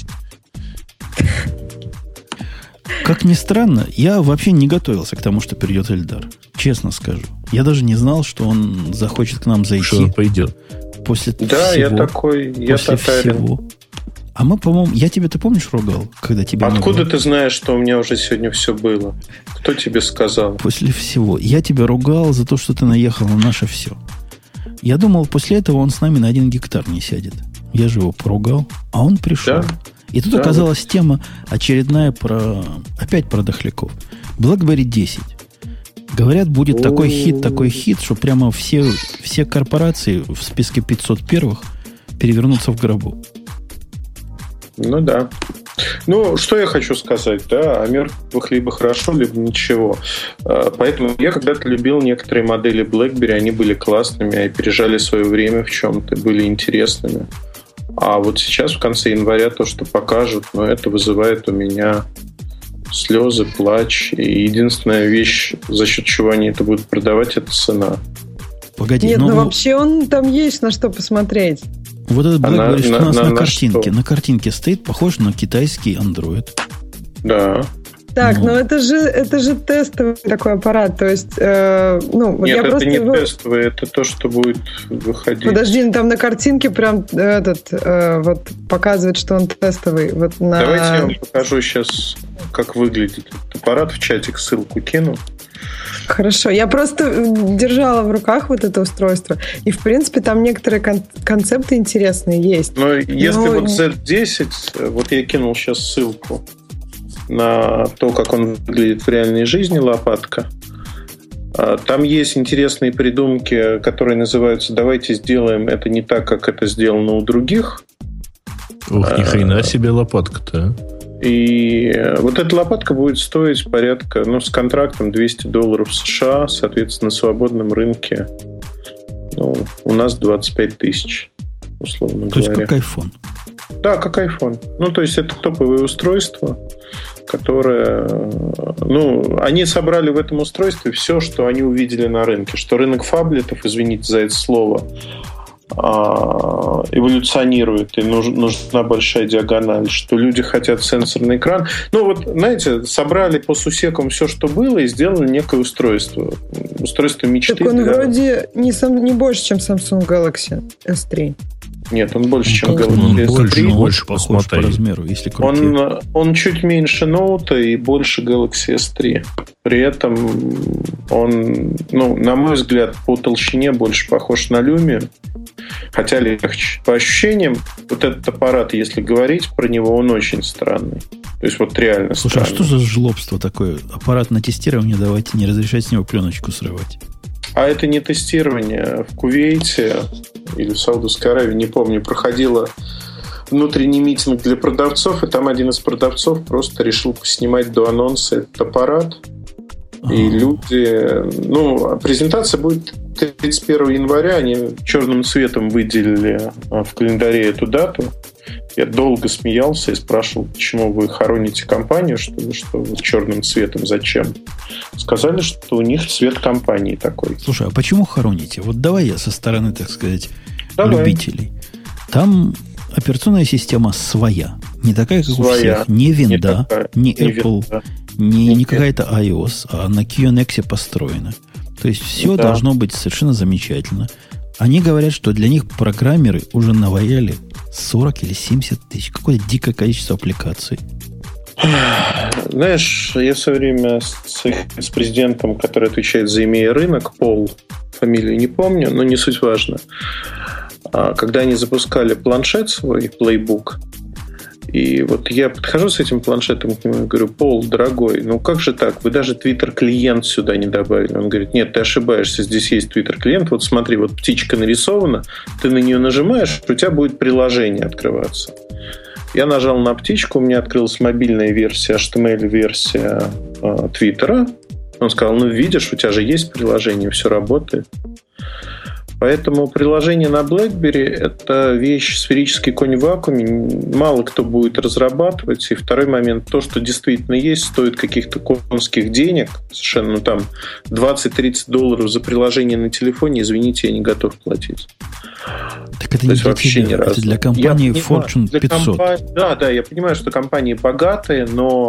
Как ни странно, я вообще не готовился к тому, что придет Эльдар. Честно скажу. Я даже не знал, что он захочет к нам зайти. Что он пойдет. После да, всего, я такой, я татарин. А мы, по-моему, я тебя, ты помнишь, ругал, когда тебя Откуда ты знаешь, что у меня уже сегодня все было? Кто тебе сказал? После всего. Я тебя ругал за то, что ты наехал на наше все. Я думал, после этого он с нами на 1 гектар не сядет. Я же его поругал, а он пришел. Да? И тут оказалась тема очередная опять про дохляков. BlackBerry 10. Говорят, будет такой хит, что прямо все корпорации в списке 500 первых перевернутся в гробу. Ну да. Ну, что я хочу сказать, да, о мертвых либо хорошо, либо ничего. Поэтому я когда-то любил некоторые модели BlackBerry, они были классными, опережали свое время в чем-то, были интересными. А вот сейчас, в конце января, то, что покажут, это вызывает у меня слезы, плач. И единственная вещь, за счет чего они это будут продавать, это цена. Погоди, нет, вообще он там есть на что посмотреть. Вот этот BlackBerry, что у нас на картинке. На картинке стоит, похож на китайский Android. Да. Так, но это же тестовый такой аппарат, то есть, Нет, я это просто не тестовый, это то, что будет выходить. Подожди, там на картинке прям вот показывает, что он тестовый. Вот Давайте я вам покажу сейчас, как выглядит этот аппарат, в чатик ссылку кину. Хорошо, я просто держала в руках вот это устройство, и, в принципе, там некоторые концепты интересные есть. Но если вот Z10, вот я кинул сейчас ссылку на то, как он выглядит в реальной жизни, лопатка. Там есть интересные придумки, которые называются «давайте сделаем это не так, как это сделано у других». Ух, ни хрена себе лопатка-то. И вот эта лопатка будет стоить порядка, с контрактом $200 США, соответственно, на свободном рынке. У нас 25 тысяч, условно говоря. То есть как iPhone. Да, как iPhone. То есть это топовое устройство, которое... они собрали в этом устройстве все, что они увидели на рынке. Что рынок фаблетов, извините за это слово, эволюционирует, и нужна большая диагональ, что люди хотят сенсорный экран. Знаете, собрали по сусекам все, что было, и сделали некое устройство. Устройство мечты. Так он вроде не больше, чем Samsung Galaxy S3. Нет, он больше, чем Galaxy S3. Больше похож по размеру, если крутить. Он чуть меньше ноута и больше Galaxy S3. При этом он, на мой взгляд, по толщине больше похож на Lumia. Хотя легче. По ощущениям, вот этот аппарат, если говорить про него, он очень странный. То есть вот реально странный. Слушай, а что за жлобство такое? Аппарат на тестирование, давайте не разрешать с него пленочку срывать. А это не тестирование. В Кувейте или в Саудовской Аравии, не помню, проходило внутренний митинг для продавцов, и там один из продавцов просто решил поснимать до анонса этот аппарат. И люди... презентация будет 31 января. Они черным цветом выделили в календаре эту дату. Я долго смеялся и спрашивал, почему вы хороните компанию, что вот черным цветом, зачем? Сказали, что у них цвет компании такой. Слушай, а почему хороните? Вот давай я со стороны, так сказать, любителей. Там операционная система своя. Не такая, как у всех. Не винда, не Apple, не какая-то iOS, а на QNX построена. То есть все должно быть совершенно замечательно. Они говорят, что для них программеры уже наваяли 40 или 70 тысяч. Какое-то дикое количество аппликаций. Знаешь, я в свое время с президентом, который отвечает за EMEA рынок, Пол, фамилию не помню, но не суть важно. Когда они запускали планшет свой, Playbook, и вот я подхожу с этим планшетом к нему и говорю: Пол, дорогой, ну как же так? Вы даже Twitter-клиент сюда не добавили. Он говорит: нет, ты ошибаешься, здесь есть Twitter-клиент. Вот смотри, вот птичка нарисована, ты на нее нажимаешь, у тебя будет приложение открываться. Я нажал на птичку, у меня открылась мобильная версия, HTML-версия Твиттера. Он сказал: ну видишь, у тебя же есть приложение, все работает. Поэтому приложение на BlackBerry – это вещь, сферический конь в вакууме. Мало кто будет разрабатывать. И второй момент, то, что действительно есть, стоит каких-то конских денег. Совершенно, ну там $20-30 за приложение на телефоне, извините, я не готов платить. Так это не для тебя, это для компании Fortune 500. Да, я понимаю, что компании богатые, но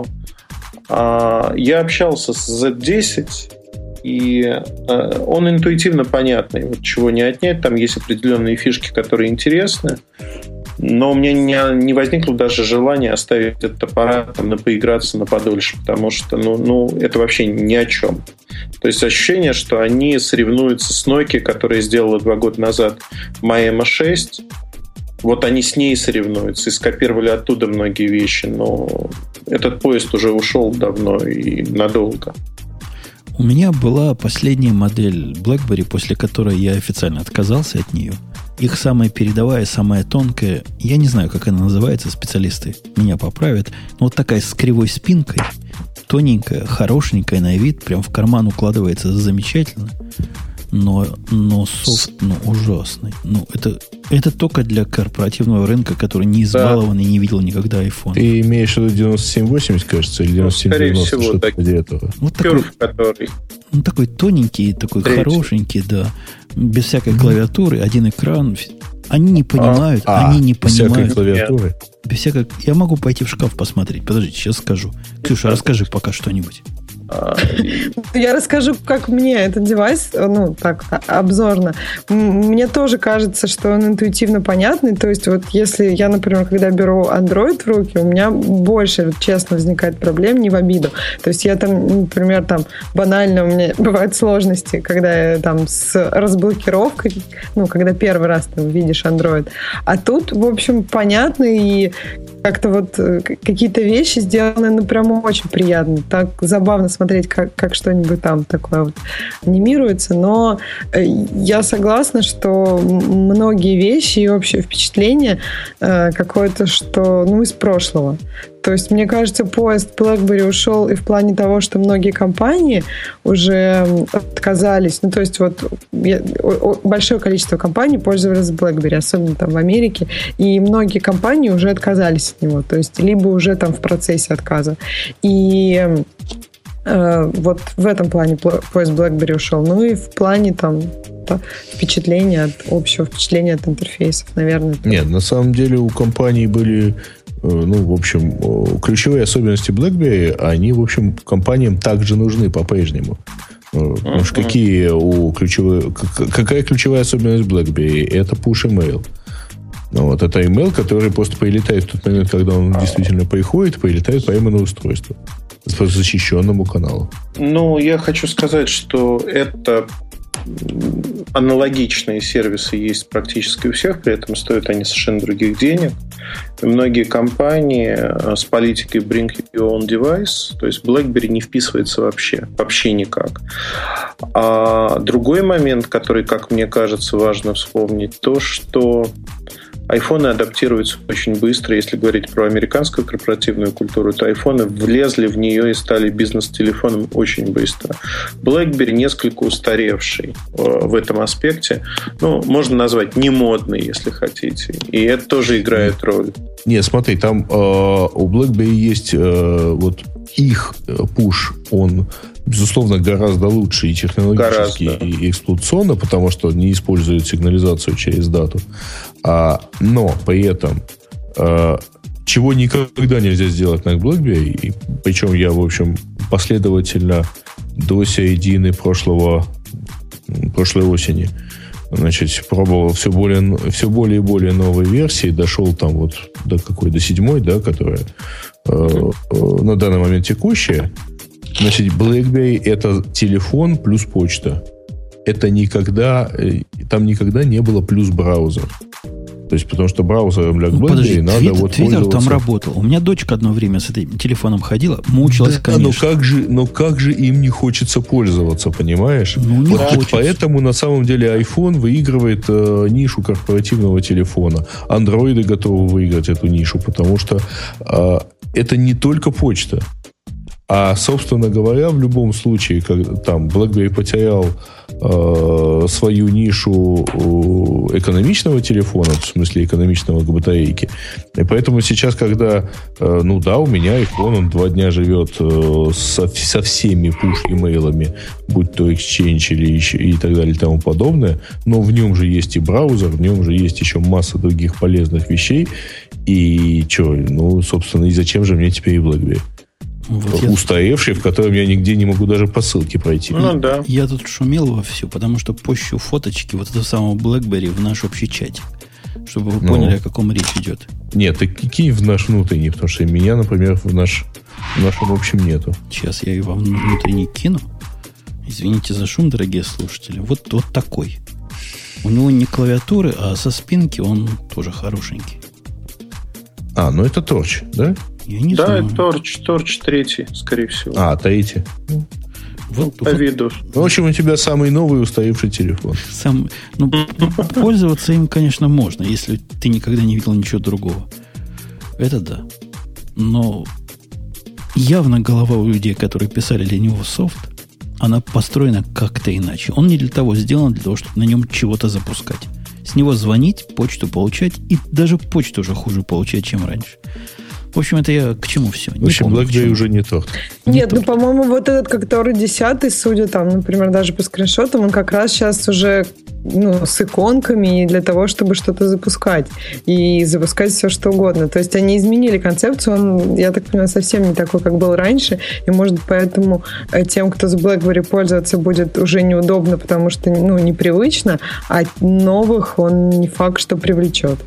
я общался с Z10, и он интуитивно понятный. Вот чего не отнять, там есть определенные фишки, которые интересны, но у меня не возникло даже желания оставить этот аппарат, там, поиграться на подольше, потому что это вообще ни о чем. То есть ощущение, что они соревнуются с Nokia, которая сделала 2 года назад Maema 6. Вот они с ней соревнуются и скопировали оттуда многие вещи, но этот поезд уже ушел давно и надолго. У меня была последняя модель BlackBerry, после которой я официально отказался от нее. Их самая передовая, самая тонкая, я не знаю, как она называется, специалисты меня поправят, но вот такая с кривой спинкой, тоненькая, хорошенькая на вид, прям в карман укладывается замечательно, но софт, ужасный. Это только для корпоративного рынка, который не избалован и не видел никогда iPhone. Ты имеешь в виду 9780, кажется, или 9790, что-то вроде этого? Вот такой, такой тоненький, такой хорошенький, да, без всякой клавиатуры, один экран. Они не понимают, без всякой клавиатуры? Без всякой... Я могу пойти в шкаф посмотреть. Подождите, сейчас скажу. Ксюша, расскажи пока что-нибудь. Я расскажу, как мне этот девайс, так, обзорно. Мне тоже кажется, что он интуитивно понятный. То есть, вот если я, например, когда беру Android в руки, у меня больше, честно, возникает проблем, не в обиду. То есть, я там, например, банально у меня бывают сложности, когда я там с разблокировкой, когда первый раз ты видишь Android. А тут, в общем, понятно, и как-то вот какие-то вещи сделаны, прям очень приятно. Так забавно смотреть, как что-нибудь там такое вот анимируется. Но я согласна, что многие вещи и общее впечатление какое-то, что, из прошлого. То есть, мне кажется, поезд BlackBerry ушел и в плане того, что многие компании уже отказались. То есть, большое количество компаний пользовались BlackBerry, особенно там в Америке, и многие компании уже отказались от него. То есть, либо уже там в процессе отказа. И вот в этом плане поезд BlackBerry ушел. И в плане там впечатления, общего впечатления от интерфейсов, наверное. Нет, на самом деле у компаний были... в общем, ключевые особенности BlackBerry, они, в общем, компаниям также нужны по-прежнему. Потому что какая ключевая особенность BlackBerry? Это push email. Это email, который просто прилетает в тот момент, когда он действительно прилетает прямо на устройство по защищенному каналу. Я хочу сказать, что это аналогичные сервисы есть практически у всех, при этом стоят они совершенно других денег. И многие компании с политикой Bring Your Own Device, то есть BlackBerry не вписывается вообще никак. А другой момент, который, как мне кажется, важно вспомнить, то, что айфоны адаптируются очень быстро. Если говорить про американскую корпоративную культуру, то айфоны влезли в нее и стали бизнес-телефоном очень быстро. BlackBerry несколько устаревший в этом аспекте. Можно назвать немодный, если хотите. И это тоже играет роль. Нет, смотри, там у BlackBerry есть их push, он, безусловно, гораздо лучше и технологически, и эксплуатационно, потому что не использует сигнализацию через дату. Но при этом, чего никогда нельзя сделать на BlackBerry, и причем я, в общем, последовательно до середины прошлой осени, пробовал все более и более новые версии, дошел там до 7-й, да, которая на данный момент текущая, значит, BlackBerry это телефон плюс почта. Это никогда, там никогда не было плюс браузер. То есть, потому что браузером для BlackBerry надо Twitter, вот Twitter пользоваться. там работал. У меня дочка одно время с этим телефоном ходила, мучилась, да, конечно. Но как же им не хочется пользоваться, понимаешь? Ну, не вот хочется. Поэтому на самом деле iPhone выигрывает нишу корпоративного телефона. Андроиды готовы выиграть эту нишу, потому что это не только почта. А, собственно говоря, в любом случае, как там BlackBerry потерял свою нишу экономичного телефона, в смысле экономичного к батарейке. И поэтому сейчас, когда, у меня iPhone, он 2 дня живет со всеми push-имейлами, будь то Exchange или еще, и так далее и тому подобное, но в нем же есть и браузер, в нем же есть еще масса других полезных вещей. И собственно, и зачем же мне теперь и BlackBerry? Вот устаревший, в котором я нигде не могу даже по ссылке пройти. Да. Я тут шумел вовсю, потому что пощу фоточки вот этого самого BlackBerry в наш общий чатик, чтобы вы поняли, о каком речь идет. Нет, ты кинь в наш внутренний, потому что меня, например, в нашем общем нету. Сейчас я и вам внутренний кину. Извините за шум, дорогие слушатели. Вот такой. У него не клавиатуры, а со спинки он тоже хорошенький. Это Torch, да? Я не знаю. Да, Torch 3, скорее всего. 3. По виду. В общем, у тебя самый новый устаревший телефон. Пользоваться им, конечно, можно, если ты никогда не видел ничего другого. Это да. Но явно голова у людей, которые писали для него софт, она построена как-то иначе. Он не для того сделан, для того, чтобы на нем чего-то запускать. С него звонить, почту получать, и даже почту уже хуже получать, чем раньше. В общем, это я к чему все? В общем, BlackBerry уже не торт. Нет, по-моему, вот этот, который 10-й, судя там, например, даже по скриншотам, он как раз сейчас уже с иконками и для того, чтобы что-то запускать. И запускать все, что угодно. То есть они изменили концепцию, он, я так понимаю, совсем не такой, как был раньше. И, может, поэтому тем, кто с BlackBerry пользоваться будет, уже неудобно, потому что, непривычно, а новых он не факт, что привлечет.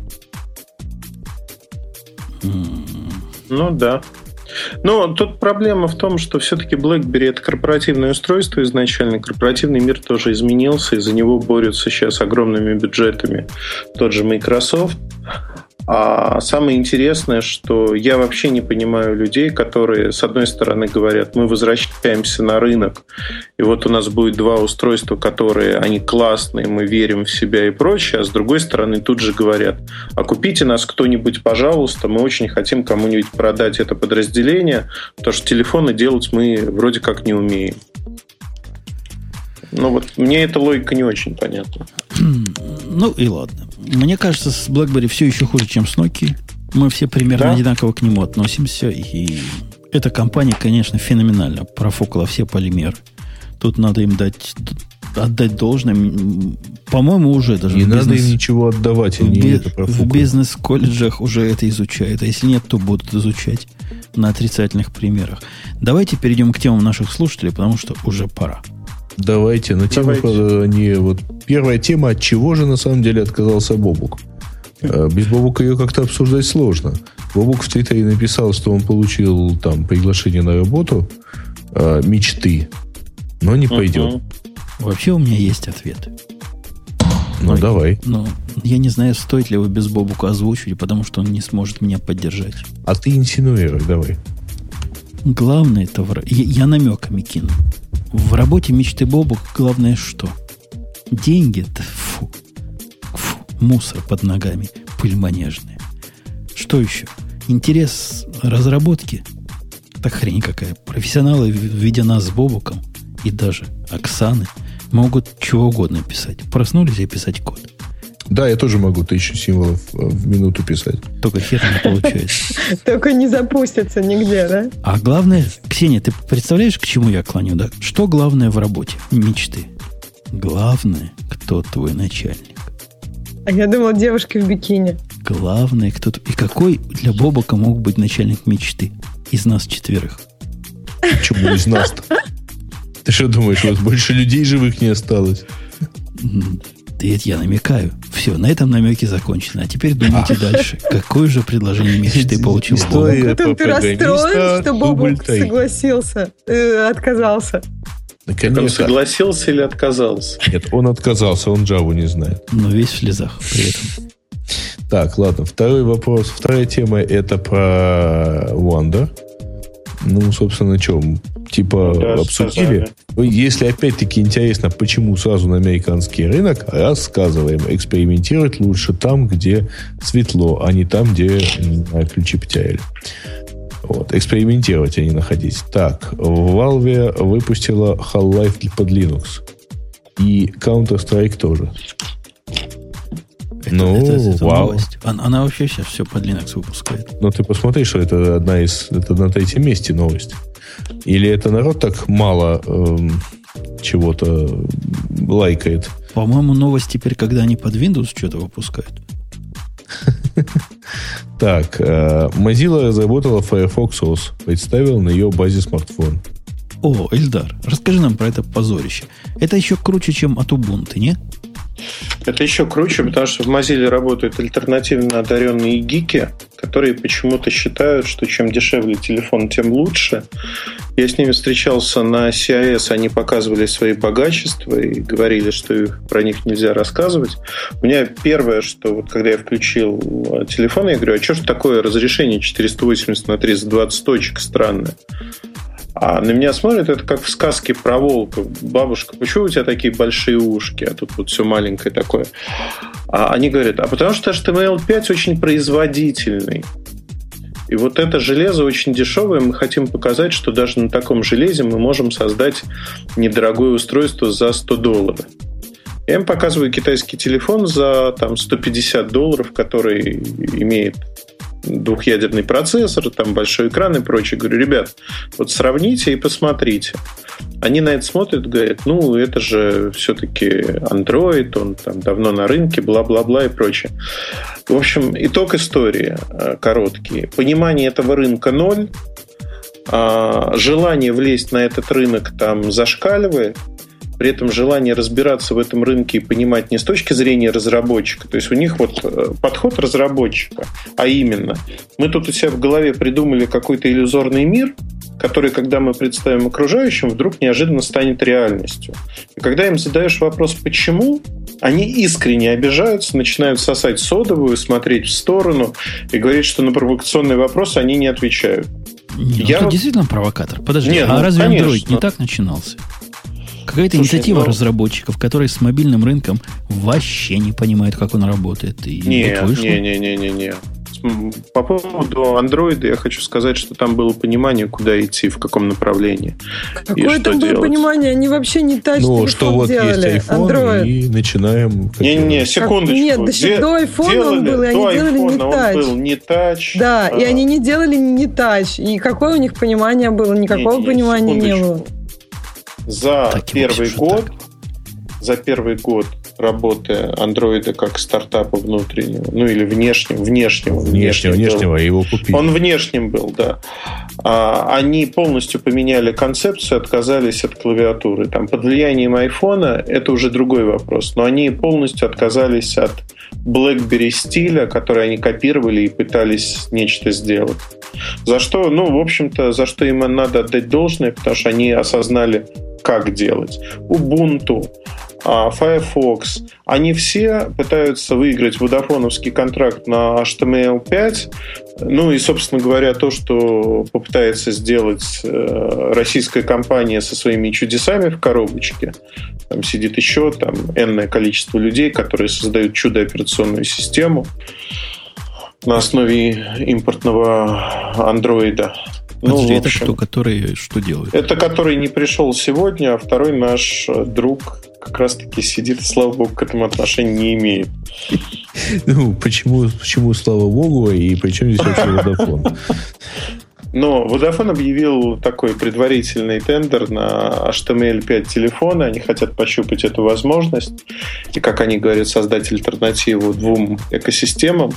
Да. Но тут проблема в том, что все-таки BlackBerry это корпоративное устройство изначально. Корпоративный мир тоже изменился, и за него борются сейчас огромными бюджетами тот же Microsoft. А самое интересное, что я вообще не понимаю людей, которые, с одной стороны, говорят, мы возвращаемся на рынок, и вот у нас будет 2 устройства, которые, они классные, мы верим в себя и прочее, а с другой стороны, тут же говорят, а купите нас кто-нибудь, пожалуйста, мы очень хотим кому-нибудь продать это подразделение, потому что телефоны делать мы вроде как не умеем. Мне эта логика не очень понятна. И ладно. Мне кажется, с BlackBerry все еще хуже, чем с Nokia. Мы все примерно одинаково к нему относимся. И эта компания, конечно, феноменально профукала все полимеры. Тут надо им отдать должное. По-моему, уже даже не надо им ничего отдавать. В бизнес-колледжах уже это изучают. А если нет, то будут изучать на отрицательных примерах. Давайте перейдем к темам наших слушателей, потому что уже пора. Давайте. Первая тема, от чего же на самом деле отказался Бобук. Без Бобука ее как-то обсуждать сложно. Бобук в Твиттере написал, что он получил там приглашение на работу мечты, но не пойдет. Вообще у меня есть ответы. Давай. Но я не знаю, стоит ли его без Бобука озвучивать, потому что он не сможет меня поддержать. А ты инсинуируй, давай. Главное это... Я намеками кину. В работе мечты Бобук главное что? Деньги-то, мусор под ногами, пыль манежная. Что еще? Интерес разработки? Так хрень какая. Профессионалы, видя нас с Бобуком, и даже Оксаны, могут чего угодно писать. Проснулись и писать код. Да, я тоже могу 1000 символов в минуту писать. Только хер не получается. Только не запустится нигде, да? А главное, Ксения, ты представляешь, к чему я клоню, да? Что главное в работе мечты? Главное, кто твой начальник. А я думала, девушки в бикини. Главное, кто... И какой для Бобока мог быть начальник мечты из нас 4? Почему из нас-то? Ты что думаешь, у вас больше людей живых не осталось? Да это я намекаю. Все, на этом намеки закончены. А теперь думайте дальше. Какое же предложение мечты получил Бобук? Как ты расстроен, что Бобук согласился, отказался. Он согласился или отказался? Нет, он отказался, он Java не знает. Но весь в слезах при этом. Так, ладно, второй вопрос. Вторая тема это про Wonder. Ну, собственно, что, типа да, обсудили. Если опять-таки интересно, почему сразу на американский рынок, рассказываем. Экспериментировать лучше там, где светло, а не там, где ключи потеряли. Вот, экспериментировать, а не находить. Так, Valve выпустила Half-Life под Linux. И Counter-Strike тоже. Это новость. Она вообще сейчас все под Linux выпускает. Но ты посмотри, что это это на третьем месте новость. Или это народ так мало чего-то лайкает? По-моему, новость теперь, когда они под Windows что-то выпускают. Так, Mozilla разработала Firefox OS, представила на ее базе смартфон. О, Эльдар, расскажи нам про это позорище. Это еще круче, чем от Ubuntu, не? Это еще круче, потому что в Mozilla работают альтернативно одаренные гики, которые почему-то считают, что чем дешевле телефон, тем лучше. Я с ними встречался на CIS, они показывали свои богачества и говорили, что про них нельзя рассказывать. У меня первое, что вот когда я включил телефон, я говорю, а что ж такое разрешение 480 на 320 точек странное? А на меня смотрят, это как в сказке про волка. Бабушка, почему у тебя такие большие ушки, а тут вот все маленькое такое? А они говорят, а потому что HTML5 очень производительный. И вот это железо очень дешевое. Мы хотим показать, что даже на таком железе мы можем создать недорогое устройство за $100. Я им показываю китайский телефон за там, $150, который имеет двухъядерный процессор, там большой экран и прочее. Говорю, ребят, вот сравните и посмотрите. Они на это смотрят, говорят, ну, это же все-таки Android, он там давно на рынке, бла-бла-бла и прочее. В общем, итог истории короткий. Понимание этого рынка 0, желание влезть на этот рынок там зашкаливает, при этом желание разбираться в этом рынке и понимать не с точки зрения разработчика, то есть у них вот подход разработчика, а именно, мы тут у себя в голове придумали какой-то иллюзорный мир, который, когда мы представим окружающим, вдруг неожиданно станет реальностью. И когда им задаешь вопрос «почему?», они искренне обижаются, начинают сосать содовую, смотреть в сторону и говорить, что на провокационные вопросы они не отвечают. Это действительно провокатор. Подожди, разве конечно. Android не так начинался? Какая-то инициатива разработчиков, которые с мобильным рынком вообще не понимают, как он работает. И Не. По поводу Android я хочу сказать, что там было понимание, куда идти, в каком направлении. Какое там было понимание? Они вообще не тач-телефон что вот делали. Есть iPhone, Android. И начинаем... Не, секундочку. Нет, до iPhone он был, и они делали не тач. Он был не тач. Да, и они не делали не тач. И какое у них понимание было? Никакого понимания не было. За первый год работы Android как стартапа внутреннего, ну или внешнего, его купили. Он внешним был, да. Они полностью поменяли концепцию, отказались от клавиатуры. Там, под влиянием айфона это уже другой вопрос, но они полностью отказались от BlackBerry стиля, который они копировали и пытались нечто сделать. За что, в общем-то, за что им надо отдать должное, потому что они осознали, как делать. Ubuntu, Firefox, они все пытаются выиграть водофоновский контракт на HTML5. Ну и, собственно говоря, то, что попытается сделать российская компания со своими чудесами в коробочке. Там сидит еще энное количество людей, которые создают чудо-операционную систему на основе импортного андроида. Подожди, это кто, который что делает? Это который не пришел сегодня, а второй наш друг как раз-таки сидит и, слава богу, к этому отношения не имеет. Почему слава богу, и причем здесь вообще Vodafone? Но Vodafone объявил такой предварительный тендер на HTML5 телефоны. Они хотят пощупать эту возможность. И, как они говорят, создать альтернативу двум экосистемам.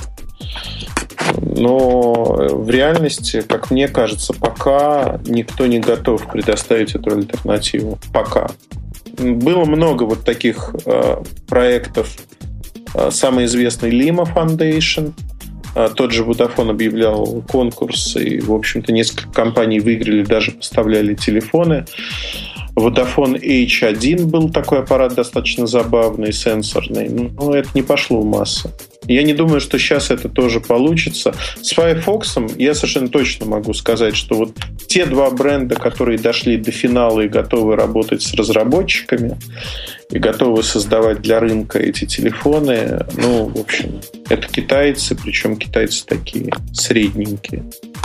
Но в реальности, как мне кажется, пока никто не готов предоставить эту альтернативу. Пока. Было много вот таких проектов. Самый известный Lima Foundation. Тот же Vodafone объявлял конкурс, и, в общем-то, несколько компаний выиграли, даже поставляли телефоны. Vodafone H1 был такой аппарат достаточно забавный, сенсорный, но это не пошло в массу. Я не думаю, что сейчас это тоже получится. С Firefox я совершенно точно могу сказать, что вот те два бренда, которые дошли до финала и готовы работать с разработчиками, и готовы создавать для рынка эти телефоны, в общем, это китайцы, причем китайцы такие средненькие.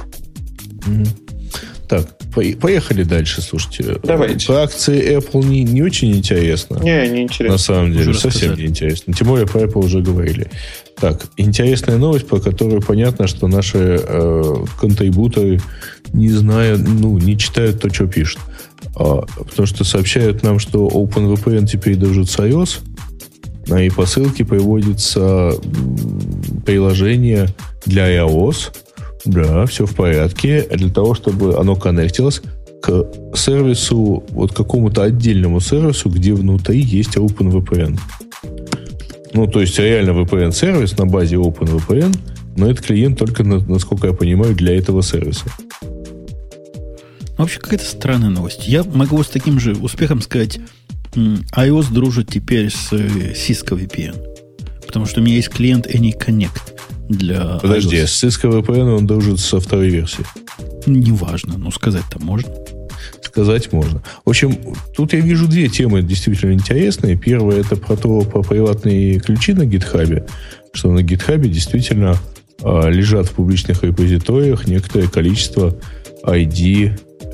Так, поехали дальше, слушайте. Давайте. По акции Apple не очень интересно. Не интересно. На самом деле, уже совсем рассказали. не интересно. Тем более про Apple уже говорили. Так, интересная новость, по которой понятно, что наши контрибуторы не знают, не читают то, что пишут. Потому что сообщают нам, что OpenVPN теперь дружит с iOS, и по ссылке приводится приложение для iOS. Да, все в порядке. Для того, чтобы оно коннектилось к сервису, вот какому-то отдельному сервису, где внутри есть OpenVPN. То есть реально VPN-сервис на базе OpenVPN, но это клиент только, насколько я понимаю, для этого сервиса. Вообще какая-то странная новость. Я могу с таким же успехом сказать, iOS дружит теперь с Cisco VPN. Потому что у меня есть клиент AnyConnect для Подожди, iOS. с Cisco VPN он дружит со второй версией. Неважно, сказать-то можно. Сказать можно. В общем, тут я вижу две темы действительно интересные. Первая — это про приватные ключи на GitHub, что на GitHub действительно лежат в публичных репозиториях некоторое количество ID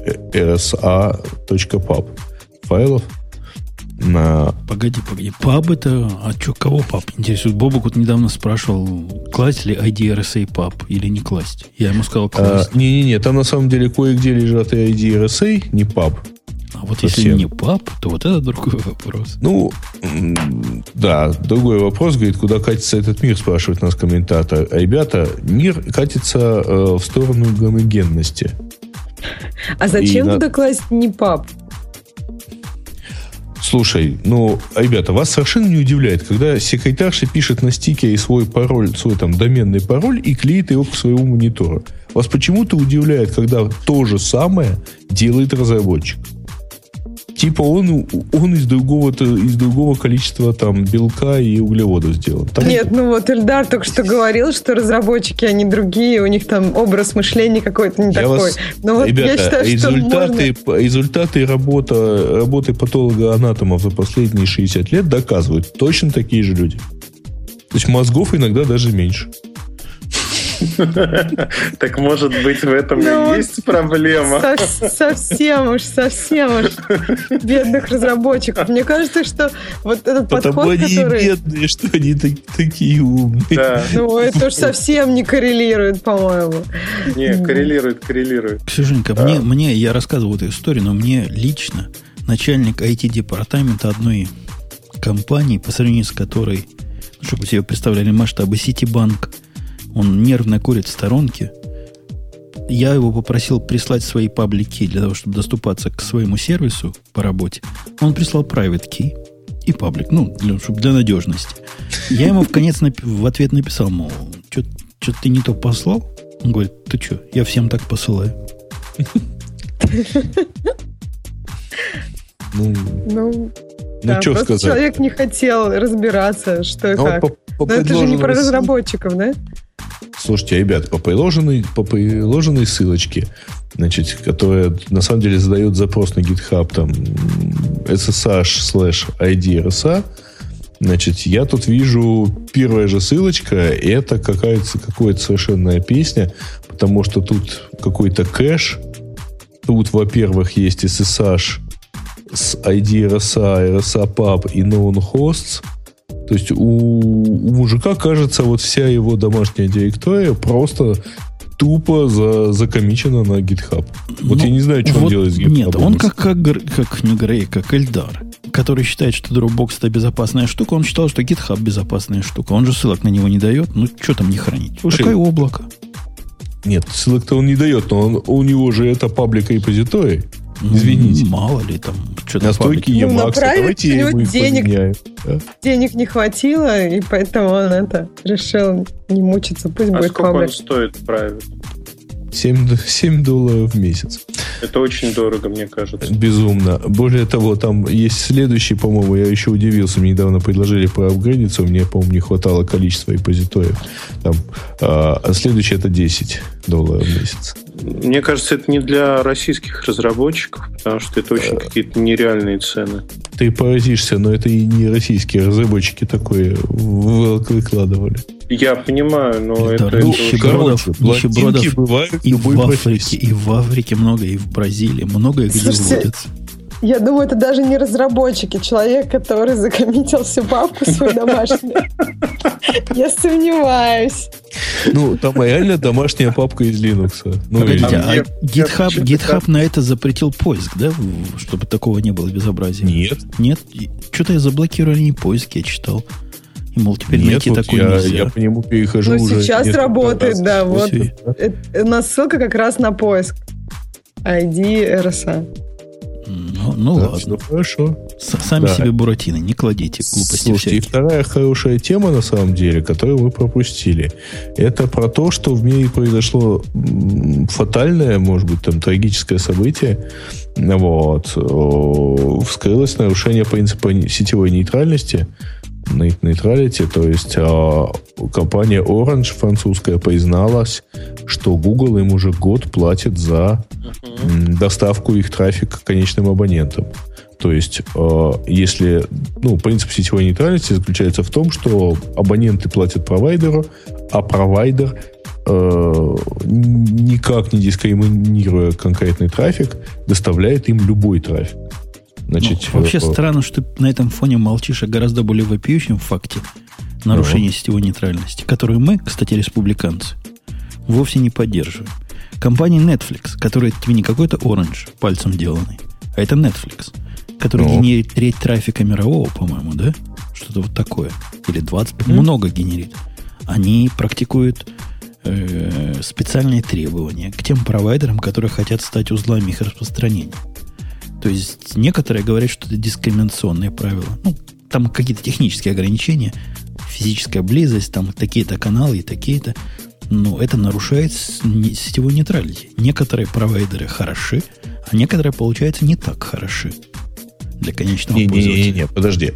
rsa.pub файлов. Погоди. Паб это... А что, кого паб интересует? Бобок вот недавно спрашивал, класть ли ID RSA паб или не класть. Я ему сказал класть. Не-не-не, там на самом деле кое-где лежат и ID RSA, не паб. А вот совсем. если не паб, то вот это другой вопрос. Да, другой вопрос, говорит, куда катится этот мир, спрашивает нас комментатор. Ребята, мир катится в сторону гомогенности. А зачем туда класть не паб? Слушай, ребята, вас совершенно не удивляет, когда секретарша пишет на стикере свой пароль, свой там доменный пароль и клеит его к своему монитору. Вас почему-то удивляет, когда то же самое делает разработчик. Типа он из другого количества там белка и углеводов сделан. Так? Нет, Эльдар только что говорил, что разработчики, они другие, у них там образ мышления какой-то не такой. Ребята, я считаю, результаты работы патолога-анатомов за последние 60 лет доказывают. Точно такие же люди. То есть мозгов иногда даже меньше. Так может быть в этом и есть проблема. Совсем уж бедных разработчиков. Мне кажется, что вот этот подход, они который... бедные, что они такие умные. Да. Это уж совсем не коррелирует, по-моему. Не, коррелирует. Ксюшенька, мне, я рассказывал эту историю, но мне лично начальник IT-департамента одной компании, по сравнению с которой, чтобы вы себе представляли масштабы, Ситибанк, он нервно курит в сторонке. Я его попросил прислать свои паблики для того, чтобы доступаться к своему сервису по работе. Он прислал private key и паблик, для надежности. Я ему в ответ написал, мол, что ты не то послал? Он говорит, ты что, я всем так посылаю. Что сказать? Человек не хотел разбираться, что и как. Но это же не про разработчиков, да? Слушайте, ребят, по приложенной ссылочке, которая на самом деле задает запрос на GitHub, там, ssh/id-rsa, я тут вижу первая же ссылочка, и это какая-то совершенная песня, потому что тут какой-то кэш. Тут, во-первых, есть SSH с ID-RSA, RSA-pub и known hosts. То есть у мужика, кажется, вот вся его домашняя директория просто тупо закомичена на GitHub. Я не знаю, что он делает с GitHub. Нет, он как не Грей, как Эльдар, который считает, что Dropbox это безопасная штука. Он считал, что GitHub безопасная штука. Он же ссылок на него не дает. Что там не хранить? Какое облако? Нет, ссылок-то он не дает, но у него же это паблик репозиторий. Извините. Мало ли там что-то. Настойки Ямакса. Давайте я ему их поменяю. Денег не хватило, и поэтому он решил не мучиться. Пусть будет сколько он стоит Private? $7 в месяц. Это очень дорого, мне кажется. Безумно. Более того, там есть следующий, по-моему, я еще удивился. Мне недавно предложили проапгрейдиться, у меня, по-моему, не хватало количества репозиториев. Там, следующий это $10 в месяц. Мне кажется, это не для российских разработчиков, потому что это очень какие-то нереальные цены. Ты поразишься, но это и не российские разработчики такое выкладывали. Я понимаю, но это нищебродов бывают и в Африке много, и в Бразилии много, где вводятся. Я думаю, это даже не разработчики. Человек, который закоммитил всю папку свою домашнюю. Я сомневаюсь. Ну, там реально домашняя папка из Linux. Погодите, а GitHub на это запретил поиск, да? Чтобы такого не было безобразия? Нет? Что-то я заблокировали не поиск, я читал. И, мол, теперь найти такое нельзя. Я по нему перехожу уже. Ну, сейчас работает, да. Вот. У нас ссылка как раз на поиск. ID RSA. Ну ладно. Ну, хорошо. Сами себе буратино, не кладите глупости. Слушайте, и вторая хорошая тема, на самом деле, которую мы пропустили, это про то, что в мире произошло фатальное, может быть, там, трагическое событие. Вот. Вскрылось нарушение принципа сетевой нейтральности. Neutrality, то есть компания Orange французская призналась, что Google им уже год платит за доставку их трафика конечным абонентам. То есть, если, принцип сетевой нейтральности заключается в том, что абоненты платят провайдеру, а провайдер никак не дискриминируя конкретный трафик, доставляет им любой трафик. Значит, вообще странно, что на этом фоне молчишь о гораздо более вопиющем факте нарушения сетевой нейтральности, которую мы, кстати, республиканцы, вовсе не поддерживаем. Компания Netflix, которая тебе не какой-то Orange пальцем деланный, а это Netflix, который генерит треть трафика мирового, по-моему, да? Что-то вот такое. Или 20, много генерит. Они практикуют специальные требования к тем провайдерам, которые хотят стать узлами их распространения. То есть некоторые говорят, что это дискриминационные правила. Там какие-то технические ограничения, физическая близость, там такие-то каналы и такие-то. Но это нарушает сетевую нейтральность. Некоторые провайдеры хороши, а некоторые, получается, не так хороши для конечного пользователя. Не, подожди.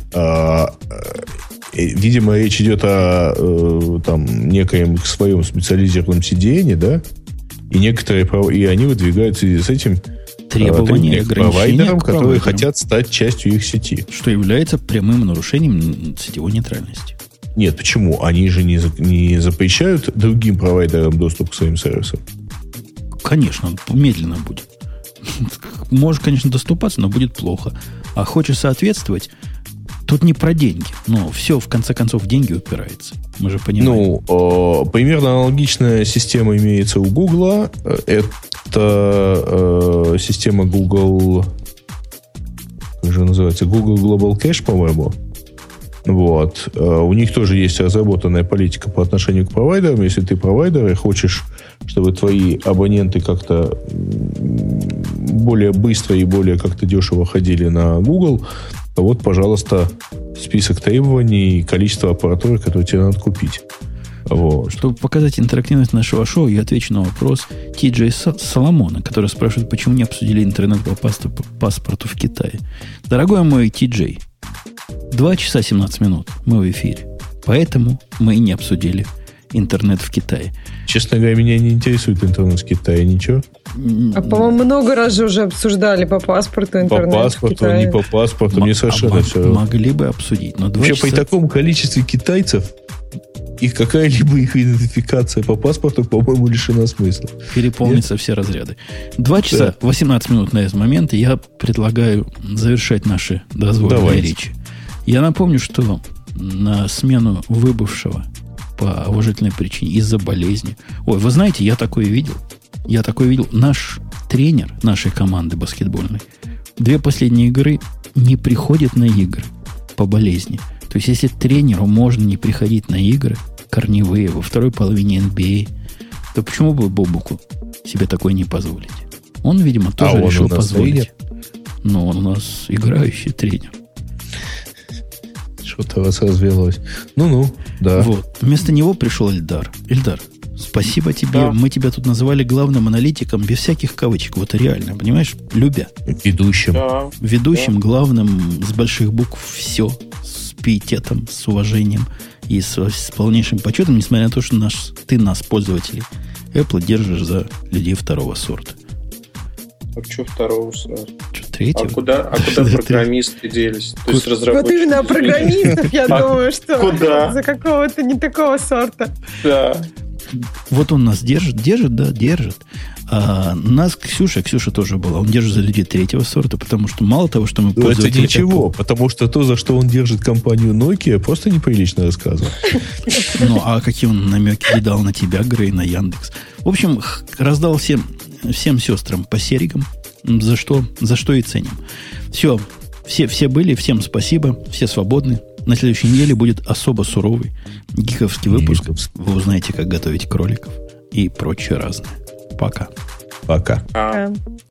Видимо, речь идет о некоем своем специализированном CDN, да? И некоторые и они выдвигают в связи с этим требования к провайдерам, которые хотят стать частью их сети. Что является прямым нарушением сетевой нейтральности. Нет, почему? Они же не запрещают другим провайдерам доступ к своим сервисам. Конечно, медленно будет. Можешь, конечно, доступаться, но будет плохо. А хочешь соответствовать, тут не про деньги. Но все, в конце концов, в деньги упирается. Мы же понимаем. Примерно аналогичная система имеется у Гугла. Это система Google... Как же называется? Google Global Cache, по-моему. Вот. У них тоже есть разработанная политика по отношению к провайдерам. Если ты провайдер и хочешь, чтобы твои абоненты как-то более быстро и более как-то дешево ходили на Google, то вот, пожалуйста, список требований и количество аппаратуры, которую тебе надо купить. Вот. Чтобы показать интерактивность нашего шоу, я отвечу на вопрос Ти-Джей Соломона, который спрашивает, почему не обсудили интернет по паспорту в Китае. Дорогой мой Ти-Джей, 2 часа 17 минут мы в эфире. Поэтому мы и не обсудили интернет в Китае. Честно говоря, меня не интересует интернет в Китае. Ничего. А, по-моему, много раз же уже обсуждали по паспорту интернет по паспорту, в Китае. Не по паспорту. Мне совершенно все равно. Могли бы обсудить. Но вообще, при таком количестве китайцев их какая-либо их идентификация по паспорту, по-моему, лишена смысла. Переполнятся все разряды. 2 часа 18 минут на этот момент. Я предлагаю завершать наши дозволенные речи. Я напомню, что на смену выбывшего по уважительной причине из-за болезни. Ой, вы знаете, я такое видел. Наш тренер нашей команды баскетбольной 2 последние игры не приходит на игры по болезни. То есть, если тренеру можно не приходить на игры корневые во второй половине NBA, то почему бы Бобуку себе такое не позволить? Он, видимо, тоже решил позволить. Тренер? Но он у нас играющий тренер. Что-то у вас развелось. Ну-ну, да. Вот. Вместо него пришел Эльдар. Эльдар, спасибо тебе. Да. Мы тебя тут называли главным аналитиком без всяких кавычек. Вот реально, понимаешь? Любя. Ведущим. Да. Ведущим, Да. главным, с больших букв все. С пиететом, с уважением и с полнейшим почетом, несмотря на то, что ты нас, пользователей Apple, держишь за людей второго сорта. А что второго сразу? Что, третьего? А куда программисты делись? То есть разработчики. Вот именно программистов, я думаю, что куда? За какого-то не такого сорта. Да. Вот он нас держит, да, держит. А нас Ксюша тоже была. Он держит за людей третьего сорта, потому что мало того, что мы пользователи... Это ничего, Apple, потому что то, за что он держит компанию Nokia, просто неприлично рассказывал. Ну, а какие он намеки кидал на тебя, Грей, на Яндекс. В общем, раздал всем сестрам по серигам, за что и ценим. Все были, всем спасибо, все свободны. На следующей неделе будет особо суровый гиковский выпуск. Вы узнаете, как готовить кроликов и прочее разное. Пока. Пока. А.